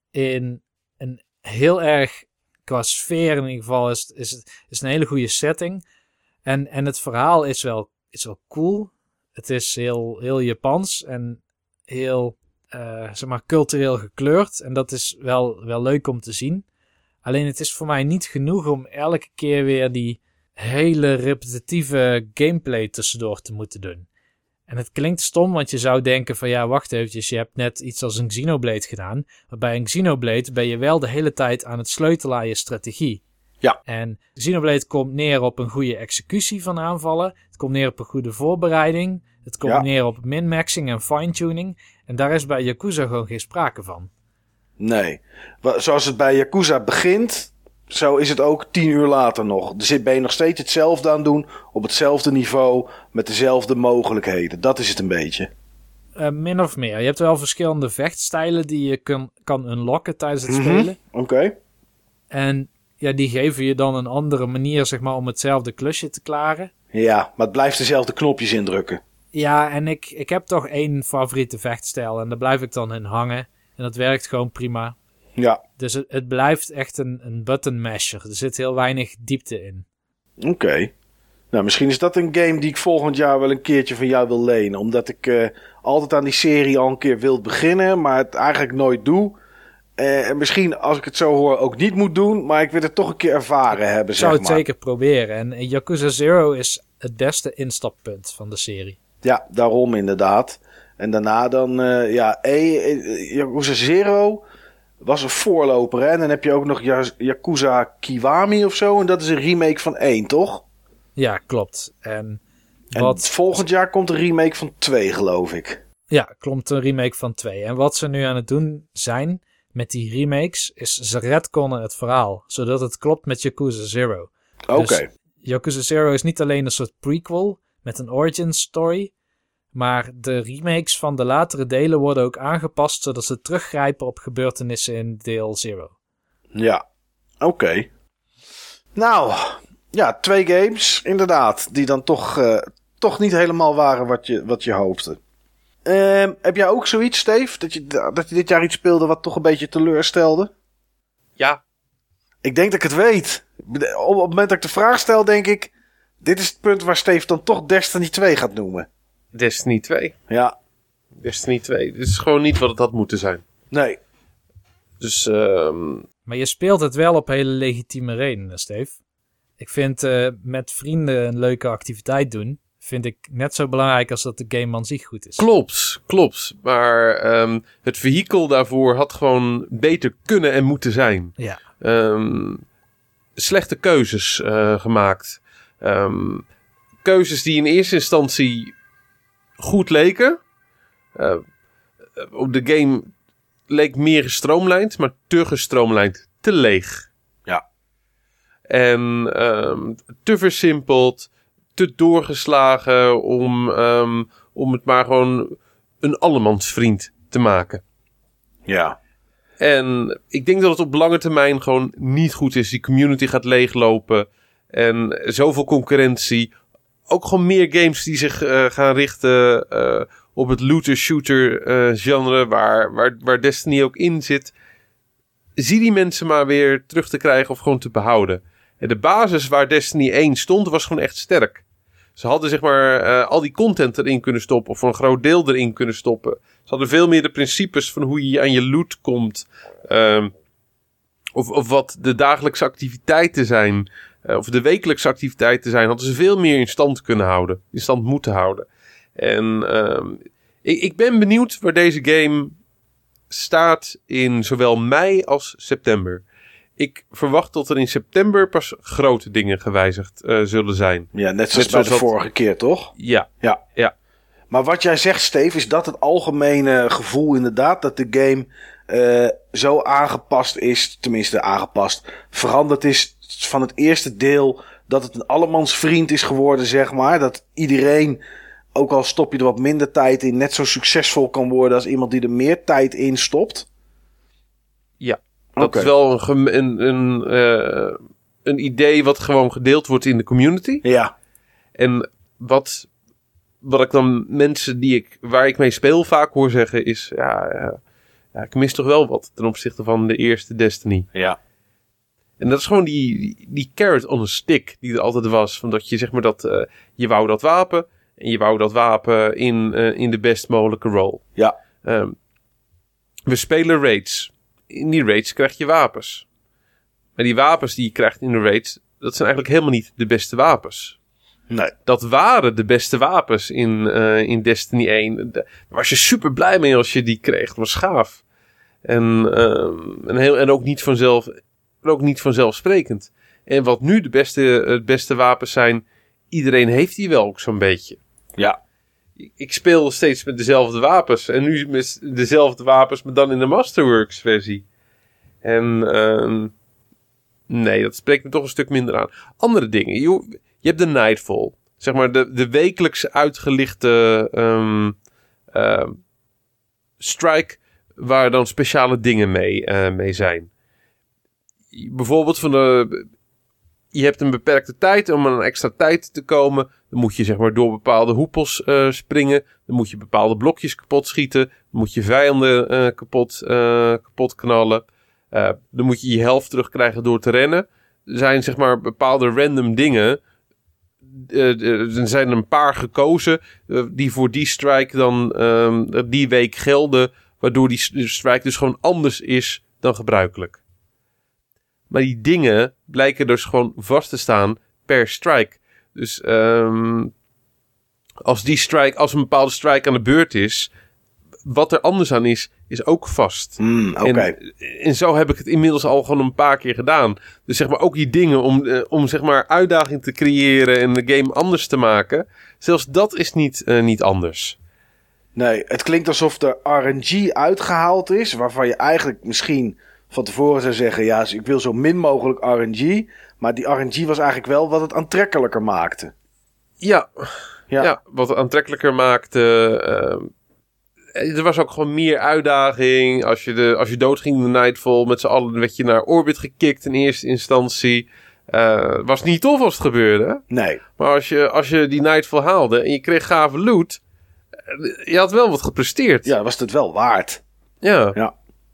in een heel erg, qua sfeer in ieder geval, is, is het is een hele goede setting. En, en het verhaal is wel, is wel cool. Het is heel, heel Japans en heel, uh, zeg maar, cultureel gekleurd. En dat is wel, wel leuk om te zien. Alleen het is voor mij niet genoeg om elke keer weer die hele repetitieve gameplay tussendoor te moeten doen. En het klinkt stom, want je zou denken van ja, wacht eventjes, je hebt net iets als een Xenoblade gedaan. Maar bij een Xenoblade ben je wel de hele tijd aan het sleutelen aan je strategie. Ja. En Xenoblade komt neer op een goede executie van aanvallen. Het komt neer op een goede voorbereiding. Het komt Ja. neer op min-maxing en fine-tuning. En daar is bij Yakuza gewoon geen sprake van. Nee. Wa- Zoals het bij Yakuza begint, zo is het ook tien uur later nog. Er zit, ben je nog steeds hetzelfde aan het doen, op hetzelfde niveau, met dezelfde mogelijkheden. Dat is het een beetje. Uh, min of meer. Je hebt wel verschillende vechtstijlen die je kan, kan unlocken tijdens het Mhm. spelen. Oké. En ja, die geven je dan een andere manier, zeg maar, om hetzelfde klusje te klaren. Ja, maar het blijft dezelfde knopjes indrukken. Ja, en ik, ik heb toch één favoriete vechtstijl en daar blijf ik dan in hangen. En dat werkt gewoon prima. Ja, Dus het, het blijft echt een, een button masher. Er zit heel weinig diepte in. oké. Nou, misschien is dat een game die ik volgend jaar wel een keertje van jou wil lenen. Omdat ik uh, altijd aan die serie al een keer wil beginnen, maar het eigenlijk nooit doe. Uh, en misschien, als ik het zo hoor, ook niet moet doen. Maar ik wil het toch een keer ervaren hebben, Ik zeg zou maar. het zeker proberen. En Yakuza Zero is het beste instappunt van de serie. Ja, daarom inderdaad. En daarna dan, uh, ja, E, uh, Yakuza Zero was een voorloper, hè. En dan heb je ook nog Ya- Yakuza Kiwami of zo. En dat is een remake van één, toch? Ja, klopt. En En wat... volgend jaar komt een remake van twee, geloof ik. Ja, klopt, een remake van twee. En wat ze nu aan het doen zijn met die remakes, is ze retconnen het verhaal, zodat het klopt met Yakuza Zero. Oké. Dus Yakuza Zero is niet alleen een soort prequel met een origin story, maar de remakes van de latere delen worden ook aangepast, zodat ze teruggrijpen op gebeurtenissen in deel Zero. Ja, oké. Nou, ja, twee games, inderdaad, die dan toch, uh, toch niet helemaal waren wat je, wat je hoopte. Uh, heb jij ook zoiets, Steve, dat je, dat je dit jaar iets speelde wat toch een beetje teleurstelde? Ja, Ik denk dat ik het weet. Op het moment dat ik de vraag stel, denk ik, dit is het punt waar Steve dan toch Destiny twee gaat noemen. Destiny twee. Ja, Destiny twee. Dit is gewoon niet wat het had moeten zijn. nee. Dus, ehm Maar je speelt het wel op hele legitieme redenen, Steve. Ik vind uh, met vrienden een leuke activiteit doen, vind ik net zo belangrijk als dat de game aan zich goed is. klopt, klopt. Maar um, het vehikel daarvoor had gewoon beter kunnen en moeten zijn. Ja. Um, slechte keuzes uh, gemaakt. Um, keuzes die in eerste instantie goed leken. Uh, de game leek meer gestroomlijnd, maar te gestroomlijnd, te leeg. Ja. En um, te versimpeld, te doorgeslagen om, um, om het maar gewoon een allemansvriend te maken. Ja. En ik denk dat het op lange termijn gewoon niet goed is. Die community gaat leeglopen. En zoveel concurrentie. Ook gewoon meer games die zich uh, gaan richten uh, op het looter-shooter uh, genre. Waar, waar, waar Destiny ook in zit. Zie die mensen maar weer terug te krijgen of gewoon te behouden. En de basis waar Destiny één stond was gewoon echt sterk. Ze hadden zeg maar uh, al die content erin kunnen stoppen. Of voor een groot deel erin kunnen stoppen. Ze hadden veel meer de principes van hoe je aan je loot komt. Um, of, of wat de dagelijkse activiteiten zijn. Uh, of de wekelijkse activiteiten zijn. Hadden ze veel meer in stand kunnen houden. In stand moeten houden. En um, ik, ik ben benieuwd waar deze game staat in zowel mei als september. Ik verwacht dat er in september pas grote dingen gewijzigd uh, zullen zijn. Ja, net zoals Net bij zoals de wat- vorige keer, toch? Ja, Ja. ja. Maar wat jij zegt, Steve, is dat het algemene gevoel inderdaad dat de game uh, zo aangepast is, tenminste aangepast, veranderd is van het eerste deel, dat het een allemansvriend is geworden, zeg maar. Dat iedereen, ook al stop je er wat minder tijd in, net zo succesvol kan worden als iemand die er meer tijd in stopt. Ja. Dat Oké. is wel een, gem- een, een, uh, een idee wat gewoon gedeeld wordt in de community. Ja, En wat, wat ik dan mensen die ik, waar ik mee speel vaak hoor zeggen is... Ja, uh, ja, ik mis toch wel wat ten opzichte van de eerste Destiny. Ja. En dat is gewoon die, die, die carrot on a stick die er altijd was. Van dat je zeg maar dat, uh, je wou dat wapen en je wou dat wapen in, uh, in de best mogelijke rol. Ja. Um, we spelen raids. In die raids krijg je wapens. Maar die wapens die je krijgt in de raids, dat zijn eigenlijk helemaal niet de beste wapens. Nee. Dat waren de beste wapens in, uh, in Destiny één. Daar was je super blij mee als je die kreeg. Dat was gaaf. En, uh, en, heel, en ook, niet vanzelf, ook niet vanzelfsprekend. En wat nu de beste, het beste wapens zijn, iedereen heeft die wel ook zo'n beetje. Ja. Ik, ik speel steeds met dezelfde wapens. En nu met dezelfde wapens, maar dan in de Masterworks versie. En uh, nee, dat spreekt me toch een stuk minder aan. Andere dingen. Je, je hebt de Nightfall. Zeg maar de, de wekelijks uitgelichte um, uh, strike waar dan speciale dingen mee, uh, mee zijn. Bijvoorbeeld van de... Je hebt een beperkte tijd om aan een extra tijd te komen. Dan moet je zeg maar door bepaalde hoepels uh, springen. Dan moet je bepaalde blokjes kapot schieten. Dan moet je vijanden uh, kapot, uh, kapot knallen. Uh, dan moet je je helft terugkrijgen door te rennen. Er zijn zeg maar bepaalde random dingen. Uh, er zijn een paar gekozen uh, die voor die strike dan uh, die week gelden. Waardoor die strike dus gewoon anders is dan gebruikelijk. Maar die dingen blijken dus gewoon vast te staan per strike. Dus um, als die strike, als een bepaalde strike aan de beurt is, wat er anders aan is, is ook vast. Mm, Oké. Okay. En, en zo heb ik het inmiddels al gewoon een paar keer gedaan. Dus zeg maar ook die dingen om, uh, om zeg maar uitdaging te creëren en de game anders te maken. Zelfs dat is niet, uh, niet anders. Nee, het klinkt alsof de R N G uitgehaald is, waarvan je eigenlijk misschien van tevoren zou zeggen, ja, ik wil zo min mogelijk R N G. Maar die R N G was eigenlijk wel wat het aantrekkelijker maakte. Ja, ja. ja wat het aantrekkelijker maakte. Uh, er was ook gewoon meer uitdaging. Als je, de, als je doodging in de Nightfall, met z'n allen werd je naar Orbit gekikt in eerste instantie. Uh, was niet tof als het gebeurde. Nee. Maar als je, als je die Nightfall haalde en je kreeg gave loot, je had wel wat gepresteerd. Ja, was het wel waard. Ja. Ja.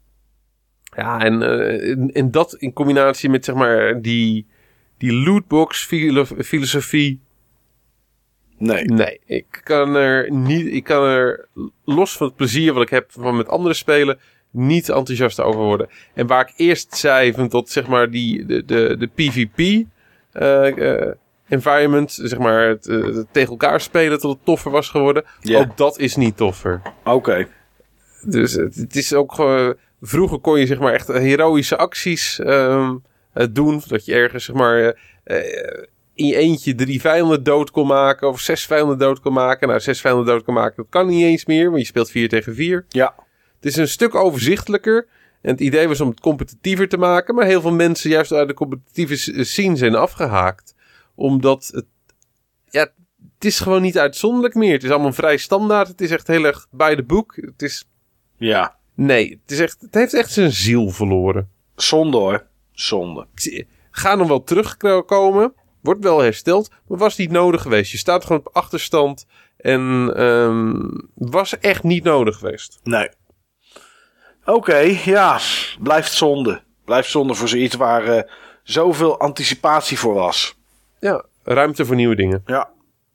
Ja, en, uh, en, en dat in combinatie met zeg maar die, die lootbox filo- filosofie. Nee. Nee, ik kan er niet, ik kan er los van het plezier wat ik heb van met anderen spelen, niet enthousiast over worden. En waar ik eerst zei van tot zeg maar die, de, de, de PvP uh, uh, environment, zeg maar het, uh, het tegen elkaar spelen tot het toffer was geworden. Yeah. Ook dat is niet toffer. Oké. Okay. Dus het, het is ook gewoon... Vroeger kon je zeg maar echt heroïsche acties um, uh, doen. Dat je ergens zeg maar uh, uh, in je eentje drie vijanden dood kon maken. Of zes vijanden dood kon maken. Nou, zes vijanden dood kon maken, dat kan niet eens meer. Want je speelt vier tegen vier. Ja. Het is een stuk overzichtelijker. En het idee was om het competitiever te maken. Maar heel veel mensen juist uit de competitieve scene zijn afgehaakt. Omdat het... Ja, het is gewoon niet uitzonderlijk meer. Het is allemaal vrij standaard. Het is echt heel erg bij de boek. Het is... Ja. Nee, het, is echt, het heeft echt zijn ziel verloren. Zonde hoor. Zonde. Ga nog wel terugkomen. Wordt wel hersteld. Maar was niet nodig geweest. Je staat gewoon op achterstand. En um, was echt niet nodig geweest. Nee. Oké, okay, ja. Blijft zonde. Blijft zonde voor zoiets waar uh, zoveel anticipatie voor was. Ja, ruimte voor nieuwe dingen. Ja.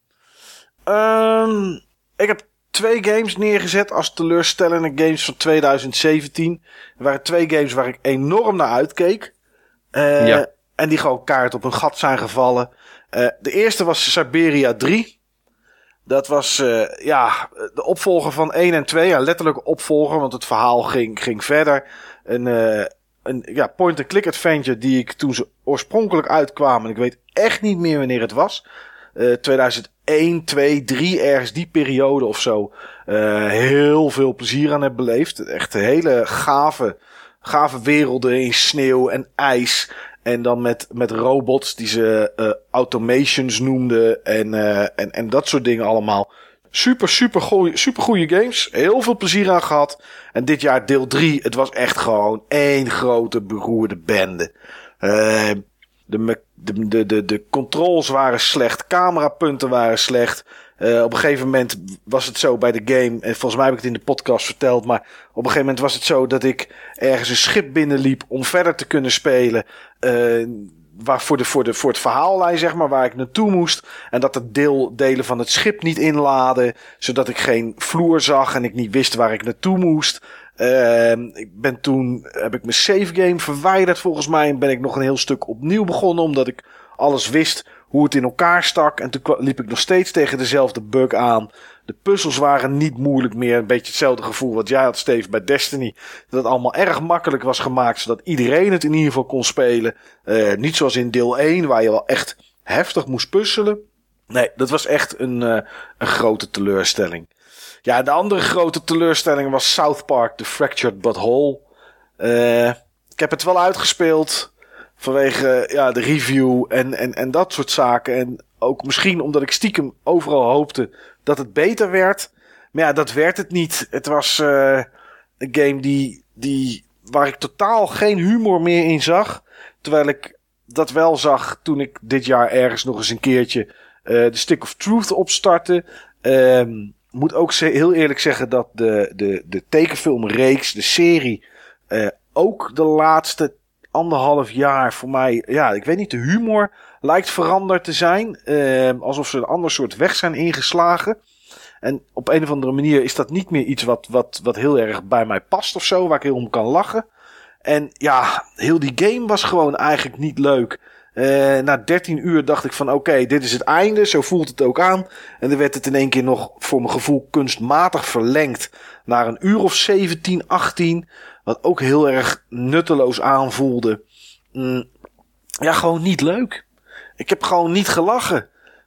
Um, ik heb twee games neergezet als teleurstellende games van twintig zeventien. Er waren twee games waar ik enorm naar uitkeek. Uh, ja. En die gewoon kaart op een gat zijn gevallen. Uh, de eerste was Siberia drie. Dat was uh, ja, de opvolger van één en twee. Ja, letterlijke opvolger, want het verhaal ging, ging verder. Een, uh, een ja, point-and-click adventure die ik toen ze oorspronkelijk uitkwamen. Ik weet echt niet meer wanneer het was. Uh, tweeduizend één, twee, drie, ergens die periode of zo. Uh, heel veel plezier aan heb beleefd. Echt hele gave, gave werelden in sneeuw en ijs. En dan met, met robots die ze uh, automations noemden. En, uh, en, en dat soort dingen allemaal. Super, super goeie, super goeie games. Heel veel plezier aan gehad. En dit jaar deel drie. Het was echt gewoon één grote beroerde bende. Uh, de, de, de, de, de controls waren slecht. Camerapunten waren slecht. Uh, op een gegeven moment was het zo bij de game, en volgens mij heb ik het in de podcast verteld, maar op een gegeven moment was het zo dat ik ergens een schip binnenliep om verder te kunnen spelen. Uh, waar voor, de, voor, de, voor het verhaallijn, zeg maar, waar ik naartoe moest. En dat de deel, delen van het schip niet inladen, zodat ik geen vloer zag en ik niet wist waar ik naartoe moest. Uh, ik ben toen, heb ik mijn save game verwijderd volgens mij, en ben ik nog een heel stuk opnieuw begonnen, omdat ik alles wist hoe het in elkaar stak. En toen liep ik nog steeds tegen dezelfde bug aan. De puzzels waren niet moeilijk meer. Een beetje hetzelfde gevoel wat jij had, Steve, bij Destiny. Dat het allemaal erg makkelijk was gemaakt, zodat iedereen het in ieder geval kon spelen. Uh, niet zoals in deel één, waar je wel echt heftig moest puzzelen. Nee, dat was echt een, uh, een grote teleurstelling. Ja, de andere grote teleurstelling was South Park The Fractured But Whole. Uh, ik heb het wel uitgespeeld vanwege ja, de review en, en, en dat soort zaken. En ook misschien omdat ik stiekem overal hoopte dat het beter werd. Maar ja, dat werd het niet. Het was uh, een game die, die, waar ik totaal geen humor meer in zag. Terwijl ik dat wel zag toen ik dit jaar ergens nog eens een keertje uh, de Stick of Truth opstartte. Um, moet ook heel eerlijk zeggen dat de, de, de tekenfilmreeks, de serie, uh, ook de laatste anderhalf jaar voor mij, ja, ik weet niet, de humor lijkt veranderd te zijn. Uh, alsof ze een ander soort weg zijn ingeslagen. En op een of andere manier is dat niet meer iets wat, wat, wat heel erg bij mij past of zo, waar ik heel om kan lachen. En ja, heel die game was gewoon eigenlijk niet leuk. Uh, na dertien uur dacht ik van oké, okay, dit is het einde, zo voelt het ook aan. En dan werd het in één keer nog voor mijn gevoel kunstmatig verlengd naar een uur of zeventien, achttien. Wat ook heel erg nutteloos aanvoelde. Mm, ja, gewoon niet leuk. Ik heb gewoon niet gelachen.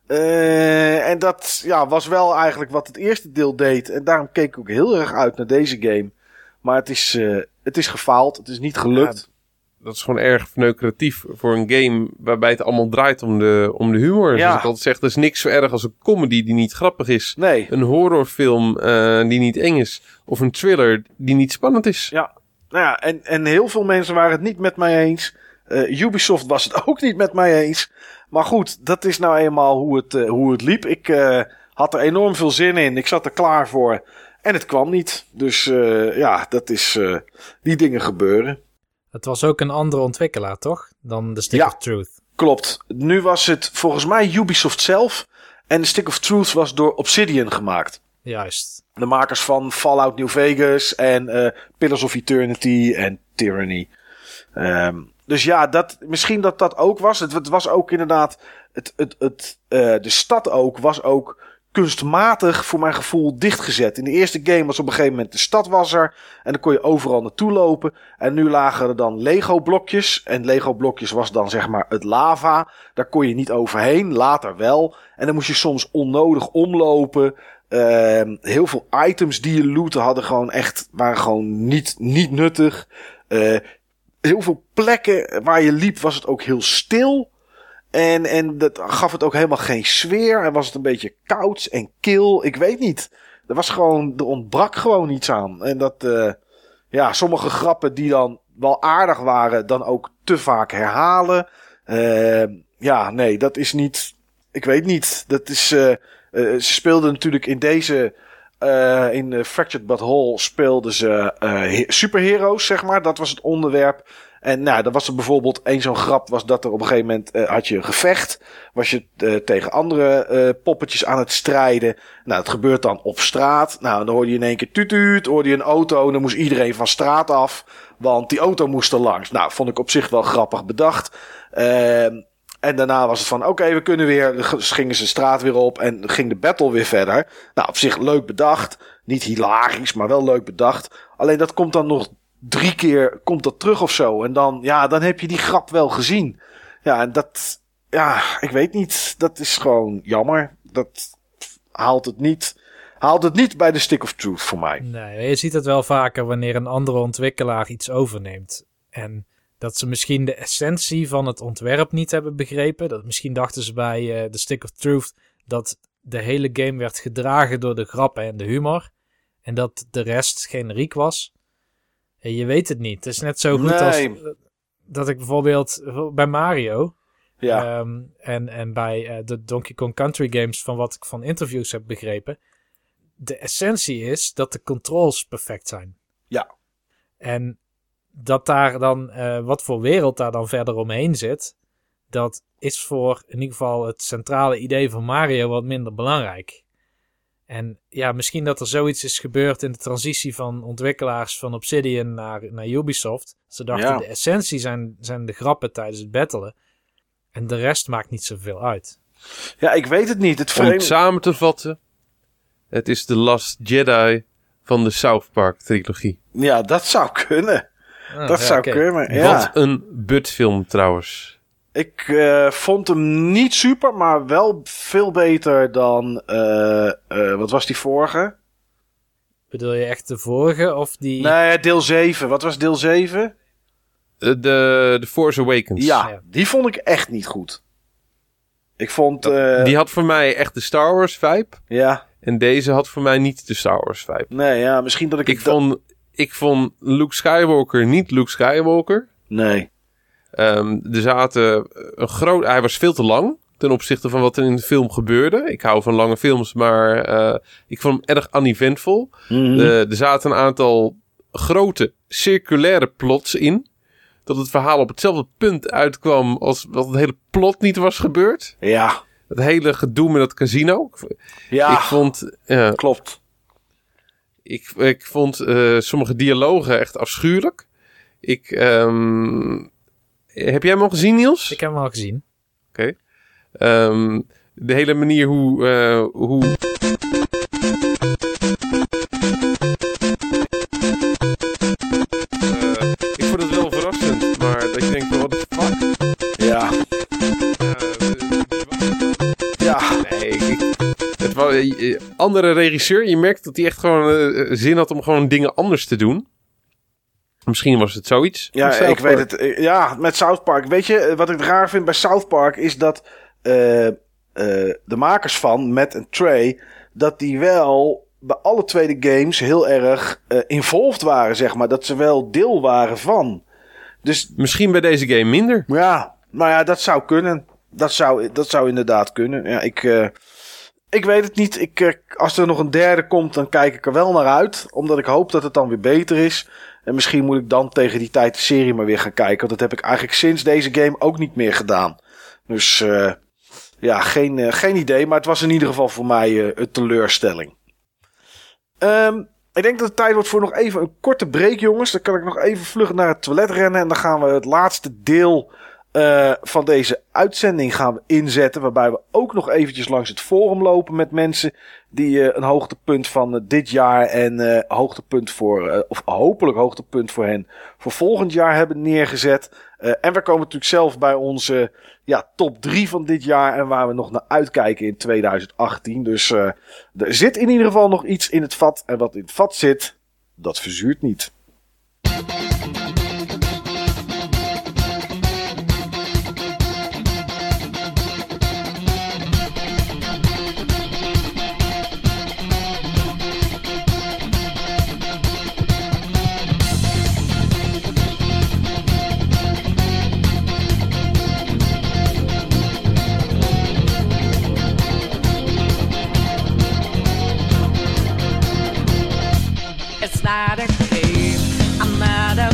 Uh, en dat ja, was wel eigenlijk wat het eerste deel deed. En daarom keek ik ook heel erg uit naar deze game. Maar het is, uh, het is gefaald. Het is niet gelukt. Ja, dat is gewoon erg verneukeratief voor een game waarbij het allemaal draait om de, om de humor. Ja. Zoals ik altijd zeg, er is niks zo erg als een comedy die niet grappig is. Nee. Een horrorfilm uh, die niet eng is. Of een thriller die niet spannend is. Ja, nou ja, en, en heel veel mensen waren het niet met mij eens. Uh, Ubisoft was het ook niet met mij eens. Maar goed, dat is nou eenmaal hoe het, uh, hoe het liep. Ik uh, had er enorm veel zin in. Ik zat er klaar voor. En het kwam niet. Dus uh, ja, dat is... Uh, die dingen gebeuren. Het was ook een andere ontwikkelaar, toch? Dan de Stick ja, of Truth. Klopt. Nu was het volgens mij Ubisoft zelf. En de Stick of Truth was door Obsidian gemaakt. Juist. De makers van Fallout New Vegas en uh, Pillars of Eternity en Tyranny. Um, dus ja, dat, misschien dat dat ook was. Het, het was ook inderdaad... Het, het, het, uh, de stad ook was ook kunstmatig voor mijn gevoel dichtgezet. In de eerste game was op een gegeven moment de stad was er. En dan kon je overal naartoe lopen. En nu lagen er dan Lego blokjes. En Lego blokjes was dan zeg maar het lava. Daar kon je niet overheen. Later wel. En dan moest je soms onnodig omlopen. Uh, heel veel items die je looten hadden gewoon echt, waren gewoon niet, niet nuttig. Uh, heel veel plekken waar je liep was het ook heel stil. En, en dat gaf het ook helemaal geen sfeer. En was het een beetje koud en kil. Ik weet niet. Er was gewoon, er ontbrak gewoon iets aan. En dat, uh, ja, sommige grappen die dan wel aardig waren, dan ook te vaak herhalen. Uh, ja, nee, dat is niet, ik weet niet. Dat is, uh, uh, ze speelden natuurlijk in deze, uh, in uh, Fractured But Whole speelden ze uh, superheroes, zeg maar. Dat was het onderwerp. En nou, dan was er bijvoorbeeld één zo'n grap, was dat er op een gegeven moment uh, had je een gevecht. Was je uh, tegen andere uh, poppetjes aan het strijden. Nou, dat gebeurt dan op straat. Nou, dan hoorde je in één keer tutuut, hoorde je een auto. En dan moest iedereen van straat af, want die auto moest er langs. Nou, vond ik op zich wel grappig bedacht. Uh, en daarna was het van, oké, okay, we kunnen weer. Dus gingen ze de straat weer op en ging de battle weer verder. Nou, op zich leuk bedacht. Niet hilarisch, maar wel leuk bedacht. Alleen dat komt dan nog drie keer komt dat terug of zo. En dan, ja, dan heb je die grap wel gezien. Ja, en dat, ja, ik weet niet. Dat is gewoon jammer. Dat haalt het niet, haalt het niet bij de Stick of Truth voor mij. Nee, je ziet het wel vaker wanneer een andere ontwikkelaar iets overneemt. En dat ze misschien de essentie van het ontwerp niet hebben begrepen. Dat misschien dachten ze bij uh, de Stick of Truth dat de hele game werd gedragen door de grappen en de humor. En dat de rest generiek was. Je weet het niet. Het is net zo goed nee. als dat ik bijvoorbeeld bij Mario... Ja. Um, en, en bij uh, de Donkey Kong Country games, van wat ik van interviews heb begrepen, de essentie is dat de controls perfect zijn. Ja. En dat daar dan, uh, wat voor wereld daar dan verder omheen zit, dat is voor in ieder geval het centrale idee van Mario wat minder belangrijk. En ja, misschien dat er zoiets is gebeurd in de transitie van ontwikkelaars van Obsidian naar, naar Ubisoft. Ze dachten, Ja. de essentie zijn, zijn de grappen tijdens het battelen. En de rest maakt niet zoveel uit. Ja, ik weet het niet. Het Om het vreemde... samen te vatten, het is The Last Jedi van de South Park trilogie. Ja, dat zou kunnen. Ah, dat ja, zou oké. kunnen, ja. Wat een budfilm trouwens. Ik uh, vond hem niet super, maar wel veel beter dan... Uh, uh, wat was die vorige? Bedoel je echt de vorige of die... Nee, deel zeven. Wat was deel zeven? De, de, de Force Awakens. Ja, Ja. die vond ik echt niet goed. Ik vond... Uh, Die had voor mij echt de Star Wars vibe. Ja, En deze had voor mij niet de Star Wars vibe. nee, ja, misschien dat ik... Ik het da- vond, ik vond Luke Skywalker niet Luke Skywalker. Nee. Um, er zaten een groot... Hij was veel te lang ten opzichte van wat er in de film gebeurde. Ik hou van lange films, maar uh, ik vond hem erg uneventvol. Mhm. Uh, er zaten een aantal grote circulaire plots in. Dat het verhaal op hetzelfde punt uitkwam als wat het hele plot niet was gebeurd. Ja, Het hele gedoe met het casino. ja, Ik vond... Uh, klopt. Ik, ik vond uh, sommige dialogen echt afschuwelijk. Ik, um, heb jij hem al gezien, Niels? Ik heb hem al gezien. Oké. Okay. Um, de hele manier hoe... Uh, hoe... Uh, ik vond het wel verrassend, maar dat je denkt van, what the fuck? Ja, Uh, ja, nee, ik, het was een andere regisseur. Je merkt dat hij echt gewoon uh, zin had om gewoon dingen anders te doen. Misschien was het zoiets. ja, South ik weet Park. het. Ja, met South Park. Weet je, wat ik raar vind bij South Park is dat uh, uh, de makers van, Matt en Trey, dat die wel bij alle twee de games heel erg uh, involved waren, zeg maar. Dat ze wel deel waren van. Dus Misschien bij deze game minder. ja, maar ja, dat zou kunnen. Dat zou, dat zou inderdaad kunnen. Ja, ik, uh, ik weet het niet. Ik, uh, als er nog een derde komt, dan kijk ik er wel naar uit. Omdat ik hoop dat het dan weer beter is. En misschien moet ik dan tegen die tijd de serie maar weer gaan kijken. Want dat heb ik eigenlijk sinds deze game ook niet meer gedaan. Dus uh, ja, geen, uh, geen idee. Maar het was in ieder geval voor mij uh, een teleurstelling. Um, ik denk dat het tijd wordt voor nog even een korte break, jongens. Dan kan ik nog even vlug naar het toilet rennen. En dan gaan we het laatste deel uh, van deze uitzending gaan we inzetten. Waarbij we ook nog eventjes langs het forum lopen met mensen die uh, een hoogtepunt van uh, dit jaar en uh, hoogtepunt voor, uh, of hopelijk hoogtepunt voor hen, voor volgend jaar hebben neergezet. Uh, en we komen natuurlijk zelf bij onze ja, top drie van dit jaar en waar we nog naar uitkijken in twintig achttien. Dus uh, er zit in ieder geval nog iets in het vat. En wat in het vat zit, dat verzuurt niet. It's not a game, I'm not a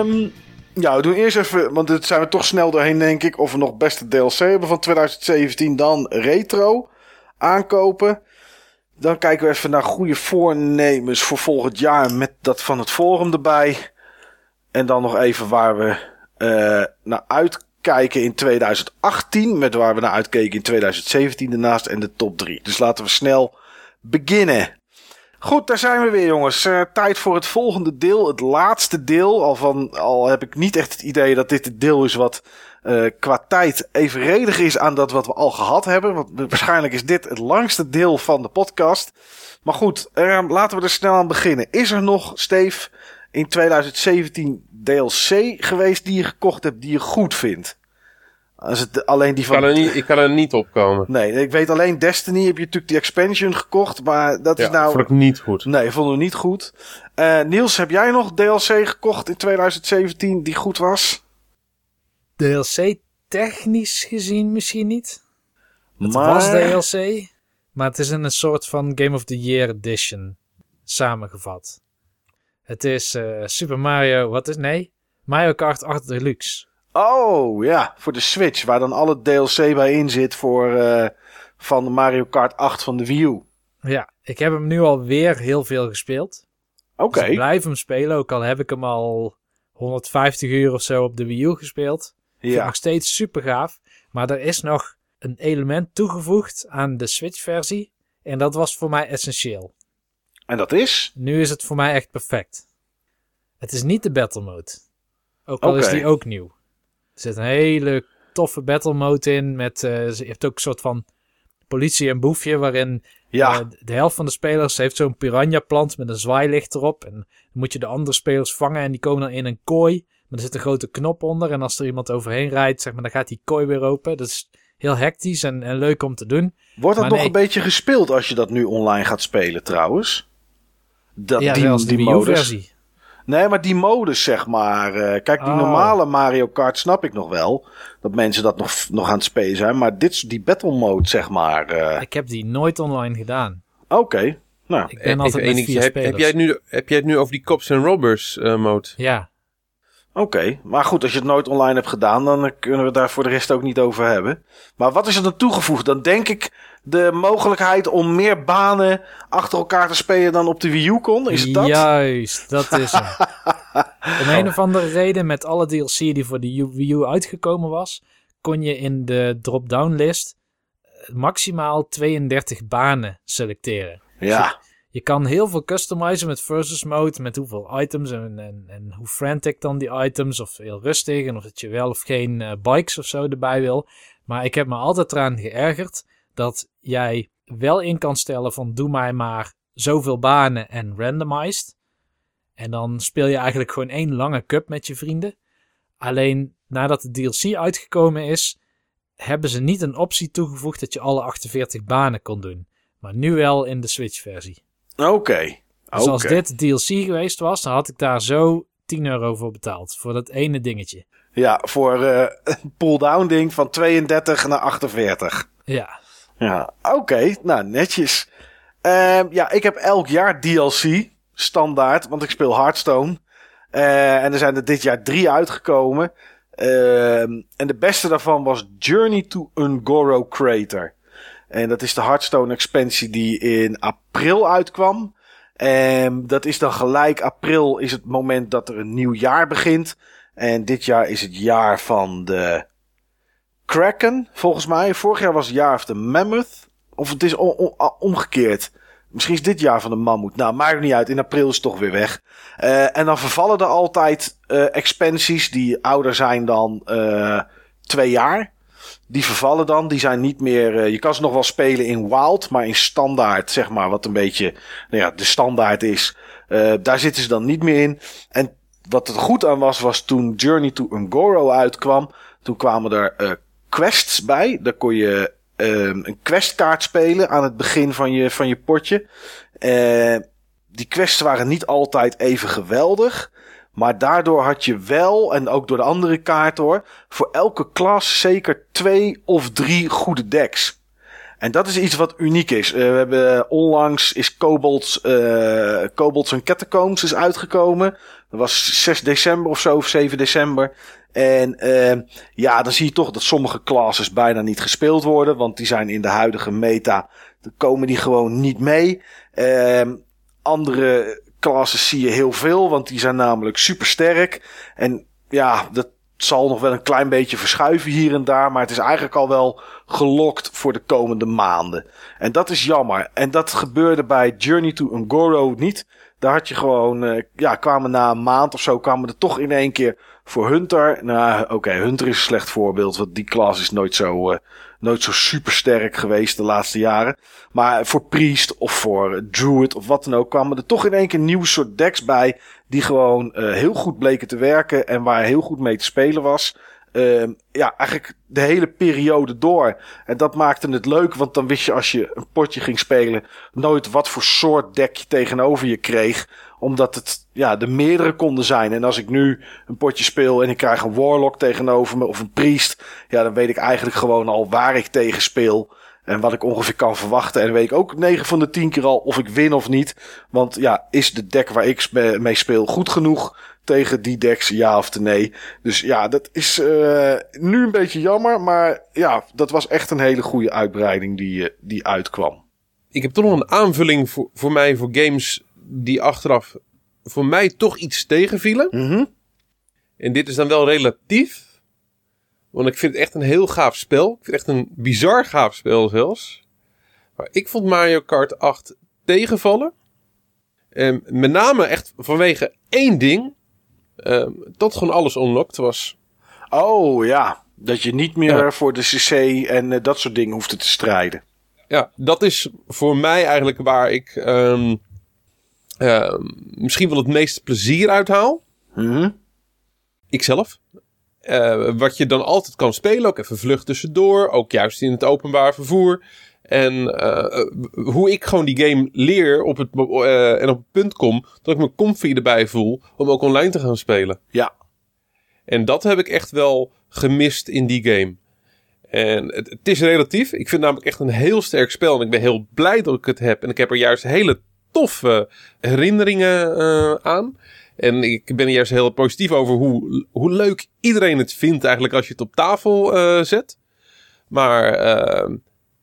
Um, ja, we doen eerst even, want dit zijn we toch snel doorheen, denk ik. Of we nog beste D L C hebben van twintig zeventien. Dan retro aankopen. Dan kijken we even naar goede voornemens voor volgend jaar met dat van het forum erbij. En dan nog even waar we uh, naar uitkijken in twintig achttien. Met waar we naar uitkeken in twintig zeventien daarnaast. En de top drie. Dus laten we snel beginnen. Goed, daar zijn we weer, jongens. Uh, tijd voor het volgende deel. Het laatste deel. Al, van, al heb ik niet echt het idee dat dit het deel is wat uh, qua tijd evenredig is aan dat wat we al gehad hebben. Want waarschijnlijk is dit het langste deel van de podcast. Maar goed, uh, laten we er snel aan beginnen. Is er nog, Steve, in twintig zeventien D L C geweest die je gekocht hebt die je goed vindt? Als het alleen die van... ik, kan er niet, ik kan er niet op komen. Nee, ik weet alleen Destiny heb je natuurlijk die expansion gekocht, maar dat ja, is nou... vond ik niet goed. Nee, vonden we niet goed. Uh, Niels, heb jij nog D L C gekocht in twintig zeventien die goed was? D L C technisch gezien misschien niet. Het maar... was D L C, maar het is in een soort van Game of the Year edition samengevat. Het is uh, Super Mario, wat is, nee, Mario Kart acht Deluxe. Oh, ja, voor de Switch, waar dan alle D L C bij in zit voor uh, van de Mario Kart acht van de Wii U. Ja, ik heb hem nu alweer heel veel gespeeld. Oké. Okay. Dus ik blijf hem spelen, ook al heb ik hem al honderdvijftig uur of zo op de Wii U gespeeld. Ja. Vind ik nog steeds super gaaf. Maar er is nog een element toegevoegd aan de Switch-versie. En dat was voor mij essentieel. En dat is? Nu is het voor mij echt perfect. Het is niet de Battle Mode. Ook al okay. is die ook nieuw. Er zit een hele toffe battle mode in. Met, uh, je hebt ook een soort van politie en boefje. Waarin ja. uh, de helft van de spelers heeft zo'n piranha plant met een zwaailicht erop. En dan moet je de andere spelers vangen. En die komen dan in een kooi. Maar er zit een grote knop onder. En als er iemand overheen rijdt, zeg maar, dan gaat die kooi weer open. Dat is heel hectisch en, en leuk om te doen. Wordt dat maar nog nee. een beetje gespeeld als je dat nu online gaat spelen trouwens? Dat, ja, die, zelfs de die Wii U-versie. Nee, maar die modus, zeg maar. Uh, kijk, die oh. normale Mario Kart snap ik nog wel. Dat mensen dat nog, nog aan het spelen zijn. Maar dit, die battle mode, zeg maar. Uh... Ik heb die nooit online gedaan. Oké. Okay. Nou. Ik ben altijd met vier heb, heb, jij het nu, heb jij het nu over die Cops and Robbers uh, mode? Ja. Oké, okay. Maar goed, als je het nooit online hebt gedaan, dan kunnen we het daar voor de rest ook niet over hebben. Maar wat is er dan toegevoegd? Dan denk ik de mogelijkheid om meer banen achter elkaar te spelen dan op de Wii U kon. Is het dat? Juist, dat is hem. Om een of andere reden, met alle D L C die voor de Wii U uitgekomen was, kon je in de drop-down list maximaal tweeëndertig banen selecteren. Ja. Dus je, je kan heel veel customizen met versus mode, met hoeveel items en, en, en hoe frantic dan die items, of heel rustig, en of dat je wel of geen uh, bikes of zo erbij wil. Maar ik heb me altijd eraan geërgerd dat jij wel in kan stellen van doe mij maar zoveel banen en randomized. En dan speel je eigenlijk gewoon één lange cup met je vrienden. Alleen nadat de D L C uitgekomen is, hebben ze niet een optie toegevoegd dat je alle achtenveertig banen kon doen. Maar nu wel in de Switch-versie. Oké. Okay. Dus okay. als dit D L C geweest was, dan had ik daar zo tien euro voor betaald. Voor dat ene dingetje. Ja, voor uh, een pull-down ding van tweeëndertig naar achtenveertig. Ja. Ja, oké. Okay. Nou, netjes. Uh, ja, ik heb elk jaar D L C. Standaard, want ik speel Hearthstone. Uh, en er zijn er dit jaar drie uitgekomen. Uh, en de beste daarvan was Journey to Un'Goro Crater. En dat is de Hearthstone expansie die in april uitkwam. En dat is dan gelijk, april is het moment dat er een nieuw jaar begint. En dit jaar is het jaar van de Kraken, volgens mij. Vorig jaar was het jaar of de Mammoth. Of het is on- on- omgekeerd. Misschien is dit jaar van de mammoet. Nou, maakt niet uit. In april is het toch weer weg. Uh, en dan vervallen er altijd uh, expansies die ouder zijn dan uh, twee jaar. Die vervallen dan. Die zijn niet meer... Uh, je kan ze nog wel spelen in Wild. Maar in standaard, zeg maar, wat een beetje nou ja, de standaard is. Uh, daar zitten ze dan niet meer in. En wat er goed aan was, was toen Journey to Un'Goro uitkwam. Toen kwamen er uh, quests bij. Daar kon je... Um, een questkaart spelen aan het begin van je, van je potje. Uh, die quests waren niet altijd even geweldig. Maar daardoor had je wel, en ook door de andere kaart hoor, voor elke klas zeker twee of drie goede decks. En dat is iets wat uniek is. Uh, we hebben onlangs is Kobolds, uh, Kobolds en Catacombs is uitgekomen. Dat was zes december of zo, of zeven december. En uh, ja, dan zie je toch dat sommige classes bijna niet gespeeld worden. Want die zijn in de huidige meta, dan komen die gewoon niet mee. Uh, andere classes zie je heel veel, want die zijn namelijk super sterk. En ja, dat zal nog wel een klein beetje verschuiven hier en daar. Maar het is eigenlijk al wel gelokt voor de komende maanden. En dat is jammer. En dat gebeurde bij Journey to Un'Goro niet. Daar had je gewoon, uh, ja, kwamen na een maand of zo, kwamen er toch in één keer voor Hunter. Nou, oké, okay, Hunter is een slecht voorbeeld, want die class is nooit zo, uh, nooit zo super sterk geweest de laatste jaren. Maar voor Priest of voor Druid of wat dan ook, kwamen er toch in één keer nieuwe soort decks bij, die gewoon uh, heel goed bleken te werken en waar heel goed mee te spelen was. Uh, ja, eigenlijk de hele periode door. En dat maakte het leuk, want dan wist je als je een potje ging spelen nooit wat voor soort deck je tegenover je kreeg. Omdat het, ja, de meerdere konden zijn. En als ik nu een potje speel en ik krijg een Warlock tegenover me of een Priest, ja, dan weet ik eigenlijk gewoon al waar ik tegen speel. En wat ik ongeveer kan verwachten. En dan weet ik ook negen van de tien keer al of ik win of niet. Want ja, is de deck waar ik mee speel goed genoeg tegen die decks, ja of nee. Dus ja, dat is uh, nu een beetje jammer. Maar ja, dat was echt een hele goede uitbreiding die, uh, die uitkwam. Ik heb toch nog een aanvulling voor, voor mij voor games die achteraf voor mij toch iets tegenvielen. Mm-hmm. En dit is dan wel relatief. Want ik vind het echt een heel gaaf spel. Ik vind het echt een bizar gaaf spel zelfs. Maar ik vond Mario Kart acht tegenvallen. En met name echt vanwege één ding. Um, dat gewoon alles unlocked was. Oh ja, dat je niet meer ja. voor de C C en uh, dat soort dingen hoefde te strijden. Ja, dat is voor mij eigenlijk waar ik um, uh, misschien wel het meeste plezier uithaal. Mm-hmm. Ikzelf. Uh, wat je dan altijd kan spelen, ook even vlug tussendoor, ook juist in het openbaar vervoer. En uh, hoe ik gewoon die game leer op het, uh, en op het punt kom dat ik me comfy erbij voel om ook online te gaan spelen. Ja. En dat heb ik echt wel gemist in die game. En het, het is relatief. Ik vind namelijk echt een heel sterk spel en ik ben heel blij dat ik het heb. En ik heb er juist hele toffe herinneringen uh, aan. En ik ben er juist heel positief over hoe, hoe leuk iedereen het vindt eigenlijk als je het op tafel uh, zet. Maar uh,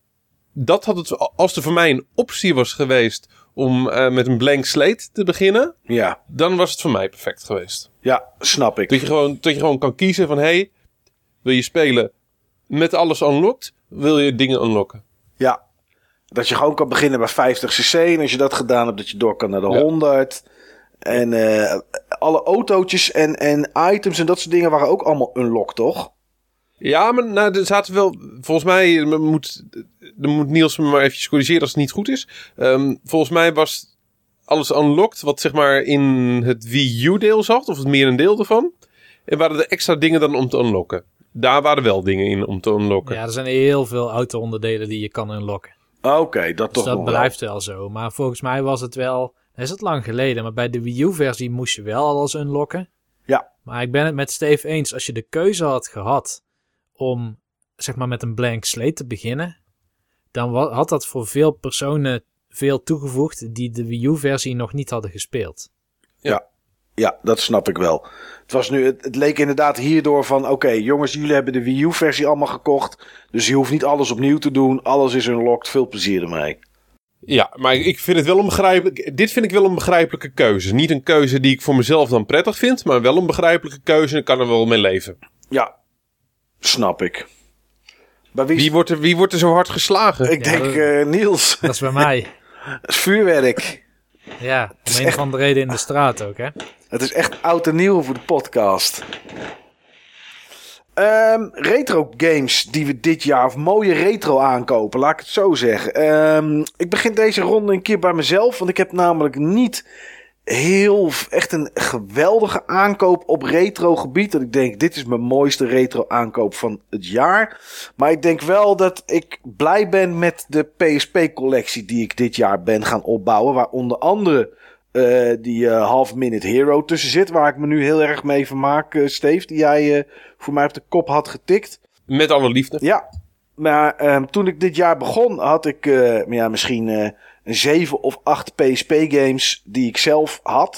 dat had het, als er voor mij een optie was geweest om uh, met een blank slate te beginnen, Ja. dan was het voor mij perfect geweest. Ja, snap ik. Dat je gewoon, dat je gewoon kan kiezen van, hey, wil je spelen met alles unlocked? Wil je dingen unlocken? Ja. Dat je gewoon kan beginnen bij vijftig cc en als je dat gedaan hebt, dat je door kan naar de ja. honderd. En uh, alle autootjes en, en items en dat soort dingen waren ook allemaal unlocked, toch? Ja, maar nou, er zaten wel... Volgens mij moet, er moet Niels me maar eventjes corrigeren als het niet goed is. Um, volgens mij was alles unlocked wat zeg maar in het Wii U-deel zat, of het merendeel ervan. En waren er extra dingen dan om te unlocken. Daar waren wel dingen in om te unlocken. Ja, er zijn heel veel auto-onderdelen die je kan unlocken. Oké, okay, dat dus toch dat nog blijft wel. wel zo. Maar volgens mij was het wel... Dat is het lang geleden, maar bij de Wii U-versie moest je wel alles unlocken. Ja. Maar ik ben het met Steve eens. Als je de keuze had gehad om zeg maar met een blank slate te beginnen, dan had dat voor veel personen veel toegevoegd die de Wii U-versie nog niet hadden gespeeld. Ja, ja, dat snap ik wel. Het, was nu, het, het leek inderdaad hierdoor van, oké, okay, jongens, jullie hebben de Wii U-versie allemaal gekocht, dus je hoeft niet alles opnieuw te doen. Alles is unlocked, veel plezier ermee. Ja, maar ik vind het wel een begrijpelijk... Dit vind ik wel een begrijpelijke keuze. Niet een keuze die ik voor mezelf dan prettig vind, maar wel een begrijpelijke keuze en ik kan er wel mee leven. Ja, snap ik. Bij wie... Wie, wordt er, wie wordt er zo hard geslagen? Ik Ja, denk dat, uh, Niels. Dat is bij mij. Dat is vuurwerk. Ja, om een echt... of andere reden in de straat ook, hè? Het is echt oud en nieuw voor de podcast. Um, retro games die we dit jaar, of mooie retro aankopen, laat ik het zo zeggen. Um, ik begin deze ronde een keer bij mezelf, want ik heb namelijk niet heel echt een geweldige aankoop op retro gebied. Dat ik denk, dit is mijn mooiste retro aankoop van het jaar. Maar ik denk wel dat ik blij ben met de P S P collectie die ik dit jaar ben gaan opbouwen. Waar onder andere uh, die uh, Half Minute Hero tussen zit. Waar ik me nu heel erg mee vermaak, uh, Steve. Die jij uh, voor mij op de kop had getikt. Met alle liefde. Ja, maar um, toen ik dit jaar begon had ik uh, ja, misschien uh, een zeven of acht P S P games die ik zelf had.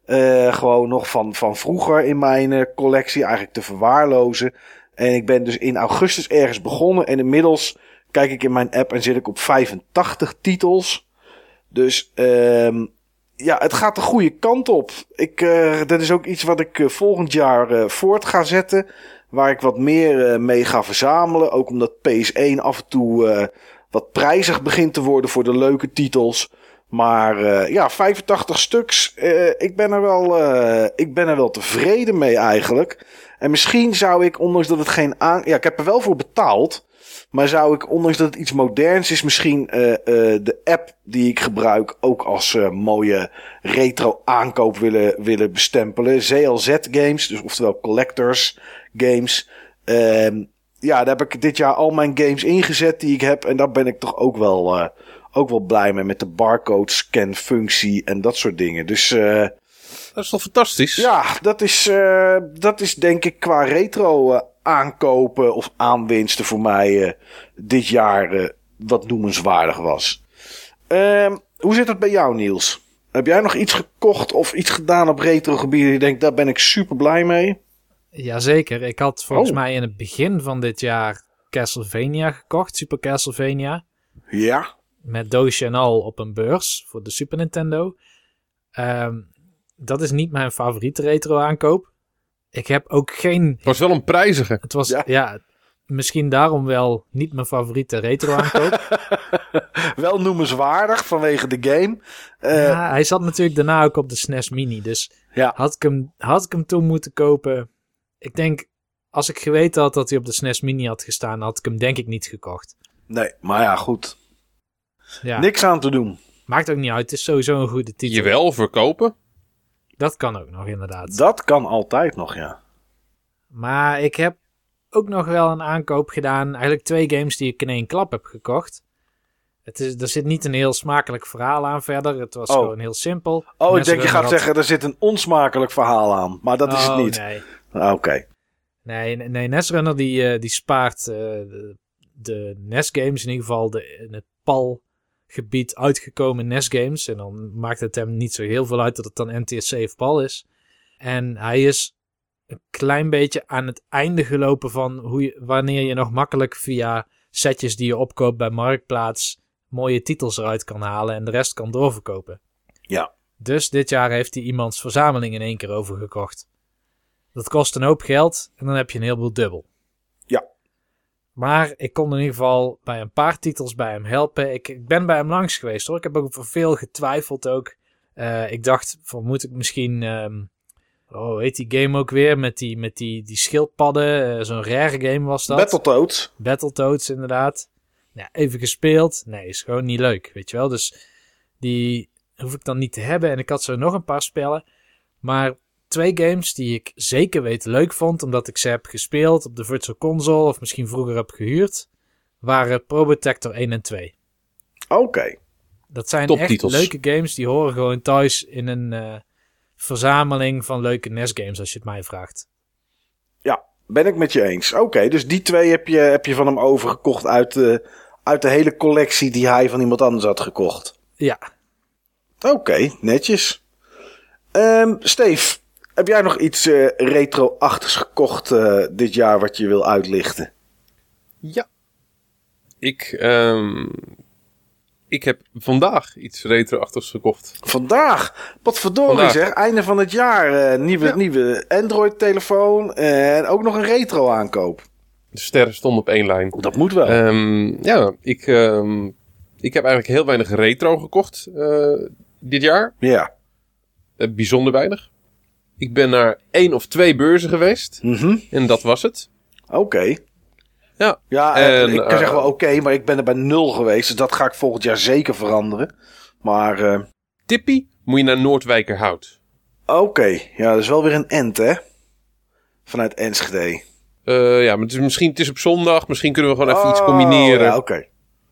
Uh, gewoon nog van, van vroeger in mijn uh, collectie. Eigenlijk te verwaarlozen. En ik ben dus in augustus ergens begonnen. En inmiddels kijk ik in mijn app en zit ik op vijfentachtig titels. Dus uh, ja, het gaat de goede kant op. Ik, uh, dat is ook iets wat ik uh, volgend jaar uh, voort ga zetten. Waar ik wat meer uh, mee ga verzamelen. Ook omdat P S één af en toe uh, wat prijzig begint te worden voor de leuke titels. Maar uh, ja, vijfentachtig stuks. Uh, ik, ben er wel, uh, ik ben er wel tevreden mee eigenlijk. En misschien zou ik, ondanks dat het geen aan... Ja, ik heb er wel voor betaald. Maar zou ik, ondanks dat het iets moderns is, misschien uh, uh, de app die ik gebruik ook als uh, mooie retro aankoop willen, willen bestempelen. Z L Z Games, dus oftewel Collectors Games. Uh, ja, daar heb ik dit jaar al mijn games ingezet die ik heb. En daar ben ik toch ook wel, uh, ook wel blij mee met de barcode scan functie en dat soort dingen. Dus... Uh, dat is toch fantastisch? Ja, dat is, uh, dat is denk ik qua retro... Uh, aankopen of aanwinsten voor mij uh, dit jaar uh, wat noemenswaardig was. Uh, hoe zit het bij jou, Niels? Heb jij nog iets gekocht of iets gedaan op retro gebieden? Je denkt, daar ben ik super blij mee. Jazeker. Ik had volgens oh. mij in het begin van dit jaar Castlevania gekocht. Super Castlevania. Ja. Met doosje en al op een beurs voor de Super Nintendo. Um, dat is niet mijn favoriete retro aankoop. Ik heb ook geen... Het was wel een prijzige. Het was, ja. ja, misschien daarom wel niet mijn favoriete retro aankoop. Wel noemenswaardig vanwege de game. Uh, ja, hij zat natuurlijk daarna ook op de S N E S Mini. Dus ja. had, ik hem, had ik hem toen moeten kopen... Ik denk, als ik geweten had dat hij op de S N E S Mini had gestaan... had ik hem denk ik niet gekocht. Nee, maar ja, goed. Ja. Niks aan te doen. Maakt ook niet uit. Het is sowieso een goede titel. Jawel, verkopen. Dat kan ook nog, inderdaad. Dat kan altijd nog, ja. Maar ik heb ook nog wel een aankoop gedaan. Eigenlijk twee games die ik in één klap heb gekocht. Het is, er zit niet een heel smakelijk verhaal aan verder. Het was oh. gewoon heel simpel. Oh, ik denk je gaat had... zeggen, er zit een onsmakelijk verhaal aan. Maar dat oh, is het niet. Nee, Oké. Okay. nee, nee Netrunner die, uh, die spaart uh, de, de N E S games. In ieder geval de, in het P A L gebied uitgekomen N E S games. En dan maakt het hem niet zo heel veel uit dat het dan N T S C of P A L is. En hij is een klein beetje aan het einde gelopen van hoe je, wanneer je nog makkelijk via setjes die je opkoopt bij Marktplaats mooie titels eruit kan halen en de rest kan doorverkopen. Ja. Dus dit jaar heeft hij iemands verzameling in één keer overgekocht. Dat kost een hoop geld en dan heb je een heleboel dubbel. Ja. Maar ik kon in ieder geval bij een paar titels bij hem helpen. Ik, ik ben bij hem langs geweest hoor. Ik heb ook voor veel getwijfeld ook. Uh, ik dacht van moet ik misschien... Um, oh, heet die game ook weer? Met die, met die, die schildpadden. Uh, zo'n rare game was dat. Battletoads. Battletoads inderdaad. Ja, even gespeeld. Nee, is gewoon niet leuk. Weet je wel. Dus die hoef ik dan niet te hebben. En ik had zo nog een paar spellen. Maar... Twee games die ik zeker weten leuk vond, omdat ik ze heb gespeeld op de Virtual Console of misschien vroeger heb gehuurd, waren Probotector één en twee. Oké. Okay. Dat zijn Toptitels. Echt leuke games, die horen gewoon thuis in een uh, verzameling van leuke N E S games, als je het mij vraagt. Ja, ben ik met je eens. Oké, okay, dus die twee heb je, heb je van hem overgekocht uit de, uit de hele collectie die hij van iemand anders had gekocht. Ja. Oké, okay, netjes. Um, Steve... Heb jij nog iets uh, retro-achtigs gekocht uh, dit jaar wat je wil uitlichten? Ja. Ik, um, ik heb vandaag iets retro-achtigs gekocht. Vandaag? Wat verdorie vandaag. Zeg. Einde van het jaar. Uh, nieuwe, ja. nieuwe Android-telefoon. Uh, en ook nog een retro-aankoop. De sterren stonden op één lijn. Dat moet wel. Um, ja, ik, um, ik heb eigenlijk heel weinig retro gekocht uh, dit jaar. Ja. Uh, bijzonder weinig. Ik ben naar één of twee beurzen geweest. Mm-hmm. En dat was het. Oké. Okay. Ja. Ja, en, ik kan uh, zeggen wel oké, okay, maar ik ben er bij nul geweest. Dus dat ga ik volgend jaar zeker veranderen. Maar... Uh... Tippie, moet je naar Noordwijkerhout. Oké. Okay. Ja, dat is wel weer een end, hè? Vanuit Enschede. Uh, ja, maar het is, misschien het is op zondag. Misschien kunnen we gewoon even oh, iets combineren. Ja, oké. Okay.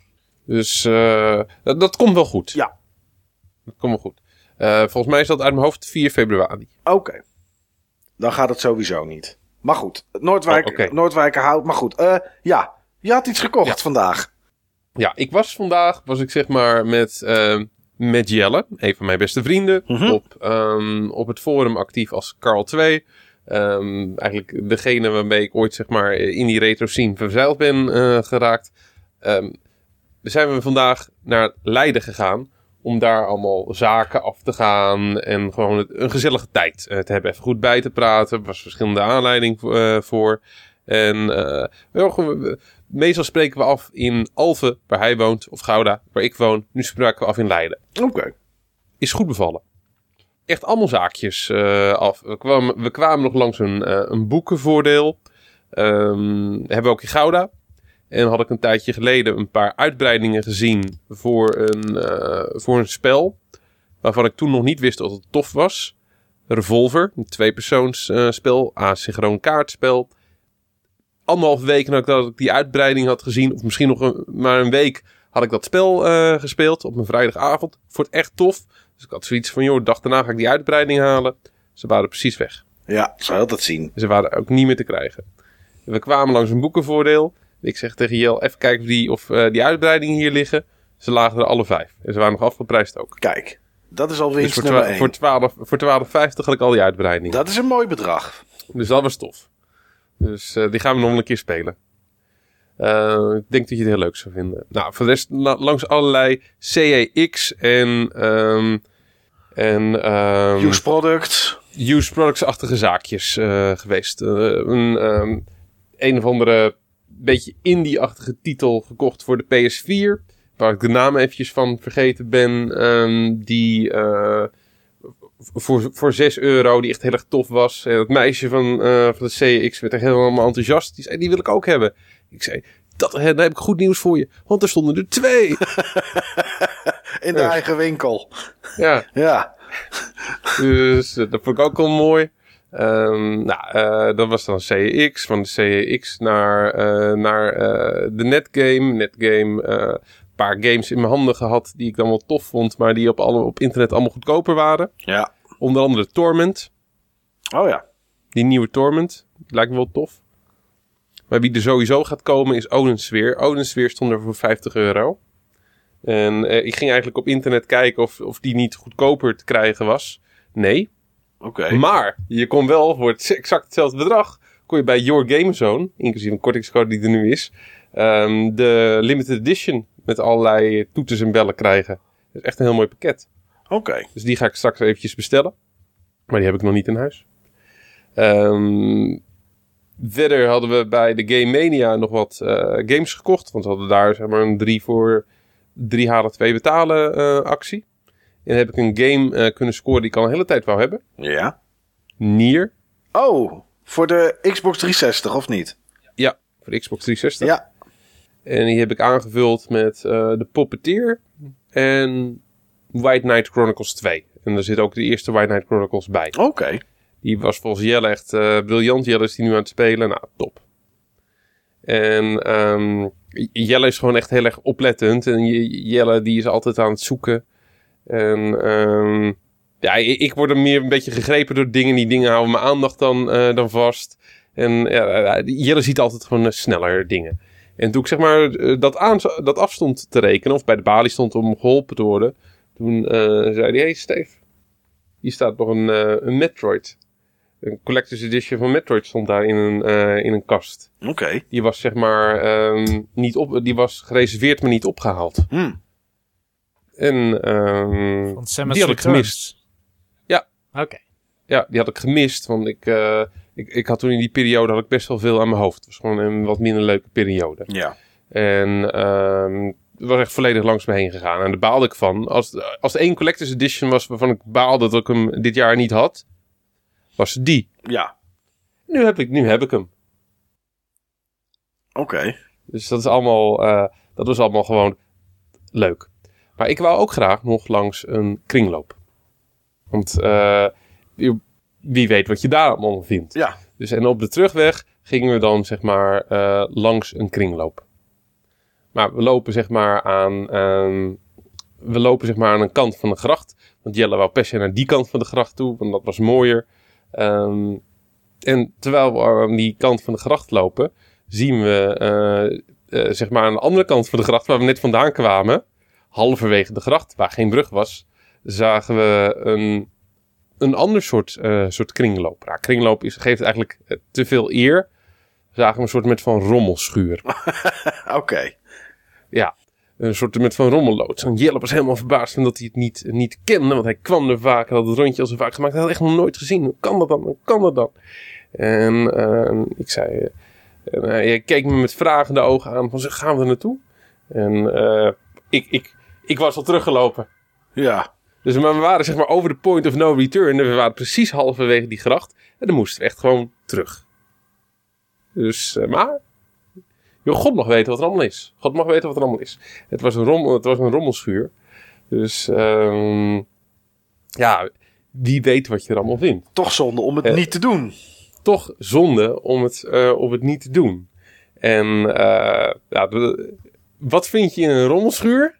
Dus uh, dat, dat komt wel goed. Ja. Dat komt wel goed. Uh, volgens mij is dat uit mijn hoofd vier februari. Oké. Okay. Dan gaat het sowieso niet. Maar goed. Noordwijk, oh, okay. Noordwijkerhout. Maar goed. Uh, ja. Je had iets gekocht ja. vandaag. Ja, ik was vandaag, was ik zeg maar met uh, met Jelle, een van mijn beste vrienden. Mm-hmm. Op, um, op het forum actief als Carl twee. Um, eigenlijk degene waarmee ik ooit zeg maar in die retro scene verzeild ben uh, geraakt. Um, zijn we vandaag naar Leiden gegaan om daar allemaal zaken af te gaan en gewoon het, een gezellige tijd uh, te hebben. Even goed bij te praten. Er was verschillende aanleiding uh, voor. En uh, we, meestal spreken we af in Alphen, waar hij woont, of Gouda, waar ik woon. Nu spreken we af in Leiden. Oké. Okay. Is goed bevallen. Echt allemaal zaakjes uh, af. We kwamen, we kwamen nog langs een, uh, een boekenvoordeel. Um, hebben we ook in Gouda. En had ik een tijdje geleden een paar uitbreidingen gezien voor een, uh, voor een spel. Waarvan ik toen nog niet wist dat het tof was. Revolver, een tweepersoons uh, spel. Asynchroon kaartspel. Anderhalf week nadat ik die uitbreiding had gezien. Of misschien nog een, maar een week had ik dat spel uh, gespeeld. Op mijn vrijdagavond. Vond het echt tof. Dus ik had zoiets van, joh, de dag daarna ga ik die uitbreiding halen. Ze waren precies weg. Ja, zou je dat zien. Ze waren ook niet meer te krijgen. We kwamen langs een boekenvoordeel. Ik zeg tegen Jel, even kijken of die, of, uh, die uitbreidingen hier liggen. Ze lagen er alle vijf. En ze waren nog afgeprijsd ook. Kijk, dat is al winst dus voor nummer één. Voor twaalf, voor twaalf vijftig had ik al die uitbreidingen. Dat is een mooi bedrag. Dus dat was tof. Dus uh, die gaan we nog een keer spelen. Uh, ik denk dat je het heel leuk zou vinden. Nou, voor de rest la- langs allerlei C E X en... Um, en um, Used Product. Used Products-achtige zaakjes uh, geweest. Uh, een, um, een of andere beetje indie-achtige titel gekocht voor de P S vier. Waar ik de naam eventjes van vergeten ben. Um, die uh, voor, voor zes euro, die echt heel erg tof was. En het meisje van, uh, van de C E X werd echt helemaal enthousiast. Die zei, die wil ik ook hebben. Ik zei, dat, daar heb ik goed nieuws voor je. Want er stonden er twee. In de ja. eigen winkel. Ja. Ja. Dus uh, dat vond ik ook wel mooi. Um, nou, uh, dat was dan C E X. Van de C E X naar, uh, naar uh, de Netgame. Netgame, uh, een paar games in mijn handen gehad die ik dan wel tof vond. Maar die op, alle, op internet allemaal goedkoper waren. Ja. Onder andere Torment. Oh ja. Die nieuwe Torment. Die lijkt me wel tof. Maar wie er sowieso gaat komen is Odensfear. Odensfear stond er voor vijftig euro. En uh, ik ging eigenlijk op internet kijken of, of die niet goedkoper te krijgen was. Nee. Oké. Okay. Maar je kon wel voor het exact hetzelfde bedrag, kon je bij Your Game Zone, inclusief een kortingscode die er nu is, um, de limited edition met allerlei toeters en bellen krijgen. Dat is echt een heel mooi pakket. Oké. Okay. Dus die ga ik straks eventjes bestellen. Maar die heb ik nog niet in huis. Um, verder hadden we bij de Game Mania nog wat uh, games gekocht. Want we hadden daar zeg maar een drie voor drie halen twee betalen uh, actie. En dan heb ik een game uh, kunnen scoren die ik al een hele tijd wou hebben. Ja. Nier. Oh, voor de Xbox driehonderdzestig of niet? Ja, voor de Xbox driehonderdzestig. Ja. En die heb ik aangevuld met uh, de Puppeteer en White Knight Chronicles twee. En daar zit ook de eerste White Knight Chronicles bij. Oké. Okay. Die was volgens Jelle echt uh, briljant. Jelle is die nu aan het spelen. Nou, top. En um, Jelle is gewoon echt heel erg oplettend. En Jelle die is altijd aan het zoeken. En um, ja, ik word er meer een beetje gegrepen door dingen. Die dingen houden mijn aandacht dan, uh, dan vast. En ja, Jelle ziet altijd gewoon uh, sneller dingen. En toen ik zeg maar uh, dat, aan, dat af stond te rekenen, of bij de balie stond om geholpen te worden, toen uh, zei hij, hey Steve, hier staat nog een, uh, een Metroid. Een collector's edition van Metroid stond daar in een, uh, in een kast. Oké. Okay. Die was zeg maar um, niet op, die was gereserveerd, maar niet opgehaald. Hmm. En um, Van Samus die had ik gemist. Ja. Oké. Okay. Ja, die had ik gemist. Want ik, uh, ik, ik had toen in die periode had ik best wel veel aan mijn hoofd. Het was gewoon een wat minder leuke periode. Ja. En um, het was echt volledig langs me heen gegaan. En daar baalde ik van. Als, als er één collector's edition was waarvan ik baalde dat ik hem dit jaar niet had, was het die. Ja. Nu heb ik, nu heb ik hem. Oké. Okay. Dus dat is allemaal, uh, dat was allemaal gewoon leuk. Maar ik wou ook graag nog langs een kringloop. Want uh, wie weet wat je daar allemaal vindt. Ja. Dus en op de terugweg gingen we dan zeg maar uh, langs een kringloop. Maar we lopen zeg maar aan, um, we lopen zeg maar aan een kant van de gracht. Want Jelle wou per se naar die kant van de gracht toe, want dat was mooier. Um, en terwijl we aan die kant van de gracht lopen, zien we uh, uh, zeg maar aan de andere kant van de gracht, waar we net vandaan kwamen, halverwege de gracht, waar geen brug was, zagen we een, een ander soort, uh, soort kringloop. Ja, kringloop is, geeft eigenlijk uh, te veel eer. Zagen we een soort met van rommelschuur. Oké. Okay. Ja, een soort met van rommelloods. En Jelle was helemaal verbaasd omdat hij het niet, niet kende. Want hij kwam er vaak, had het rondje al zo vaak gemaakt. Hij had het echt nog nooit gezien. Hoe kan dat dan? Hoe kan dat dan? En uh, ik zei... Uh, en hij keek me met vragende ogen aan. Van, gaan we er naartoe? En uh, ik, ik, ik was al teruggelopen. Ja. Dus maar we waren zeg maar over de point of no return. En we waren precies halverwege die gracht. En dan moesten we echt gewoon terug. Dus, uh, maar... Joh, God mag weten wat er allemaal is. God mag weten wat er allemaal is. Het was een, rommel, het was een rommelschuur. Dus, um, ja, wie weet wat je er allemaal vindt. Toch zonde om het uh, niet te doen. Toch zonde om het, uh, om het niet te doen. En, uh, ja, de, wat vind je in een rommelschuur?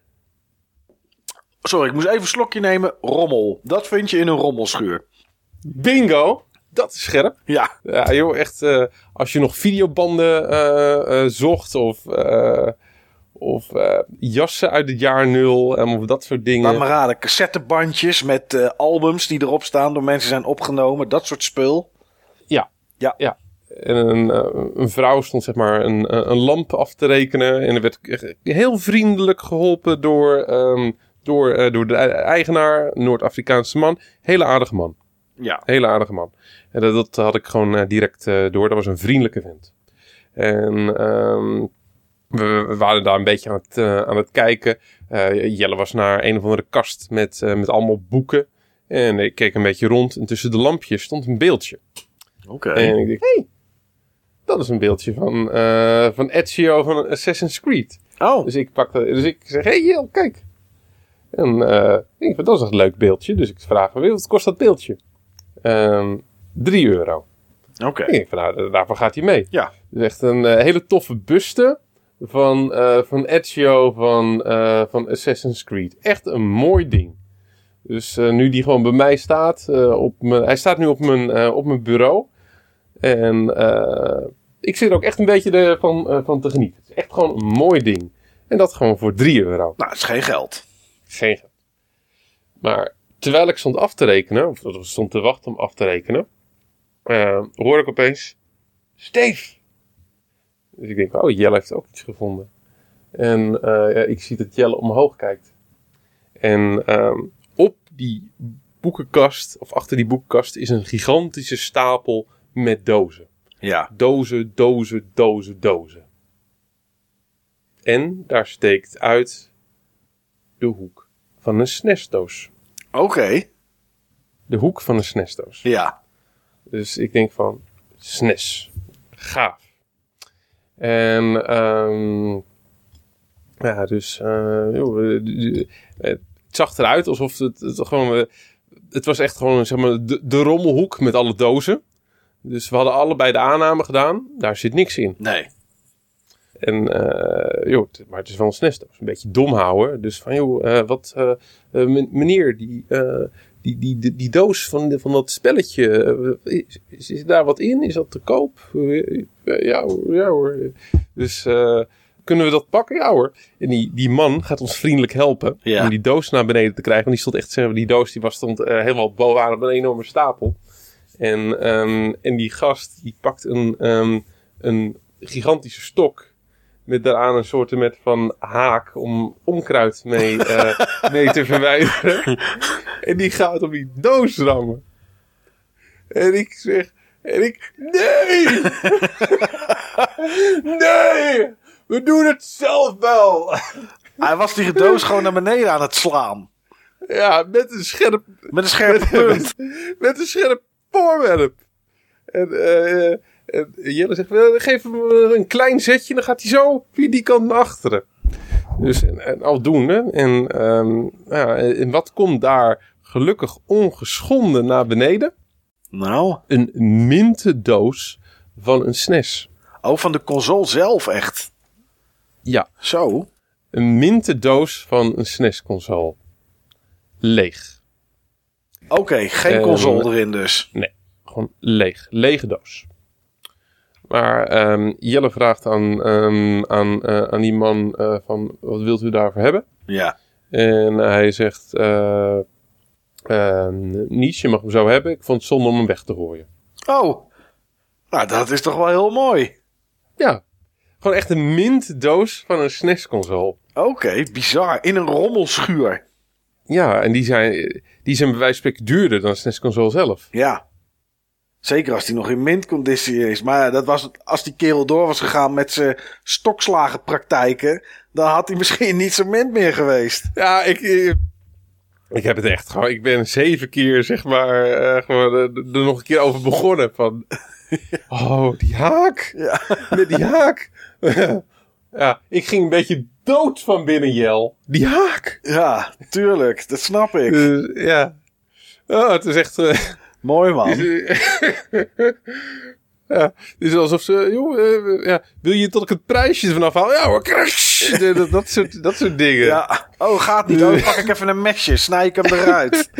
Sorry, ik moest even een slokje nemen. Rommel. Dat vind je in een rommelschuur. Bingo! Dat is scherp. Ja. Ja, joh, echt. Uh, als je nog videobanden uh, uh, zocht of, uh, of uh, jassen uit het jaar nul um, of dat soort dingen. Laat maar raden, cassettebandjes met uh, albums die erop staan door mensen zijn opgenomen. Dat soort spul. Ja. Ja. ja. En een, uh, een vrouw stond zeg maar een, een lamp af te rekenen. En er werd heel vriendelijk geholpen door, um, door, uh, door de eigenaar, Noord-Afrikaanse man. Hele aardige man. Ja. Hele aardige man. En dat, dat had ik gewoon uh, direct uh, door. Dat was een vriendelijke vent. En um, we, we waren daar een beetje aan het, uh, aan het kijken. Uh, Jelle was naar een of andere kast met, uh, met allemaal boeken. En ik keek een beetje rond. En tussen de lampjes stond een beeldje. Oké. Okay. En ik dacht, hé, hey, dat is een beeldje van, uh, van Ezio van Assassin's Creed. Oh. Dus ik pakte, dus ik zeg, hé hey, Jelle, kijk. En uh, ik dacht, dat is een leuk beeldje. Dus ik vraag, wat kost dat beeldje? Um, drie euro. Oké. Okay. Ik denk van, nou, daarvoor gaat hij mee. Ja. Dus echt een uh, hele toffe buste van, uh, van Ezio van, uh, van Assassin's Creed. Echt een mooi ding. Dus uh, nu die gewoon bij mij staat. Uh, op mijn, hij staat nu op mijn, uh, op mijn bureau. En uh, ik zit er ook echt een beetje de, van, uh, van te genieten. Het is echt gewoon een mooi ding. En dat gewoon voor drie euro. Nou, het is geen geld. Geen geld. Maar... Terwijl ik stond af te rekenen, of stond te wachten om af te rekenen, uh, hoor ik opeens, Steve! Dus ik denk, oh, Jelle heeft ook iets gevonden. En uh, ja, ik zie dat Jelle omhoog kijkt. En um, op die boekenkast, of achter die boekenkast, is een gigantische stapel met dozen. Ja. Dozen, dozen, dozen, dozen. En daar steekt uit de hoek van een S N E S-doos. Oké. Okay. De hoek van een S N E S-doos. Ja. Dus ik denk van, S N E S. Gaaf. En, um, ja, dus, uh, joh, het zag eruit alsof het, het gewoon, het was echt gewoon, zeg maar, de, de rommelhoek met alle dozen. Dus we hadden allebei de aanname gedaan. Daar zit niks in. Nee. En, uh, joh, maar het is wel een S N E S-doos. Een beetje dom houden. Dus van, joh, uh, wat, uh, uh, meneer, die, uh, die, die, die, die doos van, van dat spelletje, uh, is, is, is daar wat in? Is dat te koop? Uh, ja, hoor, ja hoor. Dus, uh, kunnen we dat pakken? Ja hoor. En die, die man gaat ons vriendelijk helpen ja. om die doos naar beneden te krijgen. Want die stond echt, zeg maar, die doos die was, stond uh, helemaal bovenaan op een enorme stapel. En, um, en die gast, die pakt een, um, een gigantische stok. Met daaraan een soort met van haak om onkruid mee, uh, mee te verwijderen. En die gaat op die doos rammen. En ik zeg... En ik... Nee! Nee! We doen het zelf wel! Hij was die doos gewoon naar beneden aan het slaan. Ja, met een scherp... Met een scherp punt. Met, met een scherp voorwerp. En... Uh, En Jelle zegt, geef hem een klein zetje, dan gaat hij zo via die kant naar achteren. Dus en, en aldoende. En, um, ja, en wat komt daar gelukkig ongeschonden naar beneden? Nou? Een mintendoos van een S N E S. Oh, van de console zelf echt? Ja. Zo? Een mintendoos van een S N E S-console. Leeg. Oké, okay, geen um, console erin dus. Nee, gewoon leeg. Lege doos. Maar um, Jelle vraagt aan, um, aan, uh, aan die man uh, van, wat wilt u daarvoor hebben? Ja. En hij zegt... Uh, uh, Niets, je mag hem zo hebben. Ik vond het zonde om hem weg te gooien. Oh, nou dat is toch wel heel mooi. Ja, gewoon echt een mintdoos van een S N E S-console. Oké, okay, bizar. In een rommelschuur. Ja, en die zijn, die zijn bij wijze van spreken duurder dan de S N E S-console zelf. Ja. Zeker als die nog in mintconditie is. Maar dat was, als die kerel door was gegaan met zijn stokslagenpraktijken, dan had hij misschien niet zo mint meer geweest. Ja, ik, ik, ik heb het echt gewoon... Ik ben zeven keer, zeg maar, uh, gewoon uh, er nog een keer over begonnen. Van, oh, die haak. Ja. Met die haak. Ja, ik ging een beetje dood van binnen, Jel. Die haak. Ja, tuurlijk. Dat snap ik. Uh, ja. Oh, het is echt... Uh, Mooi, man. Ja, het is alsof ze... Joh, uh, ja, wil je tot ik het prijsje ervan afhaal? Ja hoor, crash! dat, dat, soort, dat soort dingen. Ja. Oh, gaat niet. Oh, pak ik even een mesje. Snij ik hem eruit.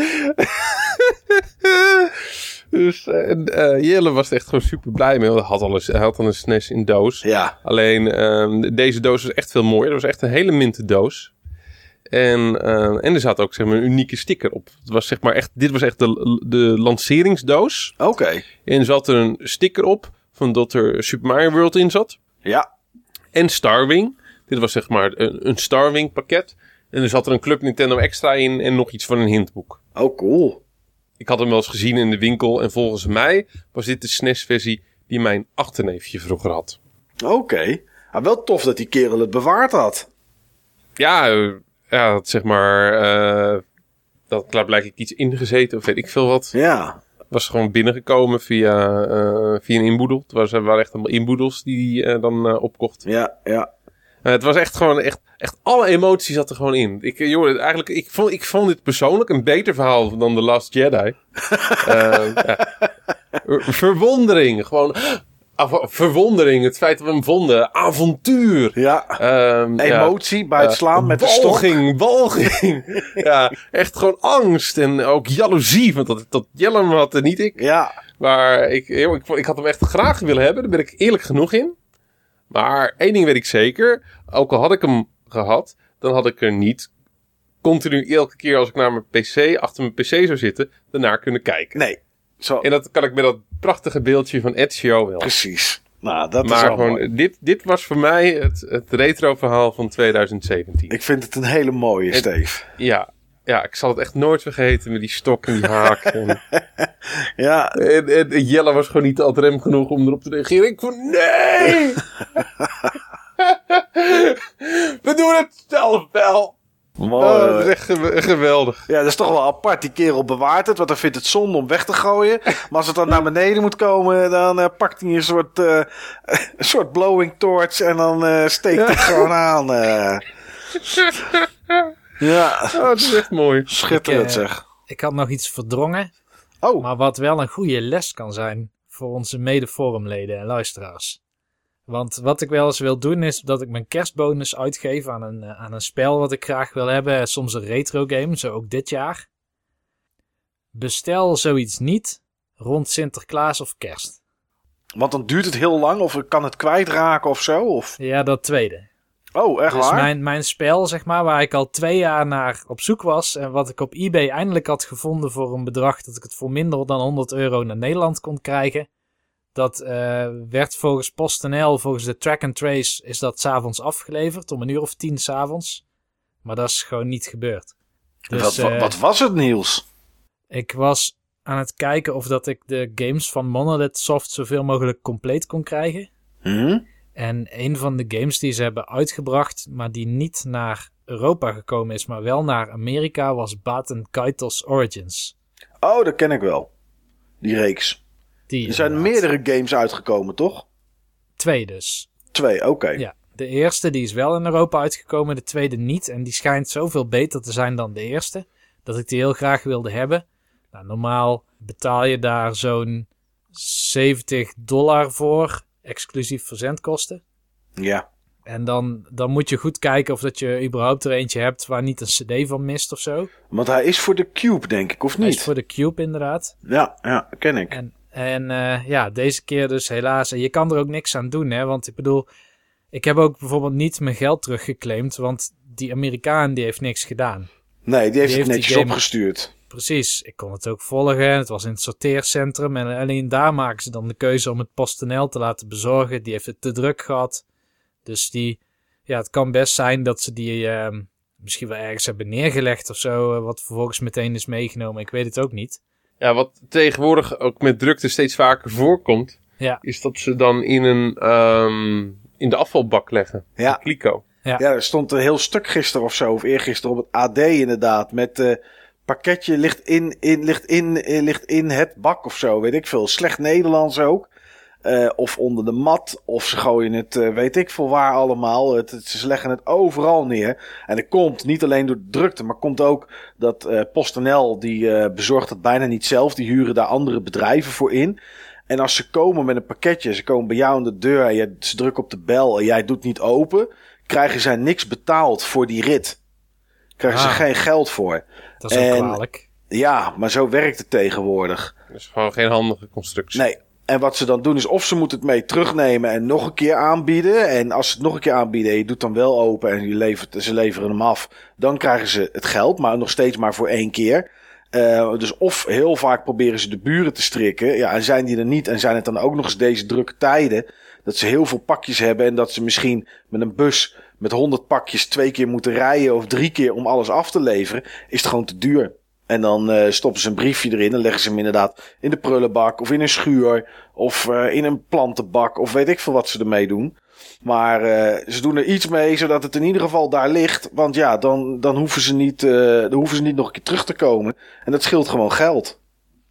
Dus uh, uh, Jelle was er echt gewoon super blij mee. Hij had al een, hij had al een S N E S in doos. Ja. Alleen uh, deze doos was echt veel mooier. Dat was echt een hele minten doos. En, uh, en er zat ook zeg maar, een unieke sticker op. Het was, zeg maar, echt, dit was echt de, de lanceringsdoos. Oké. Okay. En er zat er een sticker op van dat er Super Mario World in zat. Ja. En Starwing. Dit was zeg maar een, een Starwing pakket. En er zat er een Club Nintendo extra in en nog iets van een hintboek. Oh, cool. Ik had hem wel eens gezien in de winkel. En volgens mij was dit de S N E S-versie die mijn achterneefje vroeger had. Oké. Okay. Ah, wel tof dat die kerel het bewaard had. Ja, uh, ja dat zeg maar... Uh, dat klaarblijkelijk iets ingezeten of weet ik veel wat. Ja. Was gewoon binnengekomen via, uh, via een inboedel. Het was, waren echt allemaal inboedels die hij uh, dan uh, opkocht. Ja, ja. Uh, het was echt gewoon, echt, echt alle emoties zat er gewoon in. Ik, joh, eigenlijk, ik vond, ik vond dit persoonlijk een beter verhaal dan The Last Jedi. uh, ja. Verwondering, gewoon... Av- verwondering, het feit dat we hem vonden. Avontuur. Ja. Um, Emotie ja. bij het slaan uh, met walging, de stok. Walging, Ja, echt gewoon angst. En ook jaloezie. Want dat, dat Jelle hem had en niet ik. Ja. Maar ik, joh, ik, ik had hem echt graag willen hebben. Daar ben ik eerlijk genoeg in. Maar één ding weet ik zeker. Ook al had ik hem gehad, dan had ik er niet continu elke keer als ik naar mijn pc, achter mijn pc zou zitten, daarnaar kunnen kijken. Nee. Zo. En dat kan ik met dat prachtige beeldje van Ezio wel. Precies. Nou, dat maar is wel gewoon, mooi. dit, dit was voor mij het, het retro verhaal van twintig zeventien. Ik vind het een hele mooie, het, Steve. Ja, ja, ik zal het echt nooit vergeten met die stok en die haak. En, ja. En, en, en Jelle was gewoon niet ad rem genoeg om erop te reageren. Ik vond, nee! We doen het zelf wel. Mooi. Oh, dat is echt ge- geweldig. Ja, dat is toch wel apart. Die kerel bewaart het, want hij vindt het zonde om weg te gooien. Maar als het dan naar beneden moet komen, dan uh, pakt hij een soort, uh, een soort blowing torch en dan uh, steekt hij het gewoon aan. Uh. Ja. Oh, dat is echt mooi. Schitterend, ik, uh, zeg. Ik had nog iets verdrongen. Oh. Maar wat wel een goede les kan zijn voor onze mede-forumleden en luisteraars. Want wat ik wel eens wil doen is dat ik mijn kerstbonus uitgeef aan een, aan een spel wat ik graag wil hebben. Soms een retro game, zo ook dit jaar. Bestel zoiets niet rond Sinterklaas of Kerst. Want dan duurt het heel lang of kan het kwijtraken of zo? Of? Ja, dat tweede. Oh, echt dus waar? Mijn, mijn spel, zeg maar, waar ik al twee jaar naar op zoek was. En wat ik op eBay eindelijk had gevonden voor een bedrag dat ik het voor minder dan honderd euro naar Nederland kon krijgen. Dat uh, werd volgens PostNL, volgens de track and trace, is dat 's avonds afgeleverd. Om een uur of tien 's avonds. Maar dat is gewoon niet gebeurd. Dus, wat, wat, uh, wat was het, Niels? Ik was aan het kijken of dat ik de games van Monolith Soft zoveel mogelijk compleet kon krijgen. Hm? En een van de games die ze hebben uitgebracht, maar die niet naar Europa gekomen is, maar wel naar Amerika, was Baten Kaitos Origins. Oh, dat ken ik wel. Die reeks. Die er zijn inderdaad. meerdere games uitgekomen, toch? Twee dus. Twee, oké. Okay. Ja, de eerste die is wel in Europa uitgekomen, de tweede niet. En die schijnt zoveel beter te zijn dan de eerste, dat ik die heel graag wilde hebben. Nou, normaal betaal je daar zo'n zeventig dollar voor, exclusief verzendkosten. Ja. En dan, dan moet je goed kijken of dat je überhaupt er eentje hebt waar niet een cd van mist of zo. Want hij is voor de Cube, denk ik, of niet? Hij is voor de Cube, inderdaad. Ja, ja, ken ik. En, en uh, ja, deze keer dus helaas. En je kan er ook niks aan doen, hè. Want ik bedoel, Ik heb ook bijvoorbeeld niet mijn geld teruggeclaimd, want die Amerikaan die heeft niks gedaan. Nee, die heeft Die het heeft netjes die game- opgestuurd. Precies, ik kon het ook volgen. Het was in het sorteercentrum. En alleen daar maken ze dan de keuze om het PostNL te laten bezorgen. Die heeft het te druk gehad. Dus die, ja, het kan best zijn dat ze die uh, misschien wel ergens hebben neergelegd of zo. Uh, wat vervolgens meteen is meegenomen. Ik weet het ook niet. Ja, wat tegenwoordig ook met drukte steeds vaker voorkomt, Ja. is dat ze dan in een um, in de afvalbak leggen. Ja. Een kliko. Ja. Ja, er stond een heel stuk gisteren of zo, of eergisteren op het A D inderdaad, met uh, pakketje ligt in, in, ligt, in, in, ligt in het bak of zo, weet ik veel. Slecht Nederlands ook. Uh, of onder de mat, of ze gooien het, uh, weet ik veel waar allemaal. Het, het, ze leggen het overal neer. En dat komt niet alleen door de drukte, maar komt ook dat uh, PostNL, die uh, bezorgt het bijna niet zelf. Die huren daar andere bedrijven voor in. En als ze komen met een pakketje, ze komen bij jou aan de deur en je, ze drukken op de bel en jij doet niet open, krijgen zij niks betaald voor die rit. Krijgen Ah. ze geen geld voor. Dat is ook En- kwalijk. Ja, maar zo werkt het tegenwoordig. Dat is gewoon geen handige constructie. Nee. En wat ze dan doen is of ze moeten het mee terugnemen en nog een keer aanbieden. En als ze het nog een keer aanbieden en je doet dan wel open en je levert, ze leveren hem af, dan krijgen ze het geld, maar nog steeds maar voor één keer. Uh, dus of heel vaak proberen ze de buren te strikken. Ja, en zijn die er niet en zijn het dan ook nog eens deze drukke tijden, dat ze heel veel pakjes hebben en dat ze misschien met een bus met honderd pakjes twee keer moeten rijden of drie keer om alles af te leveren, is het gewoon te duur. En dan uh, stoppen ze een briefje erin en leggen ze hem inderdaad in de prullenbak of in een schuur of uh, in een plantenbak of weet ik veel wat ze ermee doen. Maar uh, ze doen er iets mee zodat het in ieder geval daar ligt. Want ja, dan, dan, hoeven ze niet, uh, dan hoeven ze niet nog een keer terug te komen. En dat scheelt gewoon geld.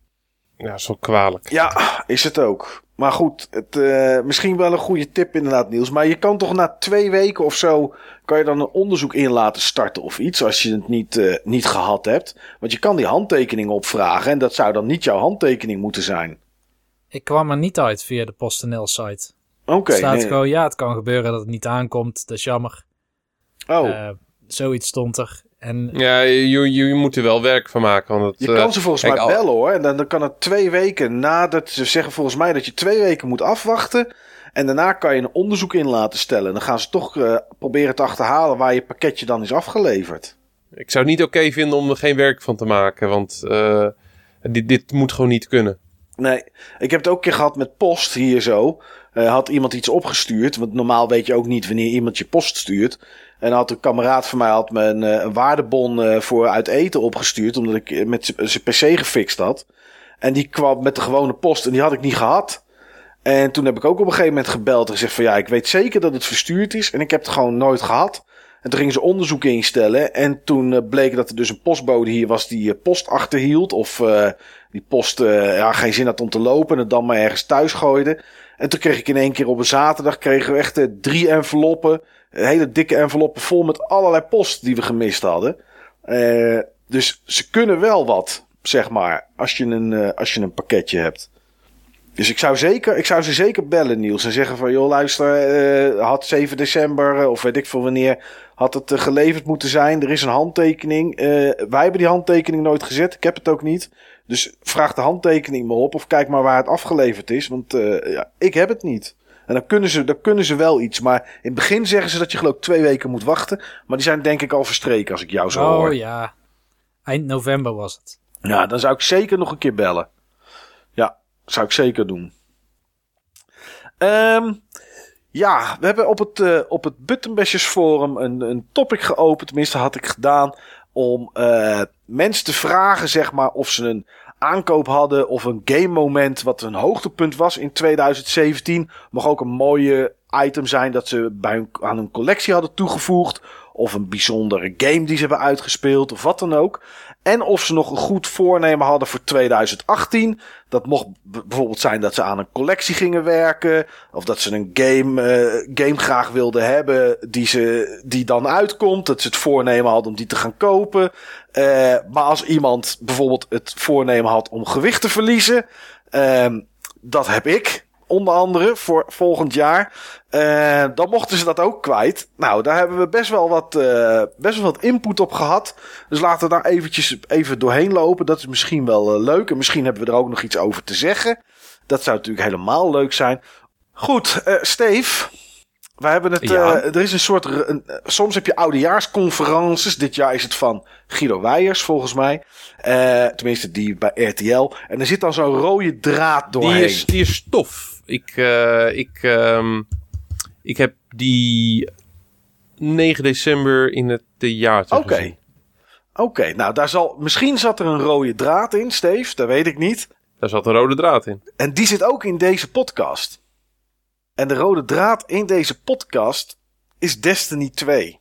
Ja, dat is wel kwalijk. Ja, is het ook. Maar goed, het, uh, misschien wel een goede tip inderdaad, Niels. Maar je kan toch na twee weken of zo, kan je dan een onderzoek in laten starten of iets, als je het niet, uh, niet gehad hebt. Want je kan die handtekening opvragen en dat zou dan niet jouw handtekening moeten zijn. Ik kwam er niet uit via de PostNL-site. Oké. Het staat nee. gewoon, ja, het kan gebeuren dat het niet aankomt. Dat is jammer. Oh, Uh, zoiets stond er. En Ja, je, je, je moet er wel werk van maken. Want het, je uh, kan ze volgens kijk, mij al- bellen hoor. En dan, dan kan het twee weken nadat ze zeggen volgens mij dat je twee weken moet afwachten. En daarna kan je een onderzoek in laten stellen. Dan gaan ze toch uh, proberen te achterhalen waar je pakketje dan is afgeleverd. Ik zou het niet oké vinden om er geen werk van te maken. Want uh, dit, dit moet gewoon niet kunnen. Nee, ik heb het ook een keer gehad met post hier zo. Uh, had iemand iets opgestuurd. Want normaal weet je ook niet wanneer iemand je post stuurt. En had een kameraad van mij had me een, uh, een waardebon uh, voor uit eten opgestuurd. Omdat ik met zijn P C gefixt had. En die kwam met de gewone post en die had ik niet gehad. En toen heb ik ook op een gegeven moment gebeld en gezegd van ja, ik weet zeker dat het verstuurd is. En ik heb het gewoon nooit gehad. En toen gingen ze onderzoek instellen. En toen uh, bleek dat er dus een postbode hier was die uh, post achterhield. Of uh, die post uh, ja, geen zin had om te lopen en het dan maar ergens thuis gooide. En toen kreeg ik in één keer op een zaterdag kregen we echt uh, drie enveloppen. Hele dikke enveloppen vol met allerlei post die we gemist hadden. Uh, dus ze kunnen wel wat, zeg maar, als je een, uh, als je een pakketje hebt. Dus ik zou, zeker, ik zou ze zeker bellen, Niels. En zeggen van, joh, luister, uh, had zeven december, uh, of weet ik veel wanneer, had het uh, geleverd moeten zijn. Er is een handtekening. Uh, wij hebben die handtekening nooit gezet. Ik heb het ook niet. Dus vraag de handtekening maar op. Of kijk maar waar het afgeleverd is. Want uh, ja, ik heb het niet. En dan kunnen, ze, dan kunnen ze wel iets. Maar in het begin zeggen ze dat je geloof ik twee weken moet wachten. Maar die zijn denk ik al verstreken als ik jou zo oh hoor. ja, eind november was het. Ja, dan zou ik zeker nog een keer bellen. Ja, zou ik zeker doen. Um, ja, we hebben op het, uh, op het Buttonbashers Forum een, een topic geopend. Tenminste, had ik gedaan om uh, mensen te vragen, zeg maar, of ze een aankoop hadden of een game moment wat een hoogtepunt was in twintig zeventien. Mag ook een mooie item zijn dat ze bij hun, aan hun collectie hadden toegevoegd. Of een bijzondere game die ze hebben uitgespeeld of wat dan ook. En of ze nog een goed voornemen hadden voor twintig achttien. Dat mocht b- bijvoorbeeld zijn dat ze aan een collectie gingen werken. Of dat ze een game, uh, game graag wilden hebben die, ze, die dan uitkomt. Dat ze het voornemen hadden om die te gaan kopen. Uh, maar als iemand bijvoorbeeld het voornemen had om gewicht te verliezen. Uh, dat heb ik. Onder andere voor volgend jaar. Uh, dan mochten ze dat ook kwijt. Nou, daar hebben we best wel wat, uh, best wel wat input op gehad. Dus laten we daar eventjes even doorheen lopen. Dat is misschien wel uh, leuk. En misschien hebben we er ook nog iets over te zeggen. Dat zou natuurlijk helemaal leuk zijn. Goed, uh, Steve. We hebben het, Ja. uh, er is een soort, een, uh, soms heb je oudejaarsconferences. Dit jaar is het van Guido Weijers, volgens mij. Uh, tenminste, die bij R T L. En er zit dan zo'n rode draad doorheen. Die is, die is stof. Ik, uh, ik, um, ik heb die negen december in het theater Oké. gezien. Oké, okay, nou daar zal, misschien zat er een rode draad in, Steve. Dat weet ik niet. Daar zat een rode draad in. En die zit ook in deze podcast. En de rode draad in deze podcast is Destiny twee.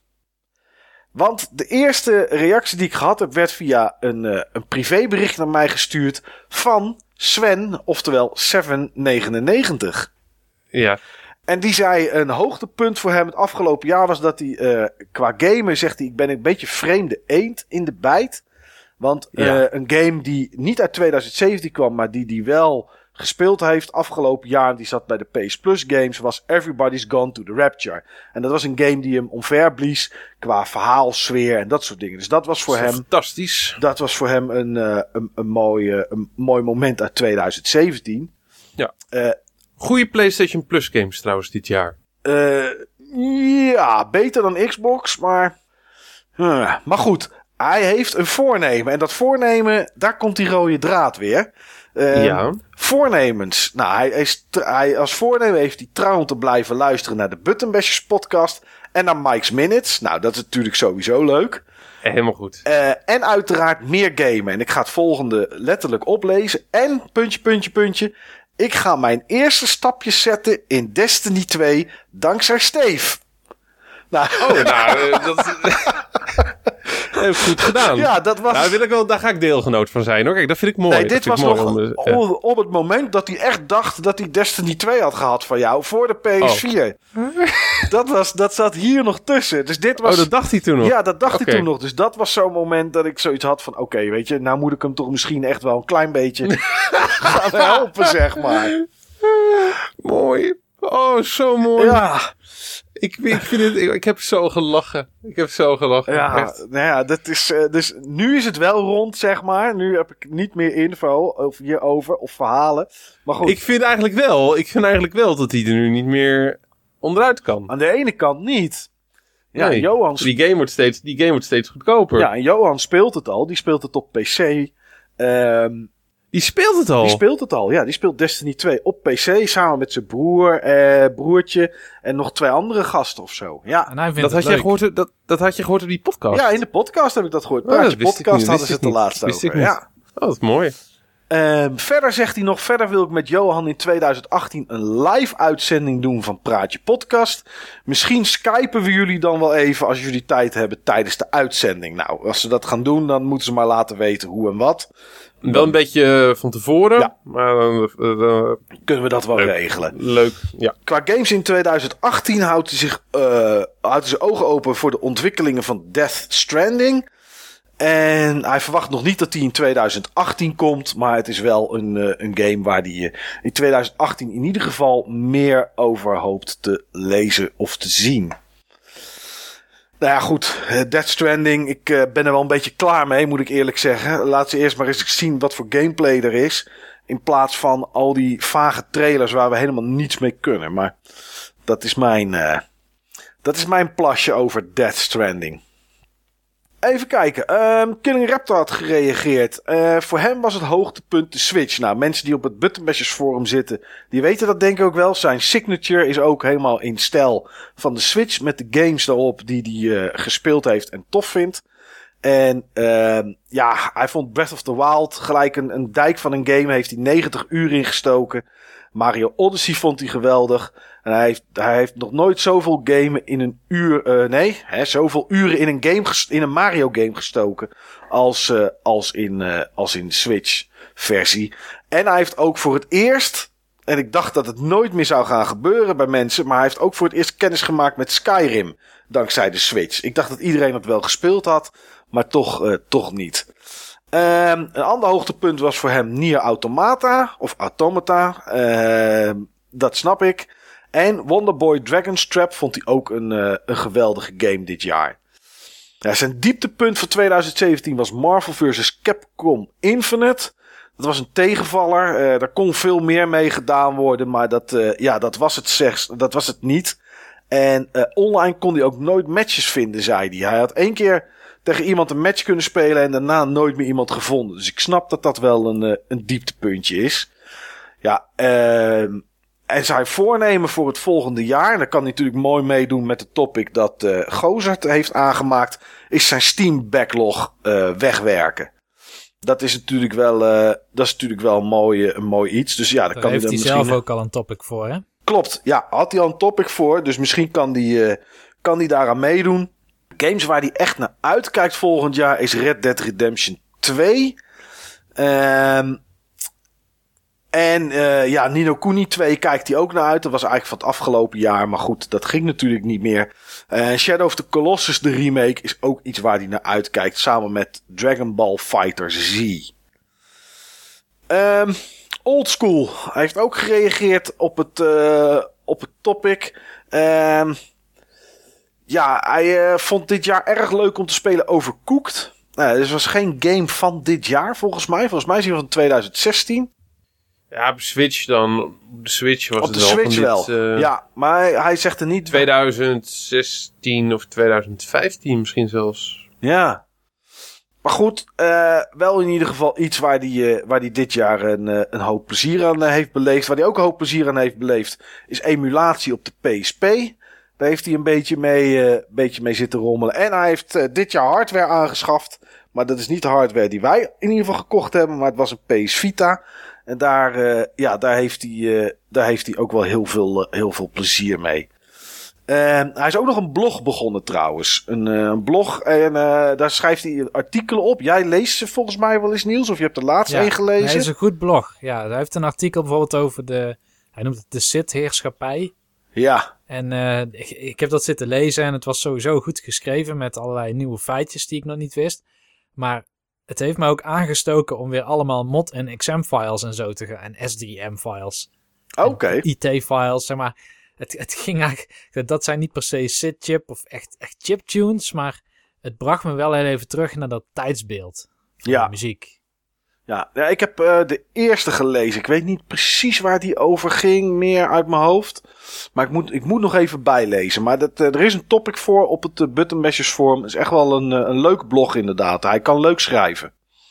Want de eerste reactie die ik gehad heb werd via een, uh, een privébericht naar mij gestuurd van Sven, oftewel Seven negenennegentig. Ja. En die zei een hoogtepunt voor hem het afgelopen jaar was dat hij uh, qua gamen, zegt hij, ik ben een beetje vreemde eend in de bijt. Want uh, Ja. een game die niet uit twintig zeventien kwam, maar die die wel gespeeld heeft afgelopen jaar, die zat bij de P S Plus games, was Everybody's Gone to the Rapture. En dat was een game die hem omverblies qua verhaal, sfeer en dat soort dingen. Dus dat was voor Dat is hem, fantastisch. dat was voor hem een, uh, een, een, mooi, uh, een mooi moment uit twintig zeventien. Ja. Uh, Goeie PlayStation Plus games trouwens dit jaar. Uh, ja, beter dan Xbox, maar... Uh, maar goed, hij heeft een voornemen. En dat voornemen, daar komt die rode draad weer. Uh, Ja. Voornemens. Nou, hij is t- hij, als voornemen heeft hij trouw om te blijven luisteren naar de Buttonbashers podcast. En naar Mike's Minutes. Nou, dat is natuurlijk sowieso leuk. Helemaal goed. Uh, en uiteraard meer gamen. En ik ga het volgende letterlijk oplezen. En, puntje, puntje, puntje... Ik ga mijn eerste stapjes zetten in Destiny twee dankzij Steve. Nou, Oh, nou, uh, dat heb ik goed gedaan. ja, dat was... Nou, wil ik wel, daar ga ik deelgenoot van zijn hoor. Kijk, dat vind ik mooi. nee, Dat dit vind was ik mooi nog om, uh, ja. op, op het moment dat hij echt dacht dat hij Destiny twee had gehad van jou voor de P S vier. Dat, was, dat zat hier nog tussen. Dus dit was... Oh, dat dacht hij toen nog? Ja, dat dacht Oké. hij toen nog. Dus dat was zo'n moment dat ik zoiets had van... Oké, okay, weet je, nou moet ik hem toch misschien echt wel een klein beetje gaan helpen, zeg maar. Mooi. Oh, zo mooi. Ja, Ik, ik, vind het, ik, ik heb zo gelachen. Ik heb zo gelachen. ja, Echt. nou ja, dat is, uh, dus nu is het wel rond, zeg maar. Nu heb ik niet meer info over hierover of verhalen. Maar goed, Ik vind eigenlijk wel, ik vind eigenlijk wel dat hij er nu niet meer onderuit kan. aan de ene kant niet. Ja, Nee, Johan, die game wordt steeds, die game wordt steeds goedkoper. ja, en Johan speelt het al. Die speelt het op P C. Ehm Die speelt het al. Die speelt het al, ja. Die speelt Destiny twee op P C samen met zijn broer, eh, broertje en nog twee andere gasten of zo. Ja, En hij vindt dat, had het jij leuk. gehoord, dat, dat had je gehoord op die podcast? ja, in de podcast heb ik dat gehoord. Oh, dat Praatje wist ik podcast niet, hadden wist ze ik het de niet. laatste Wist ik over. niet. Ja. Oh, dat is mooi. Um, verder zegt hij nog, verder wil ik met Johan in twintig achttien een live uitzending doen van Praatje Podcast. Misschien skypen we jullie dan wel even als jullie tijd hebben tijdens de uitzending. Nou, als ze dat gaan doen, dan moeten ze maar laten weten hoe en wat. Wel een beetje van tevoren, Ja. maar dan, uh, uh, Kunnen we dat wel leuk. regelen. Leuk, ja. Qua games in twintig achttien houdt hij zich uh, houdt hij zijn ogen open voor de ontwikkelingen van Death Stranding. En hij verwacht nog niet dat hij in twintig achttien komt. Maar het is wel een, uh, een game waar hij uh, in twintig achttien in ieder geval meer over hoopt te lezen of te zien. Nou ja, goed. Uh, Death Stranding. Ik uh, ben er wel een beetje klaar mee, moet ik eerlijk zeggen. Laat ze eerst maar eens zien wat voor gameplay er is. In plaats van al die vage trailers waar we helemaal niets mee kunnen. Maar dat is mijn, uh, dat is mijn plasje over Death Stranding. Even kijken. Um, Killing Raptor had gereageerd. Uh, voor hem was het hoogtepunt de Switch. Nou, mensen die op het Buttonbashers forum zitten, die weten dat denk ik ook wel. Zijn signature is ook helemaal in stijl van de Switch. Met de games daarop die hij uh, gespeeld heeft en tof vindt. En uh, ja, hij vond Breath of the Wild gelijk een, een dijk van een game. Heeft hij negentig uur ingestoken. Mario Odyssey vond hij geweldig. En hij heeft, hij heeft nog nooit zoveel gamen in een uur... Uh, nee, hè, zoveel uren in een, game ges- in een Mario game gestoken als, uh, als, in, uh, als in de Switch versie. En hij heeft ook voor het eerst... En ik dacht dat het nooit meer zou gaan gebeuren bij mensen. Maar hij heeft ook voor het eerst kennis gemaakt met Skyrim. Dankzij de Switch. Ik dacht dat iedereen het wel gespeeld had. Maar toch, uh, toch niet. Um, een ander hoogtepunt was voor hem Nier Automata. Of Automata. Uh, dat snap ik. En Wonderboy Dragon's Trap vond hij ook een, uh, een geweldige game dit jaar. Ja, zijn dieptepunt voor twintig zeventien was Marvel versus. Capcom Infinite. Dat was een tegenvaller. Uh, daar kon veel meer mee gedaan worden. Maar dat, uh, ja, dat was het, zeg, dat was het niet. En uh, online kon hij ook nooit matches vinden, zei hij. Hij had één keer tegen iemand een match kunnen spelen en daarna nooit meer iemand gevonden. Dus ik snap dat dat wel een, uh, een dieptepuntje is. Ja, uh, en zijn voornemen voor het volgende jaar, en daar kan hij natuurlijk mooi meedoen met de topic dat uh, Gozert heeft aangemaakt, is zijn Steam backlog uh, wegwerken. Dat is natuurlijk wel, uh, dat is natuurlijk wel een mooi, een mooi iets. Dus ja, daar Daar kan heeft hij hij dan zelf misschien... ook al een topic voor, hè? Klopt, ja, had hij al een topic voor. Dus misschien kan hij uh, kan die daaraan meedoen. Games waar hij echt naar uitkijkt volgend jaar is Red Dead Redemption twee. Um, en uh, ja, Ni no Kuni twee kijkt hij ook naar uit. Dat was eigenlijk van het afgelopen jaar. Maar goed, dat ging natuurlijk niet meer. Uh, Shadow of the Colossus, de remake, is ook iets waar hij naar uitkijkt. Samen met Dragon Ball FighterZ. Um, Oldschool. Hij heeft ook gereageerd op het, uh, op het topic. Um, ja, hij uh, vond dit jaar erg leuk om te spelen Overcooked. Uh, dus was geen game van dit jaar volgens mij. Volgens mij is hij van twintig zestien. Ja, op Switch dan. Op de Switch was op het de wel Switch van wel. Dit, uh, ja, maar hij, hij zegt er niet... twintig zestien of twintig vijftien misschien zelfs. Ja. Maar goed, uh, wel in ieder geval iets waar hij uh, waar die dit jaar een, uh, een hoop plezier aan uh, heeft beleefd. Waar hij ook een hoop plezier aan heeft beleefd, is emulatie op de P S P. Daar heeft hij een beetje mee, uh, beetje mee zitten rommelen. En hij heeft uh, dit jaar hardware aangeschaft. Maar dat is niet de hardware die wij in ieder geval gekocht hebben. Maar het was een P S Vita. En daar, uh, ja, daar, heeft hij, uh, daar heeft hij ook wel heel veel, uh, heel veel plezier mee. Uh, hij is ook nog een blog begonnen trouwens. Een, uh, een blog en uh, daar schrijft hij artikelen op. Jij leest ze volgens mij wel eens, Niels, of je hebt er laatst ja, een gelezen. Hij is een goed blog. Ja, hij heeft een artikel bijvoorbeeld over de, hij noemt het de Sith-heerschappij. Ja. En uh, ik, ik heb dat zitten lezen en het was sowieso goed geschreven met allerlei nieuwe feitjes die ik nog niet wist. Maar het heeft me ook aangestoken om weer allemaal mod- en X M-files en zo te gaan. En S D M-files. Oké. Okay. I T-files, zeg maar. Het, het ging eigenlijk... Dat zijn niet per se SID-chip of echt, echt chiptunes, maar het bracht me wel heel even terug naar dat tijdsbeeld van ja. de muziek. Ja, ja, ik heb uh, de eerste gelezen. Ik weet niet precies waar die over ging, meer uit mijn hoofd. Maar ik moet, ik moet nog even bijlezen. Maar dat, uh, er is een topic voor op het uh, Button Bashers forum. Het is echt wel een, uh, een leuk blog inderdaad. Hij kan leuk schrijven.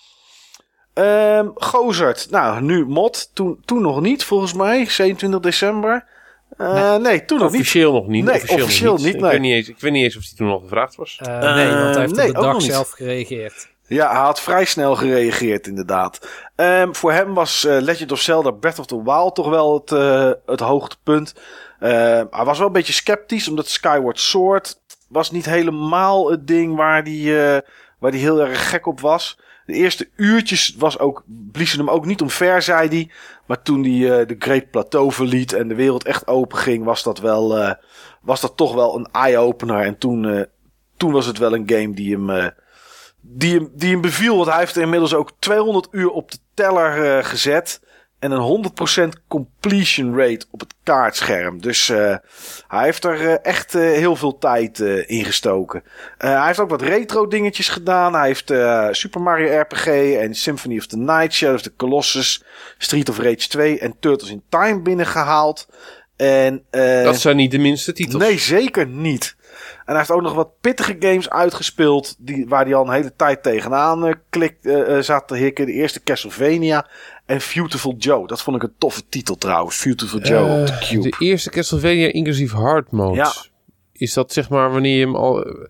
Um, Gozert, nou nu mod. Toen, toen nog niet volgens mij, zevenentwintig december. Uh, nee. nee, toen nog niet. Officieel nog niet. Nee, officieel, officieel nog niet. niet nee. ik, weet niet eens, ik weet niet eens of hij toen al gevraagd was. Uh, nee, want hij heeft uh, nee, op de dag niet. zelf gereageerd. Ja, hij had vrij snel gereageerd inderdaad. Um, voor hem was uh, Legend of Zelda Breath of the Wild toch wel het, uh, het hoogtepunt. Uh, hij was wel een beetje sceptisch, omdat Skyward Sword was niet helemaal het ding waar hij uh, waar die heel erg gek op was. De eerste uurtjes was ook, bliezen hem ook niet omver, zei hij. Maar toen hij uh, de Great Plateau verliet en de wereld echt open ging, was dat, wel, uh, was dat toch wel een eye-opener. En toen, uh, toen was het wel een game die hem... Uh, Die hem, die hem beviel, want hij heeft er inmiddels ook tweehonderd uur op de teller uh, gezet. En een honderd procent completion rate op het kaartscherm. Dus uh, hij heeft er uh, echt uh, heel veel tijd uh, in gestoken. Uh, hij heeft ook wat retro dingetjes gedaan. Hij heeft uh, Super Mario R P G en Symphony of the Night, Shadow of the Colossus, Street of Rage twee en Turtles in Time binnengehaald. En, uh, dat zijn niet de minste titels. Nee, zeker niet. En hij heeft ook nog wat pittige games uitgespeeld, die, waar hij al een hele tijd tegenaan uh, klikt, uh, zat te hikken. De eerste Castlevania en Beautiful Joe. Dat vond ik een toffe titel trouwens. Beautiful Joe uh, op de Cube. De eerste Castlevania inclusief hard mode. Ja. Is dat zeg maar wanneer je hem al... Uh,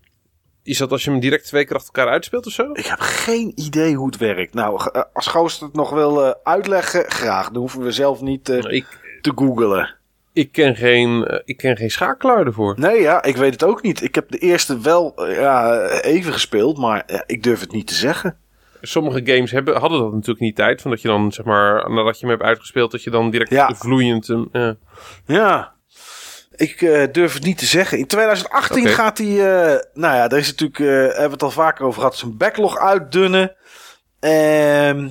is dat als je hem direct twee keer achter elkaar uitspeelt of zo? Ik heb geen idee hoe het werkt. Nou, als Ghost het nog wil uh, uitleggen, graag. Dan hoeven we zelf niet uh, ik, te googlen. Ik ken geen, uh, ik ken geen schakelaar ervoor. Nee, ja, ik weet het ook niet. Ik heb de eerste wel uh, ja, even gespeeld, maar uh, ik durf het niet te zeggen. Sommige games hebben, hadden dat natuurlijk niet tijd. Van dat je dan, zeg maar, nadat je hem hebt uitgespeeld, dat je dan direct ja. vloeiend... Uh, ja, ik uh, durf het niet te zeggen. In twintig achttien okay. gaat hij... Uh, nou ja, daar is natuurlijk... Uh, hebben we het al vaker over gehad. Zijn backlog uitdunnen. Um,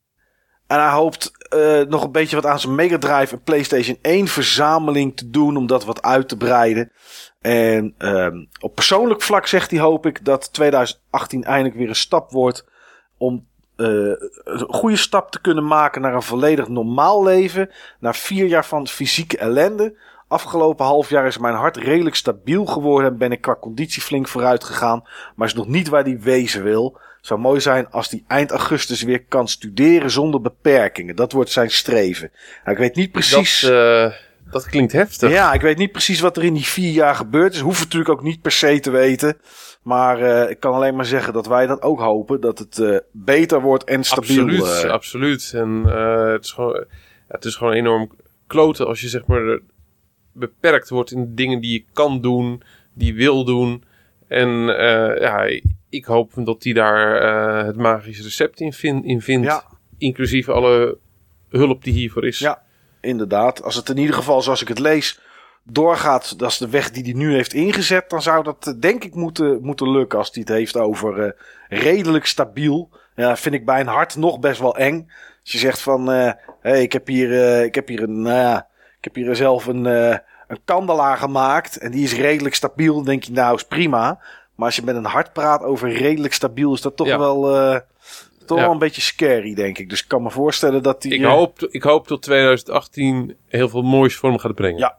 en hij hoopt uh, nog een beetje wat aan zijn Mega Drive en PlayStation één verzameling te doen. Om dat wat uit te breiden. En um, op persoonlijk vlak zegt hij, hoop ik, dat twintig achttien eindelijk weer een stap wordt om uh, een goede stap te kunnen maken naar een volledig normaal leven. Na vier jaar van fysieke ellende. Afgelopen half jaar is mijn hart redelijk stabiel geworden en ben ik qua conditie flink vooruit gegaan, maar is nog niet waar die wezen wil. Zou mooi zijn als die eind augustus weer kan studeren zonder beperkingen. Dat wordt zijn streven. Nou, ik weet niet precies... Dat, uh, dat klinkt heftig. Ja, ik weet niet precies wat er in die vier jaar gebeurd is. Hoef natuurlijk ook niet per se te weten. Maar uh, ik kan alleen maar zeggen dat wij dat ook hopen. Dat het uh, beter wordt en stabiel. Absoluut, uh, absoluut. En uh, het, is gewoon, ja, het is gewoon enorm kloten als je zeg maar beperkt wordt in de dingen die je kan doen, die je wil doen. En uh, ja, ik hoop dat hij daar uh, het magische recept in, vind, in vindt. Ja. Inclusief alle hulp die hiervoor is. Ja, inderdaad. Als het in ieder geval, zoals ik het lees, doorgaat, dat is de weg die hij nu heeft ingezet, dan zou dat denk ik moeten, moeten lukken als hij het heeft over uh, redelijk stabiel. Ja, vind ik bij een hart nog best wel eng. Als je zegt van, uh, hey, ik heb hier, uh, ik heb hier een, nou ja, ik heb hier zelf een, uh, een kandelaar gemaakt en die is redelijk stabiel, dan denk je nou is prima. Maar als je met een hart praat over redelijk stabiel, is dat toch ja. wel, uh, toch ja. wel een beetje scary, denk ik. Dus ik kan me voorstellen dat die... Ik, uh, hoop, ik hoop tot twintig achttien heel veel moois voor hem gaat brengen. Ja.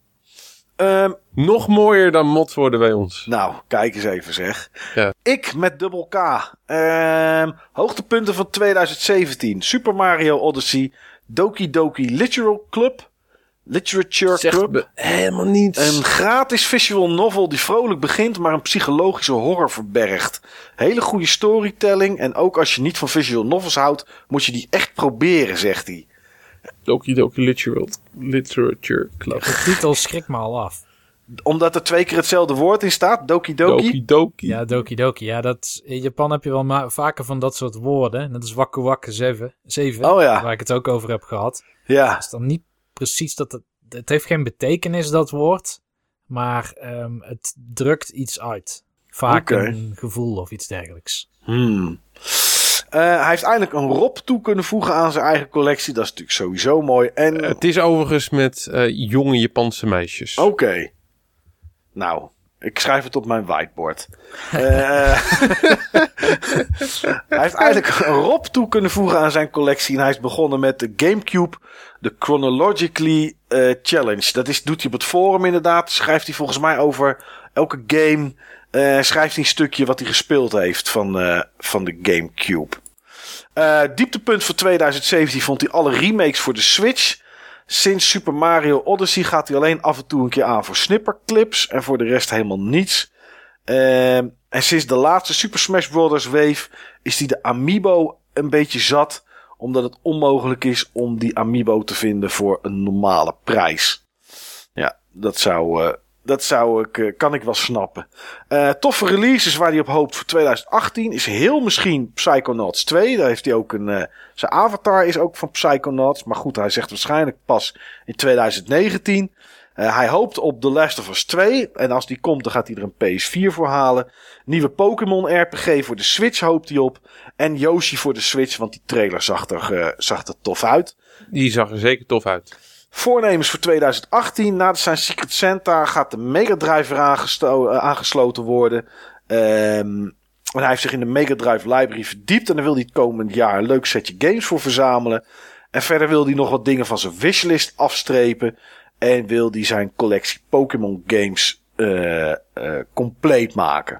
Um, Nog mooier dan mot worden bij ons. Nou, kijk eens even zeg. Ja. Ik met dubbel K. Um, hoogtepunten van twintig zeventien. Super Mario Odyssey. Doki Doki Literal Club. Literature Zegt Club. me helemaal niets. Een gratis visual novel die vrolijk begint, maar een psychologische horror verbergt. Hele goede storytelling. En ook als je niet van visual novels houdt, moet je die echt proberen, zegt hij. Doki Doki Literal, Literature Club. De titel schrikt me al af. Omdat er twee keer hetzelfde woord in staat. Doki Doki. Doki Doki. Ja, Doki Doki. Ja, dat, in Japan heb je wel ma- vaker van dat soort woorden. Dat is Waku Waku zeven, zeven Oh ja. waar ik het ook over heb gehad. Ja. Het is dan niet precies dat het... Het heeft geen betekenis, dat woord. Maar um, het drukt iets uit. Vaak Okay. een gevoel of iets dergelijks. Hmm. Uh, hij heeft eindelijk een Rob toe kunnen voegen aan zijn eigen collectie. Dat is natuurlijk sowieso mooi. En... Uh, het is overigens met uh, jonge Japanse meisjes. Oké. Okay. Nou, ik schrijf het op mijn whiteboard. uh, hij heeft eigenlijk een Rob toe kunnen voegen aan zijn collectie. En hij is begonnen met de GameCube, de Chronologically uh, Challenge. Dat is, doet hij op het forum inderdaad. Schrijft hij volgens mij over elke game. Uh, schrijft hij een stukje wat hij gespeeld heeft van, uh, van de GameCube. Uh, dieptepunt voor twintig zeventien vond hij alle remakes voor de Switch. Sinds Super Mario Odyssey gaat hij alleen af en toe een keer aan voor snipperclips. En voor de rest helemaal niets. Uh, en sinds de laatste Super Smash Bros. Wave is hij de Amiibo een beetje zat. Omdat het onmogelijk is om die Amiibo te vinden voor een normale prijs. Ja, dat zou... Uh, Dat zou ik, uh, kan ik wel snappen. Uh, toffe releases waar hij op hoopt voor twintig achttien is heel misschien Psychonauts twee. Daar heeft hij ook een... Uh, zijn avatar is ook van Psychonauts. Maar goed, hij zegt waarschijnlijk pas in twintig negentien. Uh, hij hoopt op The Last of Us twee. En als die komt, dan gaat hij er een P S vier voor halen. Nieuwe Pokémon R P G voor de Switch hoopt hij op. En Yoshi voor de Switch, want die trailer zag er, uh, zag er tof uit. Die zag er zeker tof uit. Voornemens voor twintig achttien. Na zijn Secret Santa gaat de Mega Drive er aangesto- uh, aangesloten worden. Um, en hij heeft zich in de Mega Drive library verdiept. En dan wil hij het komend jaar een leuk setje games voor verzamelen. En verder wil hij nog wat dingen van zijn wishlist afstrepen. En wil hij zijn collectie Pokémon games uh, uh, compleet maken.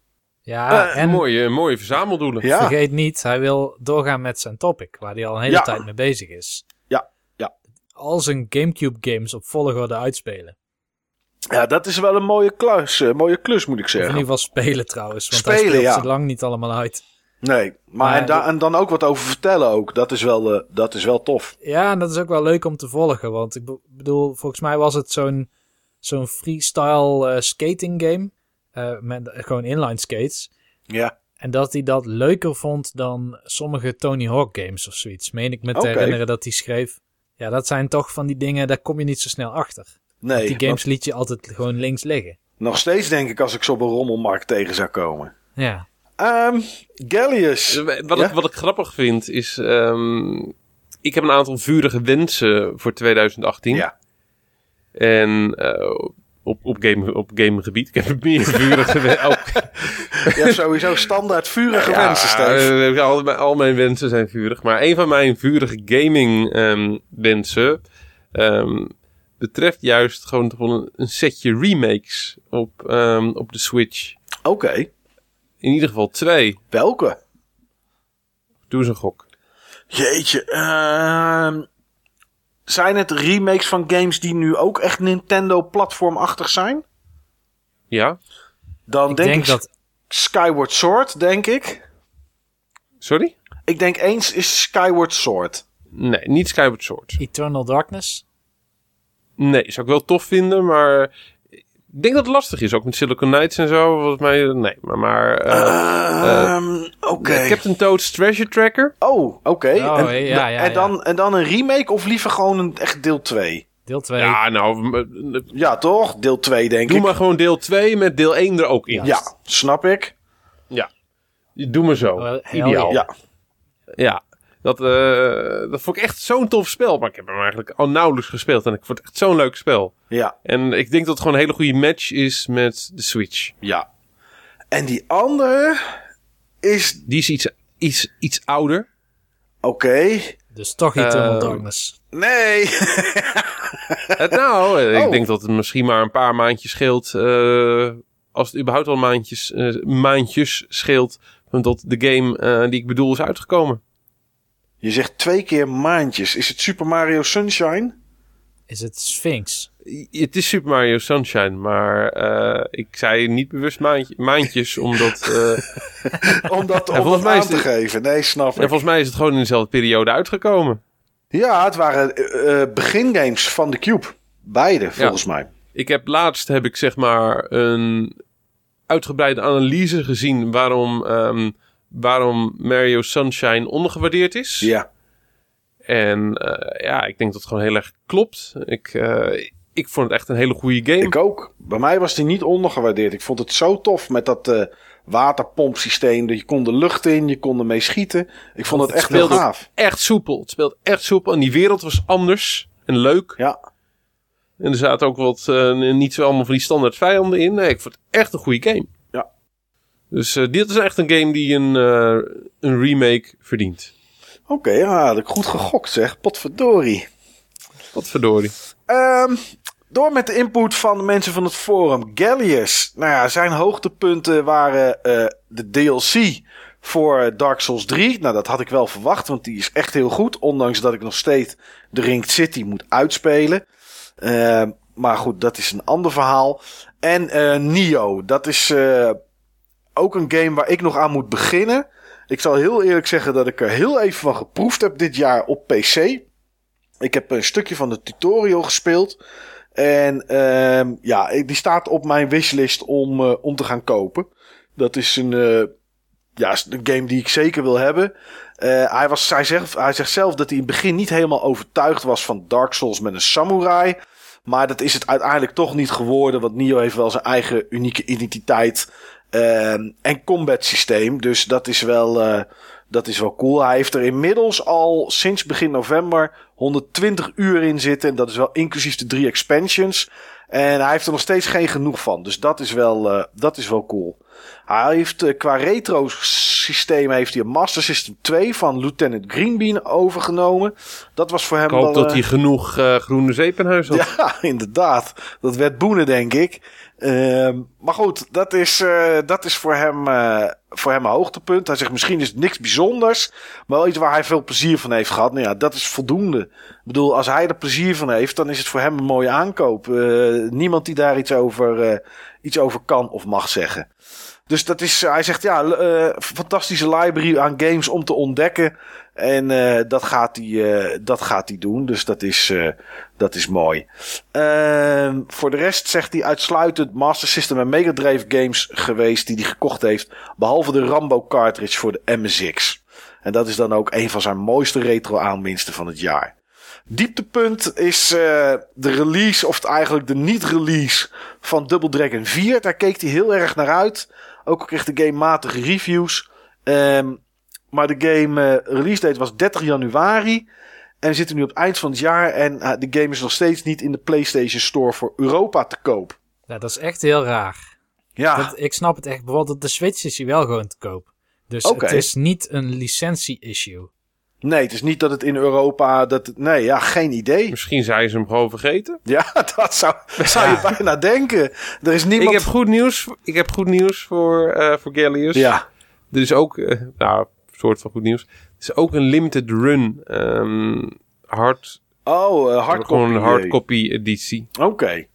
Ja, Uh, en mooie, mooie verzameldoelen. Ja. vergeet niet, hij wil doorgaan met zijn topic, waar hij al een hele Ja. tijd mee bezig is. Ja, ja. Al zijn GameCube games op volgorde uitspelen. Ja, dat is wel een mooie klus, uh, mooie klus moet ik Of in zeggen. ieder geval spelen trouwens, want Spelen, hij speelt ja. ze lang niet allemaal uit. Nee, maar, Maar- en, da- en dan ook wat over vertellen ook. Dat is wel, uh, dat is wel tof. Ja, en dat is ook wel leuk om te volgen, want ik be- bedoel, volgens mij was het zo'n, zo'n freestyle uh, skating game, uh, met uh, gewoon inline skates. Ja. En dat hij dat leuker vond dan sommige Tony Hawk games of zoiets. Meen ik me te Oké. herinneren dat hij schreef. Ja, dat zijn toch van die dingen, daar kom je niet zo snel achter. Nee, Die games liet je altijd gewoon links liggen. nog steeds denk ik als ik ze op een rommelmarkt tegen zou komen. Ja. Um, Gallius. Wat, Ja? ik, wat ik grappig vind is... Um, ik heb een aantal vurige wensen voor twintig achttien. Ja. En uh, op, op, game, op gamegebied. Ik heb meer vurige wensen. Ook. Je hebt sowieso standaard vurige wensen, Steve. uh, al, mijn- al mijn wensen zijn vurig. Maar een van mijn vurige gaming um, wensen... Um, betreft juist gewoon toch wel een, een setje remakes op, um, op de Switch. Oké. Okay. In ieder geval twee. Welke? Doe eens een gok. Jeetje. Uh, zijn het remakes van games die nu ook echt Nintendo-platformachtig zijn? Ja. Dan ik denk, denk ik dat... Skyward Sword, denk ik. Sorry? Ik denk eens is Skyward Sword. Nee, niet Skyward Sword. Eternal Darkness? Nee, zou ik wel tof vinden, maar... Ik denk dat het lastig is, ook met Silicon Knights en zo. Volgens mij, nee, maar... maar uh, um, uh, oké. Okay. Captain Toad's Treasure Tracker. Oh, oké. Okay. Oh, en, hey, ja, ja, en, ja. dan, en dan een remake of liever gewoon een echt deel twee? Deel twee. Ja, nou... Ja, toch? Deel twee, denk doe ik. Doe maar gewoon deel twee met deel één er ook in. Ja, snap ik. Ja. Doe maar zo. Oh, Ideaal. Ja. Ja. Dat, uh, dat vond ik echt zo'n tof spel. Maar ik heb hem eigenlijk al nauwelijks gespeeld. En ik vond het echt zo'n leuk spel. Ja. En ik denk dat het gewoon een hele goede match is met de Switch. Ja. En die andere is... Die is iets, iets, iets ouder. Oké. Okay. Dus toch Eternal uh, Nee. Darkness. Het, nou, oh. ik denk dat het misschien maar een paar maandjes scheelt. Uh, als het überhaupt al maandjes, uh, maandjes scheelt. Tot de game uh, die ik bedoel is uitgekomen. Je zegt twee keer maandjes. Is het Super Mario Sunshine? Is het Sphinx? Het is Super Mario Sunshine, maar uh, ik zei niet bewust maandje, maandjes, omdat... Uh, om dat, om dat aan te het, geven. Nee, snap ik. En volgens mij is het gewoon in dezelfde periode uitgekomen. Ja, het waren uh, begingames van de Cube. Beide, volgens ja. mij. Ik heb laatst, heb ik zeg maar, een uitgebreide analyse gezien waarom... Um, waarom Mario Sunshine ondergewaardeerd is. Ja. En uh, ja, ik denk dat het gewoon heel erg klopt. Ik, uh, ik vond het echt een hele goede game. Ik ook. Bij mij was die niet ondergewaardeerd. Ik vond het zo tof met dat uh, waterpompsysteem. Je kon de lucht in, je kon ermee schieten. Ik vond het, het echt heel gaaf. Echt soepel. Het speelt echt soepel. En die wereld was anders en leuk. Ja. En er zaten ook wat, uh, niet zo allemaal van die standaard vijanden in. Nee, ik vond het echt een goede game. Ja. Dus uh, dit is echt een game die een, uh, een remake verdient. Oké, okay, ja, had ik goed gegokt zeg. Potverdorie. Potverdorie. Um, door met de input van de mensen van het forum. Gallius. Nou ja, zijn hoogtepunten waren uh, de D L C voor Dark Souls drie. Nou, dat had ik wel verwacht, want die is echt heel goed. Ondanks dat ik nog steeds de Ringed City moet uitspelen. Uh, maar goed, dat is een ander verhaal. En uh, Nioh, dat is... Uh, ook een game waar ik nog aan moet beginnen. Ik zal heel eerlijk zeggen dat ik er heel even van geproefd heb dit jaar op P C. Ik heb een stukje van de tutorial gespeeld. En uh, ja, die staat op mijn wishlist om, uh, om te gaan kopen. Dat is een, uh, ja, een game die ik zeker wil hebben. Uh, hij, was, hij, zegt, hij zegt zelf dat hij in het begin niet helemaal overtuigd was van Dark Souls met een samurai. Maar dat is het uiteindelijk toch niet geworden. Want Nioh heeft wel zijn eigen unieke identiteit... Uh, en combat systeem. Dus dat is wel, uh, dat is wel cool. Hij heeft er inmiddels al sinds begin november honderdtwintig uur in zitten. En dat is wel inclusief de drie expansions. En hij heeft er nog steeds geen genoeg van. Dus dat is wel, uh, dat is wel cool. Hij heeft uh, qua retro systeem heeft hij een Master System twee van Lieutenant Greenbean overgenomen. Dat was voor hem wel... Ik hoop wel, dat hij uh, genoeg uh, groene zeep in huis had. Ja, inderdaad. Dat werd boenen, denk ik. Uh, maar goed, dat is, uh, dat is voor hem, uh, voor hem een hoogtepunt. Hij zegt misschien is het niks bijzonders, maar wel iets waar hij veel plezier van heeft gehad. Nou ja, dat is voldoende. Ik bedoel, als hij er plezier van heeft, dan is het voor hem een mooie aankoop. Uh, niemand die daar iets over, uh, iets over kan of mag zeggen. Dus dat is, hij zegt ja, uh, fantastische library aan games om te ontdekken. En uh, dat gaat hij, uh, dat gaat hij doen. Dus dat is, uh, dat is mooi. Uh, voor de rest zegt hij uitsluitend Master System en Mega Drive games geweest die hij gekocht heeft. Behalve de Rambo cartridge voor de M S X. En dat is dan ook een van zijn mooiste retro aanwinsten van het jaar. Dieptepunt is uh, de release, of eigenlijk de niet-release van Double Dragon vier. Daar keek hij heel erg naar uit. Ook al kreeg de game matige reviews. Um, maar de game uh, release date was dertig januari. En we zitten nu op het eind van het jaar. En uh, de game is nog steeds niet in de PlayStation Store voor Europa te koop. Ja, dat is echt heel raar. Ja. Dat, ik snap het echt. Bijvoorbeeld op de Switch is hij wel gewoon te koop. Dus okay. het is niet een licentie-issue. Nee, het is niet dat het in Europa... Dat het, nee, ja, geen idee. Misschien zijn ze hem gewoon vergeten. Ja, dat zou, zou je bijna denken. Er is niemand... Ik heb goed nieuws, ik heb goed nieuws voor, uh, voor Gallius. Ja. Er is ook, uh, nou, een soort van goed nieuws. Er is ook een limited run um, hard... Oh, uh, hardcopy. Gewoon een hardcopy editie. Oké. Okay.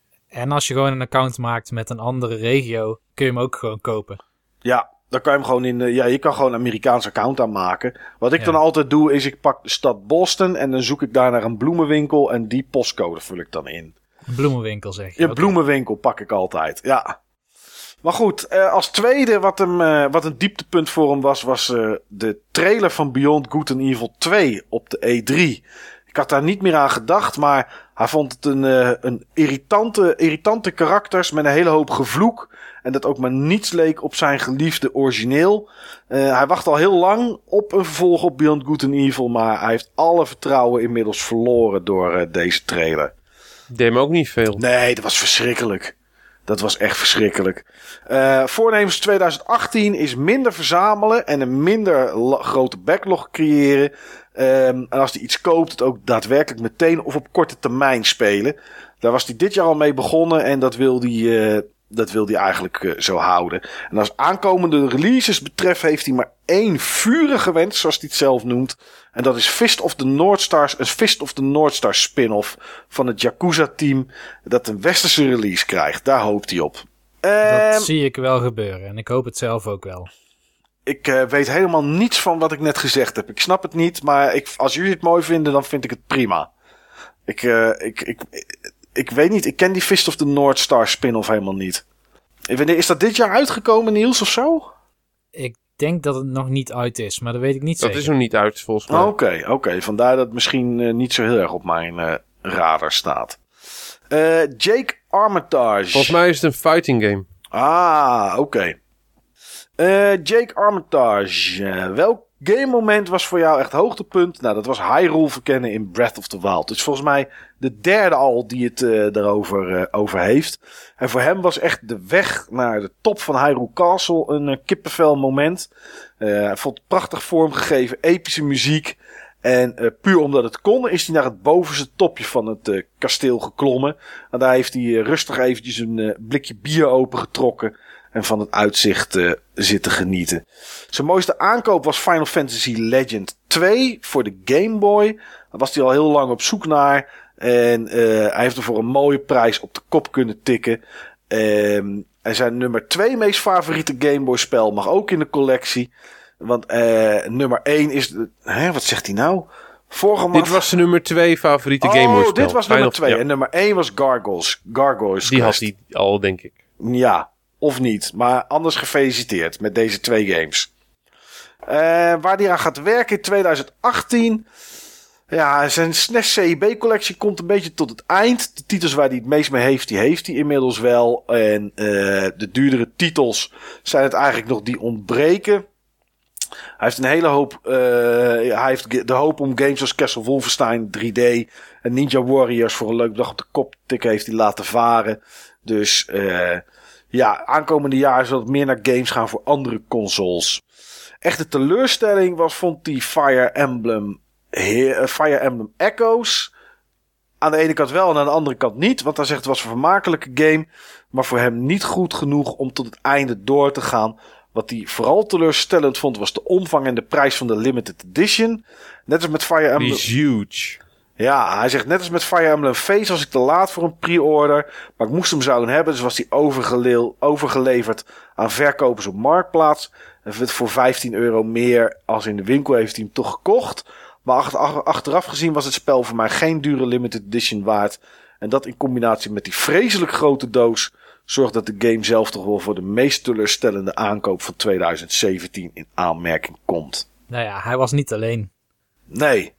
En als je gewoon een account maakt met een andere regio, kun je hem ook gewoon kopen. Ja, dan kan je hem gewoon in... Uh, ja, je kan gewoon een Amerikaans account aanmaken. Wat ik ja. dan altijd doe, is ik pak de stad Boston en dan zoek ik daar naar een bloemenwinkel en die postcode vul ik dan in. Een bloemenwinkel zeg je? Ja, okay. Bloemenwinkel pak ik altijd, ja. Maar goed, uh, als tweede wat, hem, uh, wat een dieptepunt voor hem was, was uh, de trailer van Beyond Good and Evil twee op de E drie. Ik had daar niet meer aan gedacht, maar hij vond het een, uh, een irritante, irritante karakters met een hele hoop gevloek. En dat ook maar niets leek op zijn geliefde origineel. Uh, hij wacht al heel lang op een vervolg op Beyond Good and Evil, maar hij heeft alle vertrouwen inmiddels verloren door uh, deze trailer. Deed hem ook niet veel. Nee, dat was verschrikkelijk. Dat was echt verschrikkelijk. Uh, voornemens twintig achttien is minder verzamelen en een minder la- grote backlog creëren. Um, en als hij iets koopt, het ook daadwerkelijk meteen of op korte termijn spelen. Daar was hij dit jaar al mee begonnen en dat wil hij, uh, dat wil hij eigenlijk uh, zo houden. En als aankomende releases betreft heeft hij maar één vurige wens, zoals hij het zelf noemt. En dat is Fist of the North Stars, een Fist of the North Stars spin-off van het Yakuza-team dat een westerse release krijgt. Daar hoopt hij op. Dat Um, zie ik wel gebeuren en ik hoop het zelf ook wel. Ik uh, weet helemaal niets van wat ik net gezegd heb. Ik snap het niet, maar ik, als jullie het mooi vinden, dan vind ik het prima. Ik, uh, ik, ik, ik, ik weet niet, ik ken die Fist of the North Star spin-off helemaal niet. Wanneer is dat dit jaar uitgekomen, Niels, of zo? Ik denk dat het nog niet uit is, maar dat weet ik niet dat zeker. Dat is nog niet uit, volgens mij. Oké, okay, oké. Okay. Vandaar dat het misschien uh, niet zo heel erg op mijn uh, radar staat. Uh, Jake Armitage. Volgens mij is het een fighting game. Ah, oké. Okay. Uh, Jake Armitage. Uh, welk game moment was voor jou echt hoogtepunt? Nou, dat was Hyrule verkennen in Breath of the Wild. Het is volgens mij de derde al die het uh, daarover uh, over heeft. En voor hem was echt de weg naar de top van Hyrule Castle een uh, kippenvel moment. Uh, hij vond het prachtig vormgegeven, epische muziek. En uh, puur omdat het kon, is hij naar het bovenste topje van het uh, kasteel geklommen. En daar heeft hij uh, rustig eventjes een uh, blikje bier opengetrokken. En van het uitzicht uh, zitten genieten. Zijn mooiste aankoop was Final Fantasy Legend twee voor de Game Boy. Daar was hij al heel lang op zoek naar. En uh, hij heeft er voor een mooie prijs op de kop kunnen tikken. Um, en zijn nummer twee meest favoriete Game Boy spel mag ook in de collectie. Want uh, nummer één is... De, hè, wat zegt hij nou? Vorige dit was de nummer twee favoriete oh, Game Boy spel. Oh, dit was Final, nummer twee. Ja. En nummer één was Gargoyles. Gargoyles Die Quest. Had hij al, denk ik. Ja. Of niet. Maar anders gefeliciteerd met deze twee games. Uh, waar hij aan gaat werken in twintig achttien. Ja, zijn S N E S C I B-collectie komt een beetje tot het eind. De titels waar hij het meest mee heeft, die heeft hij inmiddels wel. En uh, de duurdere titels zijn het eigenlijk nog die ontbreken. Hij heeft een hele hoop... Uh, hij heeft de hoop om games als Castle Wolfenstein drie D en Ninja Warriors voor een leuk dag op de kop tikken heeft hij laten varen. Dus... Uh, Ja, aankomende jaar zal het meer naar games gaan voor andere consoles. Echte teleurstelling was, vond hij Fire Emblem, uh, Fire Emblem Echoes. Aan de ene kant wel en aan de andere kant niet. Want hij zegt het was een vermakelijke game. Maar voor hem niet goed genoeg om tot het einde door te gaan. Wat hij vooral teleurstellend vond was de omvang en de prijs van de limited edition. Net als met Fire Emblem... Die is huge. Ja, hij zegt net als met Fire Emblem Fates was ik te laat voor een pre-order. Maar ik moest hem zouden hebben. Dus was hij overgele- overgeleverd aan verkopers op Marktplaats. En voor vijftien euro meer als in de winkel heeft hij hem toch gekocht. Maar ach- achteraf gezien was het spel voor mij geen dure limited edition waard. En dat in combinatie met die vreselijk grote doos zorgt dat de game zelf toch wel voor de meest teleurstellende aankoop van twintig zeventien in aanmerking komt. Nou ja, hij was niet alleen. Nee.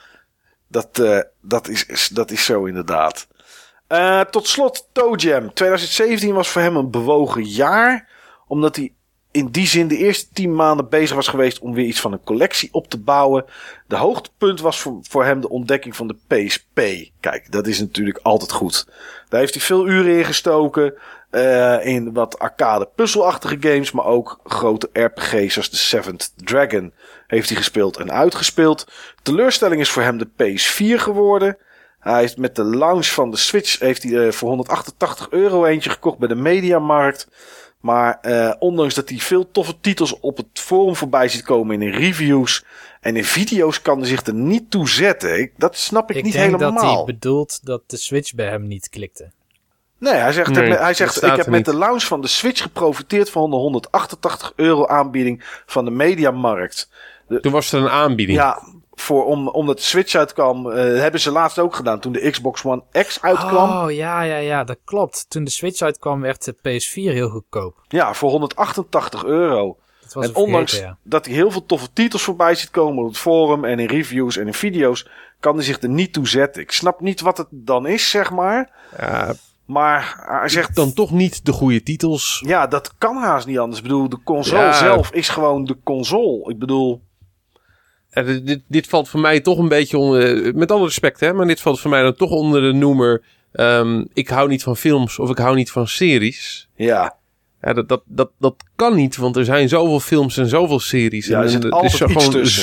Dat, uh, dat, is, dat is zo inderdaad. Uh, tot slot Toe Jam. twintig zeventien was voor hem een bewogen jaar. Omdat hij in die zin de eerste tien maanden bezig was geweest om weer iets van een collectie op te bouwen. De hoogtepunt was voor, voor hem de ontdekking van de P S P. Kijk, dat is natuurlijk altijd goed. Daar heeft hij veel uren in gestoken. Uh, in wat arcade puzzelachtige games, maar ook grote R P G's zoals The Seventh Dragon heeft hij gespeeld en uitgespeeld. Teleurstelling is voor hem de P S vier geworden. Hij heeft met de launch van de Switch heeft hij uh, voor honderdachtentachtig euro eentje gekocht bij de Mediamarkt. Maar uh, ondanks dat hij veel toffe titels op het forum voorbij ziet komen in de reviews en in video's, kan hij zich er niet toe zetten. Ik, dat snap ik, ik niet denk helemaal. Dat hij bedoelt dat de Switch bij hem niet klikte. Nee, hij zegt, Nee, hij zegt ik heb met niet. de launch van de Switch geprofiteerd van de honderdachtentachtig euro aanbieding van de Mediamarkt. Toen was er een aanbieding. Ja, voor, om, omdat de Switch uitkwam, uh, hebben ze laatst ook gedaan toen de Xbox One X uitkwam. Oh, ja, ja, ja, dat klopt. Toen de Switch uitkwam werd de P S vier heel goedkoop. Ja, voor honderdachtentachtig euro. Dat was En vergeten, ondanks ja. dat hij heel veel toffe titels voorbij ziet komen op het forum en in reviews en in video's, kan hij zich er niet toe zetten. Ik snap niet wat het dan is, zeg maar. Ja, Maar hij zegt dan toch niet de goede titels. ja, dat kan haast niet anders. Ik bedoel, de console Ja. zelf is gewoon de console. Ik bedoel, Ja, dit, dit, dit valt voor mij toch een beetje onder, met alle respect, hè, maar dit valt voor mij dan toch onder de noemer um, ik hou niet van films of ik hou niet van series. ja. Ja, dat, dat, dat, dat kan niet, want er zijn zoveel films en zoveel series. Ja, er en zit er altijd is iets gewoon tussen.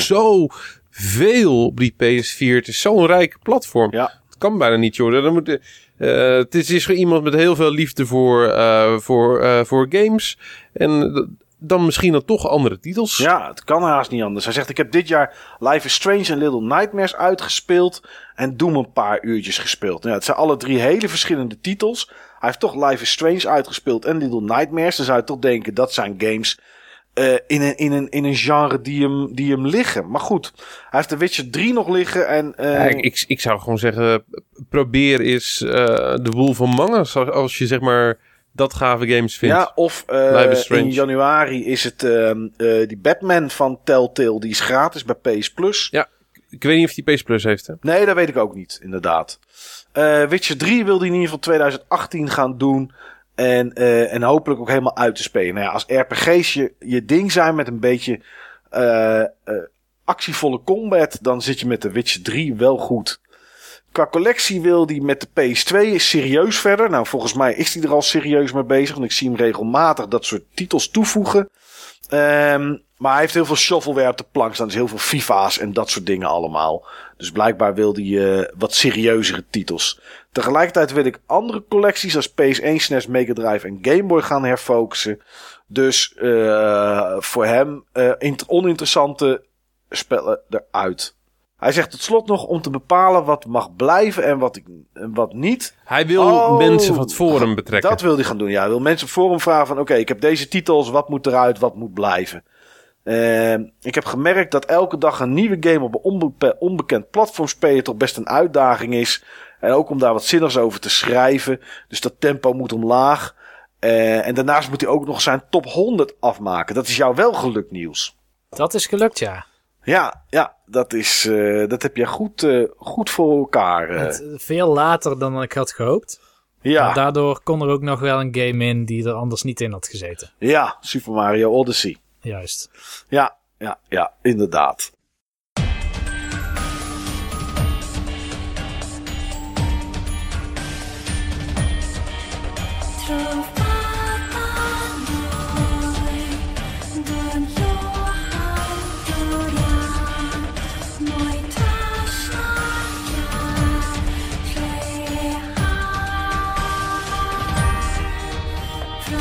zoveel op die P S vier. Het is zo'n rijk platform. Ja. Het kan bijna niet, joh. Dan moet, uh, het is, is gewoon iemand met heel veel liefde voor, uh, voor, uh, voor games. En uh, dan misschien dan toch andere titels. Ja, het kan haast niet anders. Hij zegt, ik heb dit jaar Life is Strange en Little Nightmares uitgespeeld en Doom een paar uurtjes gespeeld. Nou, ja, het zijn alle drie hele verschillende titels. Hij heeft toch Life is Strange uitgespeeld en Little Nightmares. Dan zou je toch denken, dat zijn games uh, in, een, in, een, in een genre die hem, die hem liggen. Maar goed, hij heeft The Witcher drie nog liggen. En, uh, Ja, ik, ik, ik zou gewoon zeggen, probeer eens uh, de Wolf Among Us als, als je zeg maar dat gave games vindt. ja, of Life is uh, Strange. in januari is het uh, uh, die Batman van Telltale. Die is gratis bij P S Plus. Ja, ik weet niet of die P S Plus heeft, hè? Nee, dat weet ik ook niet, inderdaad. Uh, Witcher drie wil hij in ieder geval twintig achttien gaan doen. En, uh, en hopelijk ook helemaal uit te spelen. Nou ja, als R P G's je, je ding zijn met een beetje uh, uh, actievolle combat, dan zit je met de Witcher drie wel goed. Qua collectie wil hij met de P S twee serieus verder. Nou, volgens mij is hij er al serieus mee bezig. Want ik zie hem regelmatig dat soort titels toevoegen. Um, maar hij heeft heel veel shovelware op de plank staan. Dus heel veel FIFA's en dat soort dingen allemaal. Dus blijkbaar wil hij uh, wat serieuzere titels. Tegelijkertijd wil ik andere collecties als P S één, S N E S, Mega Drive en Game Boy gaan herfocussen. Dus uh, voor hem uh, oninteressante spellen eruit. Hij zegt tot slot nog om te bepalen wat mag blijven en wat, en wat niet. Hij wil Oh, mensen van het forum betrekken. Dat wil hij gaan doen, ja. Hij wil mensen op het forum vragen van oké, okay, ik heb deze titels, wat moet eruit, wat moet blijven. Uh, ik heb gemerkt dat elke dag een nieuwe game op een onbe- onbekend platform spelen toch best een uitdaging is. En ook om daar wat zinnigs over te schrijven. Dus dat tempo moet omlaag. Uh, en daarnaast moet hij ook nog zijn top honderd afmaken. Dat is jou wel gelukt, Niels. Dat is gelukt, ja. Ja, ja, dat is, uh, dat heb je goed, uh, goed voor elkaar. Uh. Het, veel later dan ik had gehoopt. Ja, Maar daardoor kon er ook nog wel een game in die er anders niet in had gezeten. ja, Super Mario Odyssey. Juist. Ja, ja, ja, inderdaad.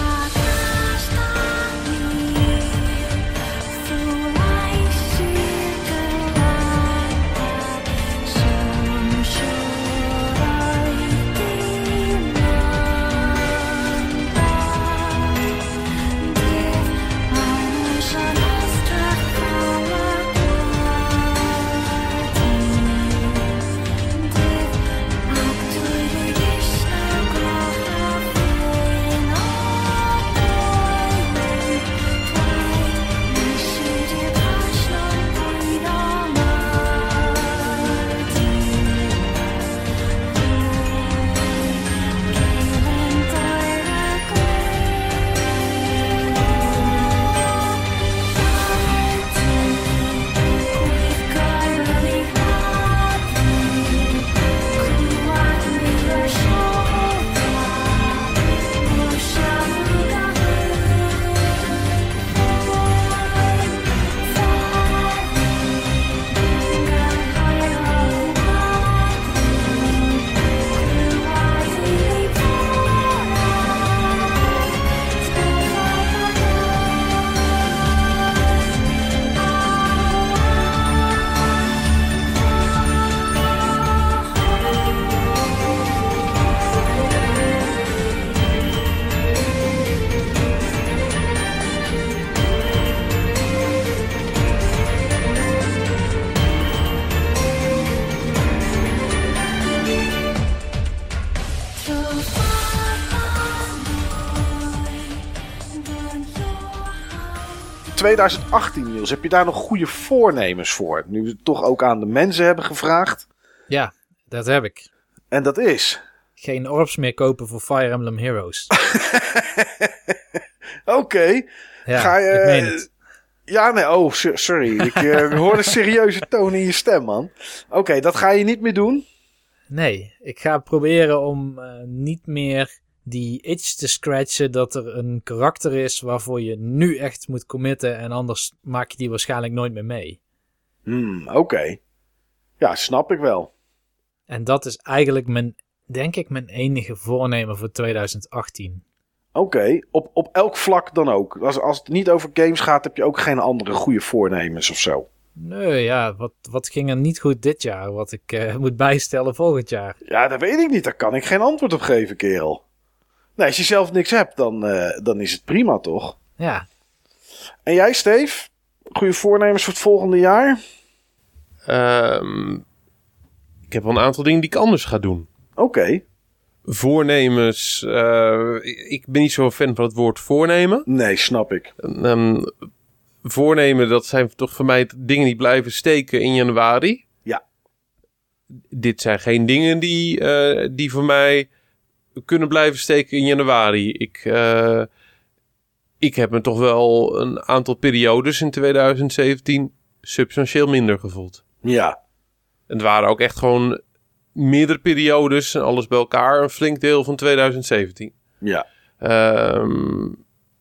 Prakashta mi, fulai shi. twintig achttien, Niels, heb je daar nog goede voornemens voor? Nu we het toch ook aan de mensen hebben gevraagd. Ja, dat heb ik. En dat is? Geen orbs meer kopen voor Fire Emblem Heroes. Oké. Okay. Ja, Ga je, ik meen het. Ja, nee, oh, sorry. Ik uh, hoor een serieuze toon in je stem, man. Oké, okay, dat ga je niet meer doen? Nee, ik ga proberen om uh, niet meer die itch te scratchen dat er een karakter is waarvoor je nu echt moet committen en anders maak je die waarschijnlijk nooit meer mee. Hmm, oké. Okay. Ja, snap ik wel. En dat is eigenlijk mijn, denk ik, mijn enige voornemen voor twintig achttien. Oké, okay. op, op elk vlak dan ook. Als, als het niet over games gaat, heb je ook geen andere goede voornemens of zo? Nee, ja, wat, wat ging er niet goed dit jaar, wat ik uh, moet bijstellen volgend jaar? Ja, dat weet ik niet. Daar kan ik geen antwoord op geven, kerel. Nee, als je zelf niks hebt, dan, uh, dan is het prima, toch? Ja. En jij, Steve? Goede voornemens voor het volgende jaar? Um, ik heb wel een aantal dingen die ik anders ga doen. Oké. Okay. Voornemens. Uh, ik ben niet zo fan van het woord voornemen. Nee, snap ik. Um, voornemen, dat zijn toch voor mij dingen die blijven steken in januari. Ja. Dit zijn geen dingen die, uh, die voor mij kunnen blijven steken in januari. Ik, uh, ik heb me toch wel een aantal periodes in twintig zeventien substantieel minder gevoeld. Ja. Het waren ook echt gewoon meerdere periodes en alles bij elkaar. Een flink deel van twintig zeventien. Ja. Um,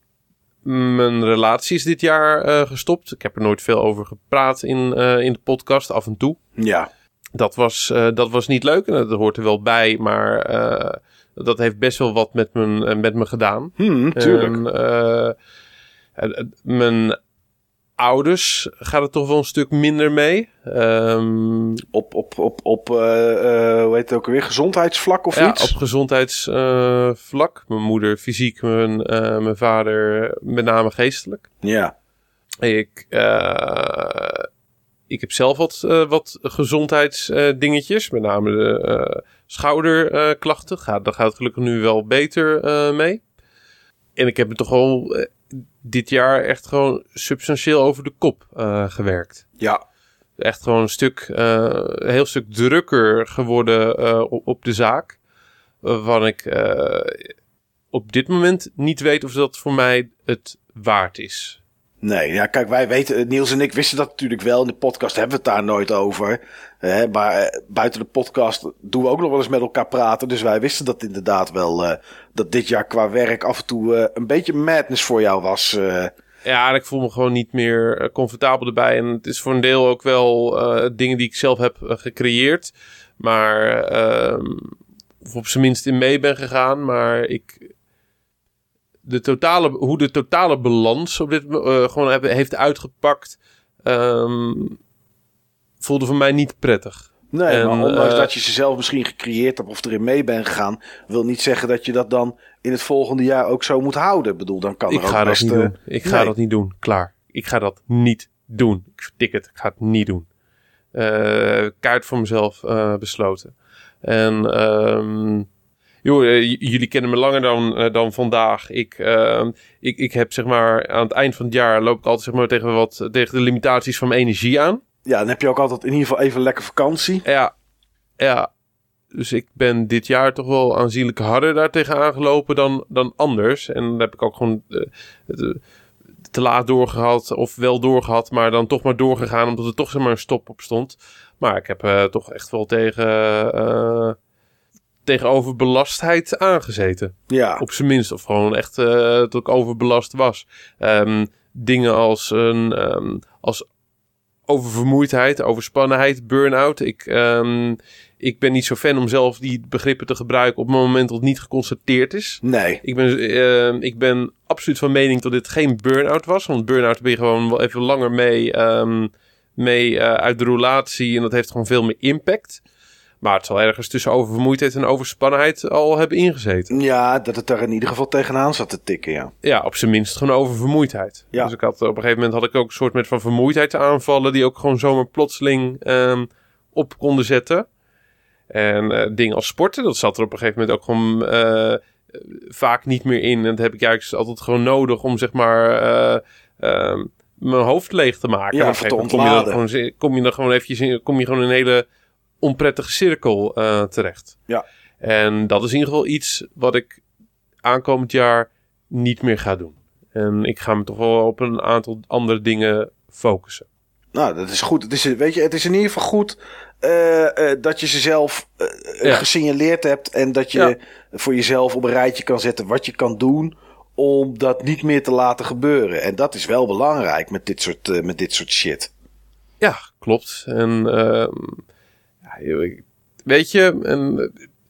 mijn relatie is dit jaar uh, gestopt. Ik heb er nooit veel over gepraat in, uh, in de podcast, af en toe. Ja. Dat was, uh, dat was niet leuk en dat hoort er wel bij, maar uh, dat heeft best wel wat met, mijn, uh, met me gedaan. Hmm, tuurlijk. En, uh, uh, mijn ouders gaat het toch wel een stuk minder mee. Um, op, op, op, op uh, uh, hoe heet het ook weer, gezondheidsvlak of ja, iets? op gezondheidsvlak. Uh, mijn moeder fysiek, mijn, uh, mijn vader met name geestelijk. Ja. Ik, uh, ik heb zelf wat, uh, wat gezondheidsdingetjes, uh, met name de uh, schouderklachten. Uh, gaat, daar gaat het gelukkig nu wel beter uh, mee. En ik heb me toch al uh, dit jaar echt gewoon substantieel over de kop uh, gewerkt. Ja. Echt gewoon een stuk, uh, een heel stuk drukker geworden uh, op, op de zaak. Waarvan ik uh, op dit moment niet weet of dat voor mij het waard is. Nee, ja, kijk, wij weten, Niels en ik wisten dat natuurlijk wel. In de podcast hebben we het daar nooit over. Eh, maar uh, buiten de podcast doen we ook nog wel eens met elkaar praten. Dus wij wisten dat inderdaad wel, uh, dat dit jaar qua werk af en toe uh, een beetje madness voor jou was. Uh. Ja, en ik voel me gewoon niet meer uh, comfortabel erbij. En het is voor een deel ook wel uh, dingen die ik zelf heb uh, gecreëerd. Maar, uh, of op zijn minst in mee ben gegaan. Maar ik... De totale, hoe de totale balans op dit uh, gewoon heb, heeft uitgepakt, um, voelde voor mij niet prettig. Nee, en, maar ondanks uh, dat je ze zelf misschien gecreëerd hebt of erin mee bent gegaan, wil niet zeggen dat je dat dan in het volgende jaar ook zo moet houden. Ik bedoel, dan kan ik er ga ook dat best... niet Uh, doen. Ik ga nee. dat niet doen. Klaar. Ik ga dat niet doen. Ik vertik het. Ik ga het niet doen. Uh, kaart voor mezelf uh, besloten. En... Um, Joh, uh, j- jullie kennen me langer dan, uh, dan vandaag. Ik, uh, ik, ik heb zeg maar aan het eind van het jaar loop ik altijd zeg maar tegen, wat, tegen de limitaties van mijn energie aan. Ja, dan heb je ook altijd in ieder geval even lekker vakantie. Ja, ja. Dus ik ben dit jaar toch wel aanzienlijk harder daar tegenaan gelopen dan, dan anders. En dan heb ik ook gewoon uh, te, te laat doorgehad of wel doorgehad, maar dan toch maar doorgegaan omdat er toch zeg maar een stop op stond. Maar ik heb uh, toch echt wel tegen... Uh, tegen overbelastheid aangezeten. Ja. Op zijn minst. Of gewoon echt uh, dat ik overbelast was. Um, dingen als, een, um, als oververmoeidheid, overspannenheid, burn-out. Ik, um, ik ben niet zo fan om zelf die begrippen te gebruiken op het moment dat het niet geconstateerd is. Nee. Ik ben, uh, ik ben absoluut van mening dat dit geen burn-out was. Want burn-out ben je gewoon wel even langer mee, um, mee uh, uit de roulatie. En dat heeft gewoon veel meer impact. Maar het zal ergens tussen oververmoeidheid en overspannenheid al hebben ingezeten. Ja, dat het er in ieder geval tegenaan zat te tikken, ja. Ja, op zijn minst gewoon oververmoeidheid. Ja. Dus ik had, op een gegeven moment had ik ook een soort met van vermoeidheidsaanvallen die ook gewoon zomaar plotseling um, op konden zetten. En uh, dingen als sporten, dat zat er op een gegeven moment ook gewoon uh, vaak niet meer in. En dat heb ik juist altijd gewoon nodig om zeg maar uh, uh, mijn hoofd leeg te maken. Ja, en voor te kom je, dan ontladen. gewoon, kom je dan gewoon eventjes in, kom je gewoon in een hele onprettige cirkel uh, terecht. Ja. En dat is in ieder geval iets wat ik aankomend jaar niet meer ga doen. En ik ga me toch wel op een aantal andere dingen focussen. Nou, dat is goed. Het is, weet je, het is in ieder geval goed uh, uh, dat je ze zelf uh, ja. gesignaleerd hebt. En dat je ja. voor jezelf op een rijtje kan zetten wat je kan doen om dat niet meer te laten gebeuren. En dat is wel belangrijk met dit soort, uh, met dit soort shit. Ja, klopt. En uh, ja, weet je, en,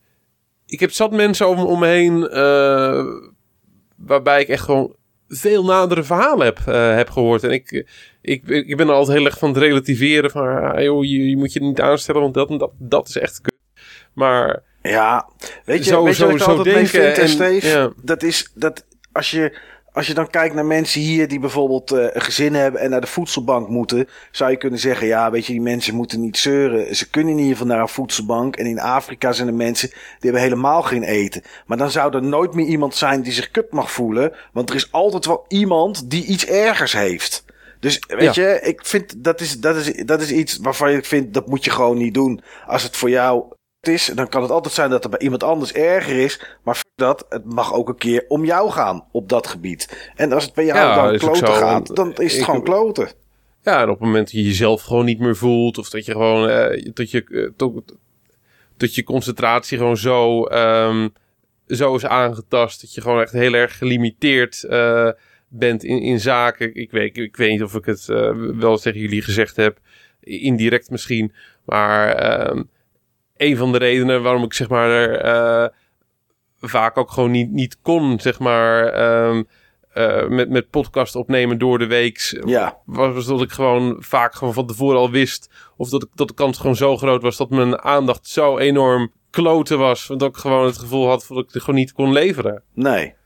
ik heb zat mensen om, om me heen uh, waarbij ik echt gewoon veel nadere verhalen heb, uh, heb gehoord. En ik, ik, ik ben er altijd heel erg van het relativeren van ah, joh, je, je moet je niet aanstellen, want dat, dat, dat is echt kut. Maar ja, weet je, zo, weet je zo, wat ik zo altijd mee vind, en, Steve? Ja. Dat is dat als je, als je dan kijkt naar mensen hier die bijvoorbeeld uh, een gezin hebben en naar de voedselbank moeten, zou je kunnen zeggen, ja, weet je, die mensen moeten niet zeuren. Ze kunnen in ieder geval naar een voedselbank. En in Afrika zijn er mensen die hebben helemaal geen eten. Maar dan zou er nooit meer iemand zijn die zich kut mag voelen, want er is altijd wel iemand die iets ergers heeft. Dus weet ja. je, ik vind dat is, dat is, dat is iets waarvan ik vind dat moet je gewoon niet doen. Als het voor jou is, dan kan het altijd zijn dat er bij iemand anders erger is. Maar fuck dat, het mag ook een keer om jou gaan op dat gebied. En als het bij jou ja, dan kloten gaat, dan is het ik, gewoon kloten. Ja, en op het moment dat je jezelf gewoon niet meer voelt, of dat je gewoon, uh, dat je, uh, to, dat je concentratie gewoon zo, um, zo is aangetast, dat je gewoon echt heel erg gelimiteerd uh, bent in, in zaken. Ik weet, ik weet niet of ik het uh, wel tegen jullie gezegd heb, indirect misschien, maar um, een van de redenen waarom ik zeg maar uh, vaak ook gewoon niet, niet kon, zeg maar, um, uh, met, met podcast opnemen door de week, ja. was, was dat ik gewoon vaak gewoon van tevoren al wist, of dat, ik, dat de kans gewoon zo groot was dat mijn aandacht zo enorm kloten was, dat ik gewoon het gevoel had dat ik het gewoon niet kon leveren. Nee.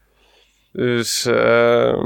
Dus uh,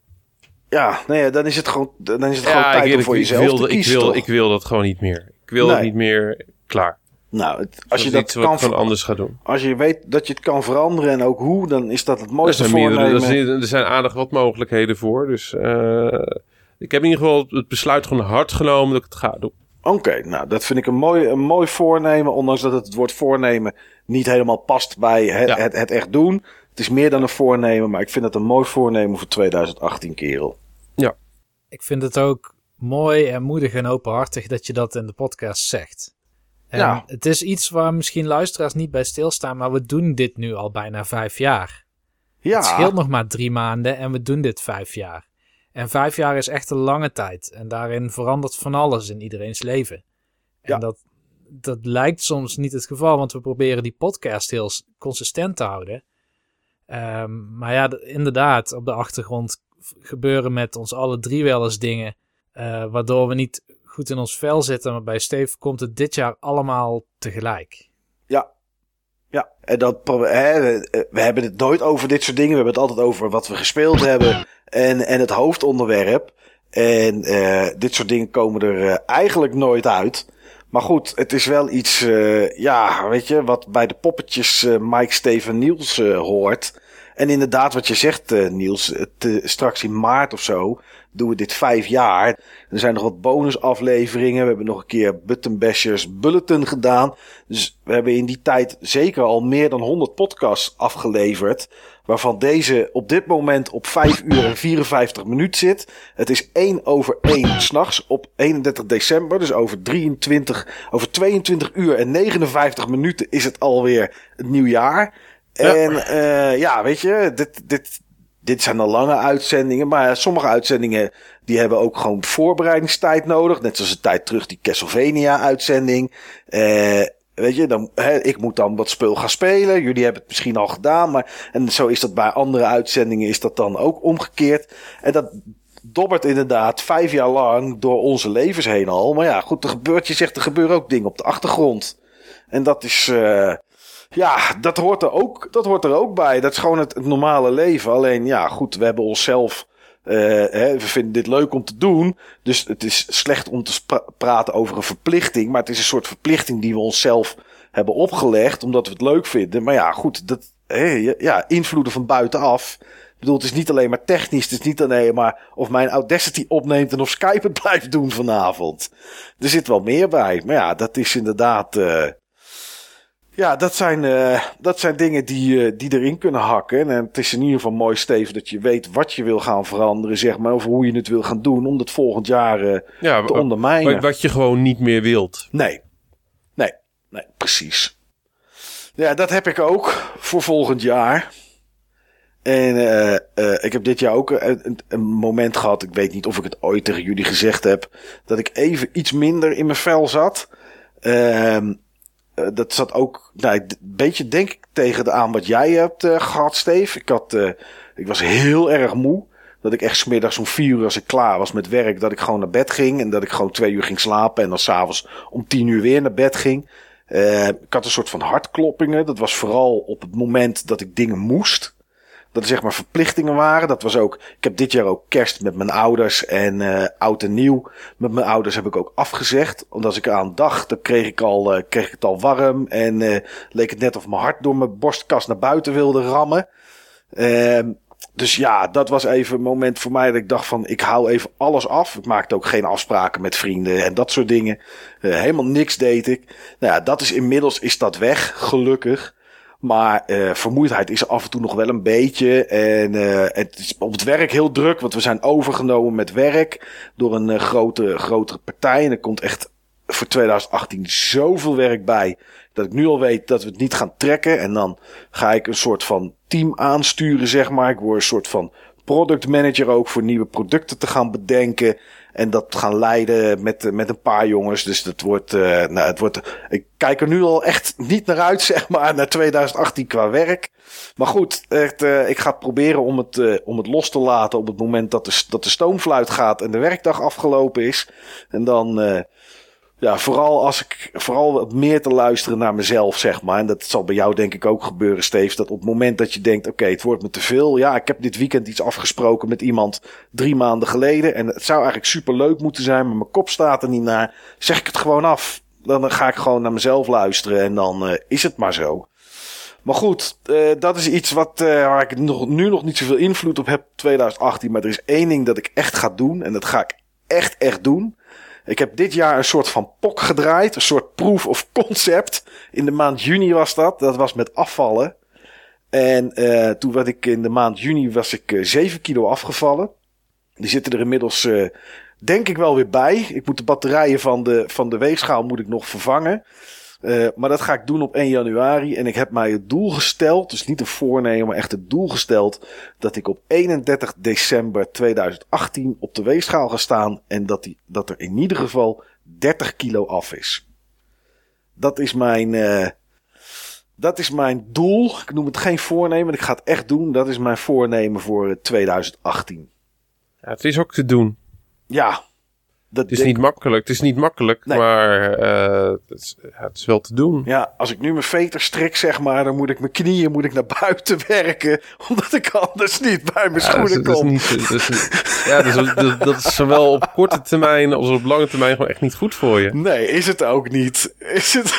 ja, nee, dan is het gewoon, dan is het ja, gewoon tijd ik, om voor ik, jezelf ik wilde, te kiezen, ik wil, toch? ik wil dat gewoon niet meer. Ik wil nee. het niet meer. Klaar. Nou, het, als dat je dat iets wat kan ik gewoon anders ga doen. Als je weet dat je het kan veranderen en ook hoe, dan is dat het Er mooiste zijn, meerdere, voornemen. er zijn, er zijn aardig wat mogelijkheden voor. Dus uh, ik heb in ieder geval het besluit gewoon hard genomen dat ik het ga doen. Oké, okay, nou dat vind ik een mooi, een mooi voornemen. Ondanks dat het, het woord voornemen niet helemaal past bij het, ja. het, het echt doen. Het is meer dan een voornemen, maar ik vind het een mooi voornemen voor twintig achttien, kerel. Ja. Ik vind het ook mooi en moedig en openhartig dat je dat in de podcast zegt. En ja. Het is iets waar misschien luisteraars niet bij stilstaan, maar we doen dit nu al bijna vijf jaar. Ja. Het scheelt nog maar drie maanden en we doen dit vijf jaar. En vijf jaar is echt een lange tijd. En daarin verandert van alles in iedereen's leven. En ja. dat, dat lijkt soms niet het geval, want we proberen die podcast heel consistent te houden. Um, maar ja, inderdaad, op de achtergrond gebeuren met ons alle drie wel eens dingen, uh, waardoor we niet goed in ons vel zitten. Maar bij Steve komt het dit jaar allemaal tegelijk. Ja. Ja, en dat, hè, we hebben het nooit over dit soort dingen. We hebben het altijd over wat we gespeeld hebben en, en het hoofdonderwerp. En uh, dit soort dingen komen er uh, eigenlijk nooit uit. Maar goed, het is wel iets, uh, ja, weet je, wat bij de poppetjes uh, Mike, Steven, Niels uh, hoort. En inderdaad, wat je zegt, uh, Niels, het, uh, straks in maart of zo doen we dit vijf jaar. Er zijn nog wat bonusafleveringen. We hebben nog een keer Button Bashers Bulletin gedaan. Dus we hebben in die tijd zeker al meer dan honderd podcasts afgeleverd. Waarvan deze op dit moment op vijf uur en vierenvijftig minuten zit. Het is één over één 's nachts op eenendertig december. Dus over drieëntwintig, over tweeëntwintig uur en negenenvijftig minuten is het alweer het nieuwjaar. Ja. En uh, ja, weet je, dit, dit, dit zijn dan lange uitzendingen. Maar sommige uitzendingen die hebben ook gewoon voorbereidingstijd nodig. Net zoals een tijd terug die Castlevania-uitzending. Uh, weet je, dan, hè, ik moet dan wat spul gaan spelen. Jullie hebben het misschien al gedaan. Maar, en zo is dat bij andere uitzendingen is dat dan ook omgekeerd. En dat dobbert inderdaad vijf jaar lang door onze levens heen al. Maar ja, goed, er gebeurt, je zegt, er gebeuren ook dingen op de achtergrond. En dat is... Uh, Ja, dat hoort er ook, dat hoort er ook bij. Dat is gewoon het, het normale leven. Alleen, ja, goed, we hebben onszelf, uh, hè, we vinden dit leuk om te doen. Dus het is slecht om te spra- praten over een verplichting. Maar het is een soort verplichting die we onszelf hebben opgelegd, omdat we het leuk vinden. Maar ja, goed, dat, hè, ja, invloeden van buitenaf Ik bedoel, het is niet alleen maar technisch. Het is niet alleen maar of mijn Audacity opneemt en of Skype het blijft doen vanavond. Er zit wel meer bij. Maar ja, dat is inderdaad... Uh, ja, dat zijn, uh, dat zijn dingen die, uh, die erin kunnen hakken. En het is in ieder geval mooi, Steven, dat je weet wat je wil gaan veranderen, zeg maar. Of hoe je het wil gaan doen om dat volgend jaar uh, ja, te ondermijnen. Wat, wat je gewoon niet meer wilt. Nee. Nee. Nee, precies. Ja, dat heb ik ook voor volgend jaar. En uh, uh, ik heb dit jaar ook een, een moment gehad, ik weet niet of ik het ooit tegen jullie gezegd heb, dat ik even iets minder in mijn vel zat. Uh, uh, dat zat ook nou, een beetje, denk ik, tegen de aan wat jij hebt uh, gehad, Steve. Ik, had, uh, ik was heel erg moe. Dat ik echt 's middags om vier uur als ik klaar was met werk, dat ik gewoon naar bed ging. En dat ik gewoon twee uur ging slapen en dan 's avonds om tien uur weer naar bed ging. Uh, ik had een soort van hartkloppingen. Dat was vooral op het moment dat ik dingen moest. Dat er zeg maar verplichtingen waren. Dat was ook, ik heb dit jaar ook kerst met mijn ouders en uh, oud en nieuw met mijn ouders heb ik ook afgezegd. Omdat als ik eraan dacht, dan kreeg ik al, uh, kreeg ik het al warm. En uh, leek het net of mijn hart door mijn borstkas naar buiten wilde rammen. Uh, dus ja, dat was even een moment voor mij dat ik dacht van, ik hou even alles af. Ik maakte ook geen afspraken met vrienden en dat soort dingen. Uh, helemaal niks deed ik. Nou ja, dat is inmiddels is dat weg, gelukkig. Maar uh, vermoeidheid is er af en toe nog wel een beetje. En uh, het is op het werk heel druk, want we zijn overgenomen met werk door een uh, grote, grotere partij. En er komt echt voor twintig achttien zoveel werk bij, dat ik nu al weet dat we het niet gaan trekken. En dan ga ik een soort van team aansturen, zeg maar. Ik word een soort van product manager ook voor nieuwe producten te gaan bedenken. En dat gaan leiden met, met een paar jongens. Dus dat wordt, uh, nou, het wordt, ik kijk er nu al echt niet naar uit, zeg maar, naar twintig achttien qua werk. Maar goed, echt, uh, ik ga proberen om het, uh, om het los te laten op het moment dat de, dat de stoomfluit gaat en de werkdag afgelopen is. En dan, uh, ja, vooral als ik, vooral wat meer te luisteren naar mezelf, zeg maar. En dat zal bij jou denk ik ook gebeuren, Steve. Dat op het moment dat je denkt, oké, okay, het wordt me te veel. Ja, ik heb dit weekend iets afgesproken met iemand drie maanden geleden. En het zou eigenlijk super leuk moeten zijn, maar mijn kop staat er niet naar. Zeg ik het gewoon af. Dan ga ik gewoon naar mezelf luisteren en dan uh, is het maar zo. Maar goed, uh, dat is iets wat, uh, waar ik nog, nu nog niet zoveel invloed op heb, twintig achttien. Maar er is één ding dat ik echt ga doen. En dat ga ik echt, echt doen. Ik heb dit jaar een soort van P O C gedraaid. Een soort proof of concept. In de maand juni was dat. Dat was met afvallen. En uh, toen was ik in de maand juni was ik uh, zeven kilo afgevallen. Die zitten er inmiddels uh, denk ik wel weer bij. Ik moet de batterijen van de, van de weegschaal moet ik nog vervangen. Uh, maar dat ga ik doen op één januari. En ik heb mij het doel gesteld, dus niet een voornemen, maar echt het doel gesteld, dat ik op eenendertig december twintig achttien op de weegschaal ga staan. En dat, die, dat er in ieder geval dertig kilo af is. Dat is mijn, uh, dat is mijn doel. Ik noem het geen voornemen, ik ga het echt doen. Dat is mijn voornemen voor twintig achttien. Ja, het is ook te doen. Ja. Dat het is denk... niet makkelijk, het is niet makkelijk, nee. maar uh, het, is, ja, het is wel te doen. Ja, als ik nu mijn veter strik, zeg maar, dan moet ik mijn knieën moet ik naar buiten werken, omdat ik anders niet bij mijn ja, schoenen dat is, kom. Dat is niet, dat is, ja, dat is, dat, dat is zowel op korte termijn als op lange termijn gewoon echt niet goed voor je. Nee, is het ook niet. Is het,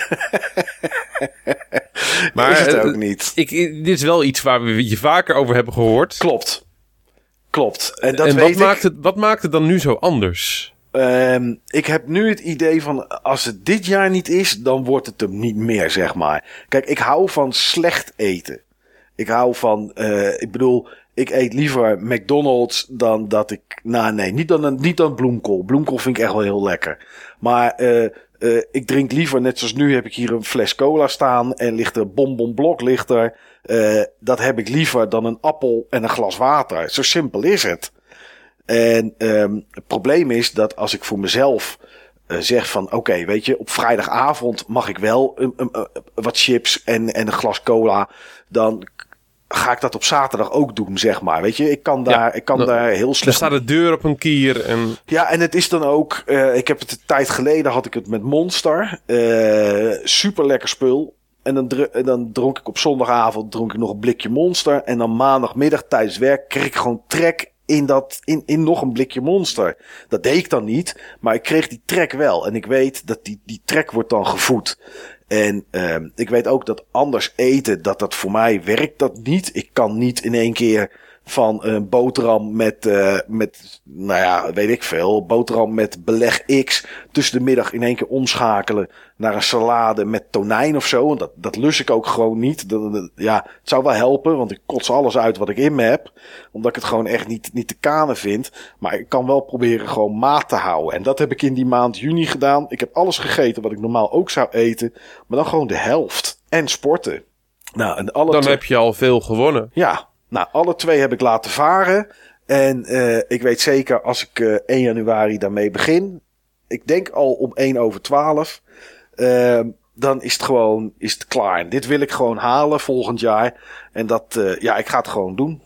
maar, is het uh, ook niet. Ik, dit is wel iets waar we je vaker over hebben gehoord. Klopt. Klopt. En, dat en weet wat, ik. maakt het, wat maakt het dan nu zo anders? Um, ik heb nu het idee van, als het dit jaar niet is, dan wordt het hem niet meer, zeg maar. Kijk, ik hou van slecht eten. Ik hou van, uh, ik bedoel, ik eet liever McDonald's dan dat ik, nou nee, niet dan, niet dan bloemkool. Bloemkool vind ik echt wel heel lekker. Maar uh, uh, ik drink liever, net zoals nu heb ik hier een fles cola staan en ligt er bonbon blok ligt er. Uh, dat heb ik liever dan een appel en een glas water. Zo simpel is het. En um, het probleem is dat als ik voor mezelf uh, zeg van, oké, okay, weet je, op vrijdagavond mag ik wel um, um, uh, wat chips en, en een glas cola, dan ga ik dat op zaterdag ook doen, zeg maar. Weet je, ik kan daar, ja, ik kan dan, daar heel slecht... Er staat de deur op een kier en... Ja, en het is dan ook, uh, ik heb het een tijd geleden had ik het met Monster. Uh, super lekker spul. En dan, dr- en dan dronk ik op zondagavond dronk ik nog een blikje Monster. En dan maandagmiddag tijdens werk kreeg ik gewoon trek in, dat, in, in nog een blikje Monster. Dat deed ik dan niet, maar ik kreeg die trek wel. En ik weet dat die, die trek wordt dan gevoed. En uh, ik weet ook dat anders eten, dat dat voor mij werkt dat niet. Ik kan niet in één keer van een boterham met, uh, met, nou ja, weet ik veel, boterham met beleg X tussen de middag in één keer omschakelen naar een salade met tonijn of zo. En dat, dat lust ik ook gewoon niet. Dat, dat, ja, het zou wel helpen, want ik kots alles uit wat ik in me heb. Omdat ik het gewoon echt niet, niet te kanen vind. Maar ik kan wel proberen gewoon maat te houden. En dat heb ik in die maand juni gedaan. Ik heb alles gegeten wat ik normaal ook zou eten. Maar dan gewoon de helft. En sporten. Nou, en alle Dan twee... heb je al veel gewonnen. Ja. Nou, alle twee heb ik laten varen. En uh, ik weet zeker als ik uh, één januari daarmee begin. Ik denk al om één over twaalf. Uh, dan is het gewoon is het klaar. En dit wil ik gewoon halen volgend jaar. En dat, uh, ja, ik ga het gewoon doen.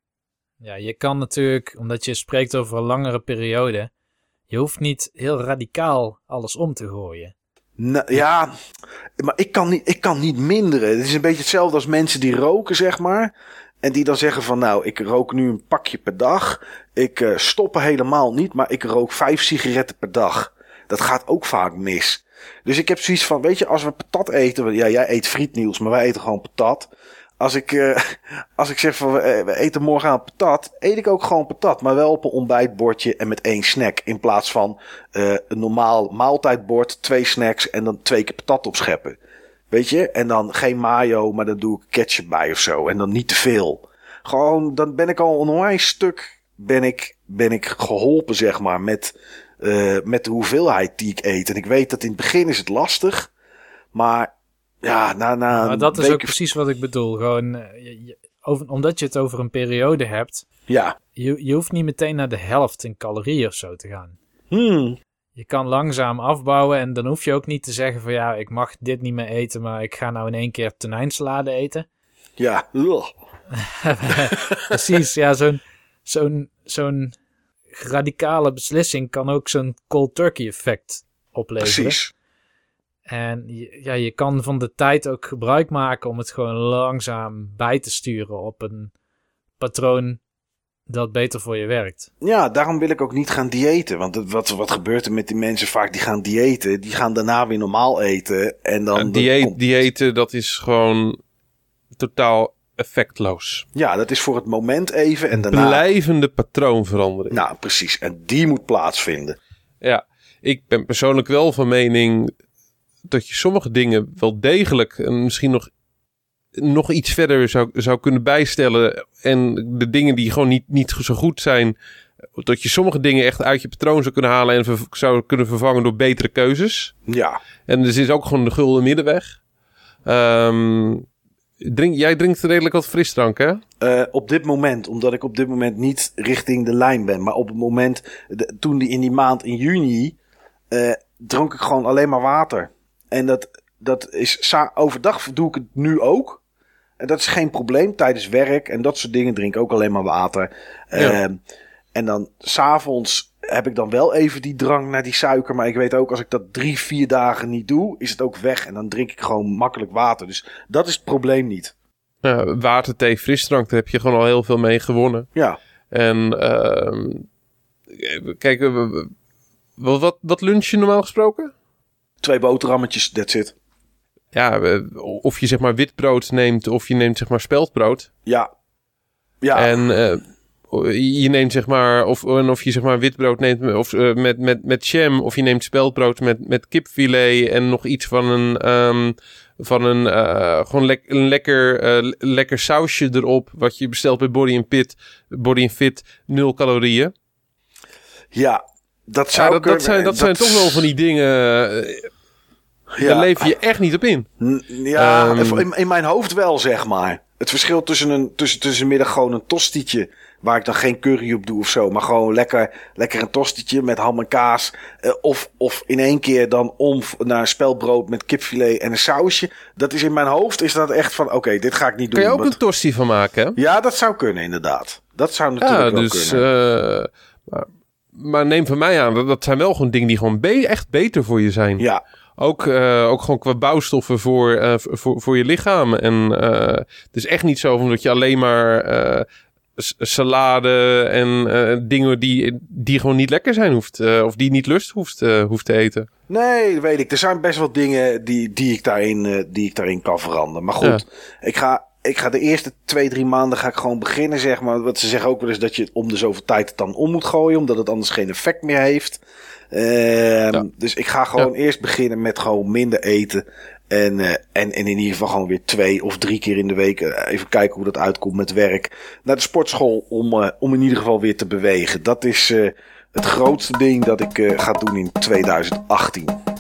Ja, je kan natuurlijk, omdat je spreekt over een langere periode. Je hoeft niet heel radicaal alles om te gooien. Nou, ja, maar ik kan, niet, ik kan niet minderen. Het is een beetje hetzelfde als mensen die roken, zeg maar. En die dan zeggen van, nou, ik rook nu een pakje per dag. Ik uh, stop er helemaal niet, maar ik rook vijf sigaretten per dag. Dat gaat ook vaak mis. Dus ik heb zoiets van, weet je, als we patat eten... Ja, jij eet friet, Niels, maar wij eten gewoon patat. Als ik, uh, als ik zeg van, we, we eten morgen aan patat... eet ik ook gewoon patat, maar wel op een ontbijtbordje en met één snack. In plaats van uh, een normaal maaltijdbord, twee snacks en dan twee keer patat opscheppen. Weet je? En dan geen mayo, maar dan doe ik ketchup bij of zo. En dan niet te veel. Gewoon, dan ben ik al een onwijs stuk... ben ik, ben ik geholpen, zeg maar, met, uh, met de hoeveelheid die ik eet. En ik weet dat in het begin is het lastig. Maar ja, na... na maar dat is week... ook precies wat ik bedoel. Gewoon, je, je, over, omdat je het over een periode hebt... Ja. Je, je hoeft niet meteen naar de helft in calorieën of zo te gaan. Hmm. Je kan langzaam afbouwen en dan hoef je ook niet te zeggen van ja, ik mag dit niet meer eten, maar ik ga nou in één keer tonijnsalade eten. Ja. Precies, ja, zo'n, zo'n, zo'n radicale beslissing kan ook zo'n cold turkey effect opleveren. Precies. En ja, je kan van de tijd ook gebruik maken om het gewoon langzaam bij te sturen op een patroon dat beter voor je werkt. Ja, daarom wil ik ook niet gaan diëten. Want het, wat, wat gebeurt er met die mensen vaak die gaan diëten? Die gaan daarna weer normaal eten. En dan, Ja, dieet, dan komt... diëten, dat is gewoon totaal effectloos. Ja, dat is voor het moment even. En daarna... Blijvende patroonverandering. Nou, precies. En die moet plaatsvinden. Ja, ik ben persoonlijk wel van mening dat je sommige dingen wel degelijk en misschien nog, nog iets verder zou, zou kunnen bijstellen. En de dingen die gewoon niet, niet zo goed zijn, dat je sommige dingen echt uit je patroon zou kunnen halen en ver, zou kunnen vervangen door betere keuzes. Ja. En er is ook gewoon de gulden middenweg. Um, drink, jij drinkt redelijk wat frisdrank, hè? Uh, op dit moment, omdat ik op dit moment niet richting de lijn ben. Maar op het moment, de, toen die in die maand in juni, uh, dronk ik gewoon alleen maar water. En dat, dat is, overdag doe ik het nu ook. En dat is geen probleem. Tijdens werk en dat soort dingen drink ik ook alleen maar water. Ja. Uh, en dan 's avonds heb ik dan wel even die drang naar die suiker. Maar ik weet ook, als ik dat drie, vier dagen niet doe, is het ook weg. En dan drink ik gewoon makkelijk water. Dus dat is het probleem niet. Ja, water, thee, frisdrank, daar heb je gewoon al heel veel mee gewonnen. Ja. En uh, kijk, uh, wat, wat, wat lunch je normaal gesproken? Twee boterhammetjes, that's it. Ja, of je zeg maar witbrood neemt of je neemt zeg maar speldbrood. Ja. Ja. En uh, je neemt zeg maar, of, of je zeg maar witbrood neemt of, uh, met, met, met jam, of je neemt speldbrood met, met kipfilet en nog iets van een, um, van een, uh, gewoon le- een lekker, uh, lekker sausje erop, wat je bestelt bij Body and Fit, Body and Fit, nul calorieën. Ja, dat zou ja, dat, kunnen. dat zijn, dat, dat zijn toch wel van die dingen. Uh, ja. Daar leef je echt niet op in. Ja, um, in, in mijn hoofd wel, zeg maar. Het verschil tussen een tussen, tussen middag gewoon een tostietje, waar ik dan geen curry op doe of zo, maar gewoon lekker, lekker een tostietje met ham en kaas. Uh, of, of in één keer dan om naar een speldbrood met kipfilet en een sausje. Dat is in mijn hoofd, is dat echt van, oké, okay, dit ga ik niet doen. Kun je ook want... een tosti van maken, hè? Ja, dat zou kunnen, inderdaad. Dat zou natuurlijk ja, wel dus, kunnen. Uh, maar, maar neem van mij aan, dat, dat zijn wel gewoon dingen die gewoon be- echt beter voor je zijn. Ja. Ook, uh, ook gewoon qua bouwstoffen voor, uh, voor, voor je lichaam. En uh, het is echt niet zo omdat je alleen maar uh, s- salade en uh, dingen die, die gewoon niet lekker zijn hoeft. Uh, of die niet lust hoeft, uh, hoeft te eten. Nee, dat weet ik. Er zijn best wel dingen die, die, ik, daarin, uh, die ik daarin kan veranderen. Maar goed, ja. ik ga... Ik ga de eerste twee, drie maanden ga ik gewoon beginnen, zeg maar. Wat ze zeggen ook wel eens dat je het om de zoveel tijd het dan om moet gooien. Omdat het anders geen effect meer heeft. Uh, ja. Dus ik ga gewoon ja. eerst beginnen met gewoon minder eten. En, uh, en, en in ieder geval gewoon weer twee of drie keer in de week uh, even kijken hoe dat uitkomt met werk. Naar de sportschool om, uh, om in ieder geval weer te bewegen. Dat is uh, het grootste ding dat ik uh, ga doen in twintig achttien.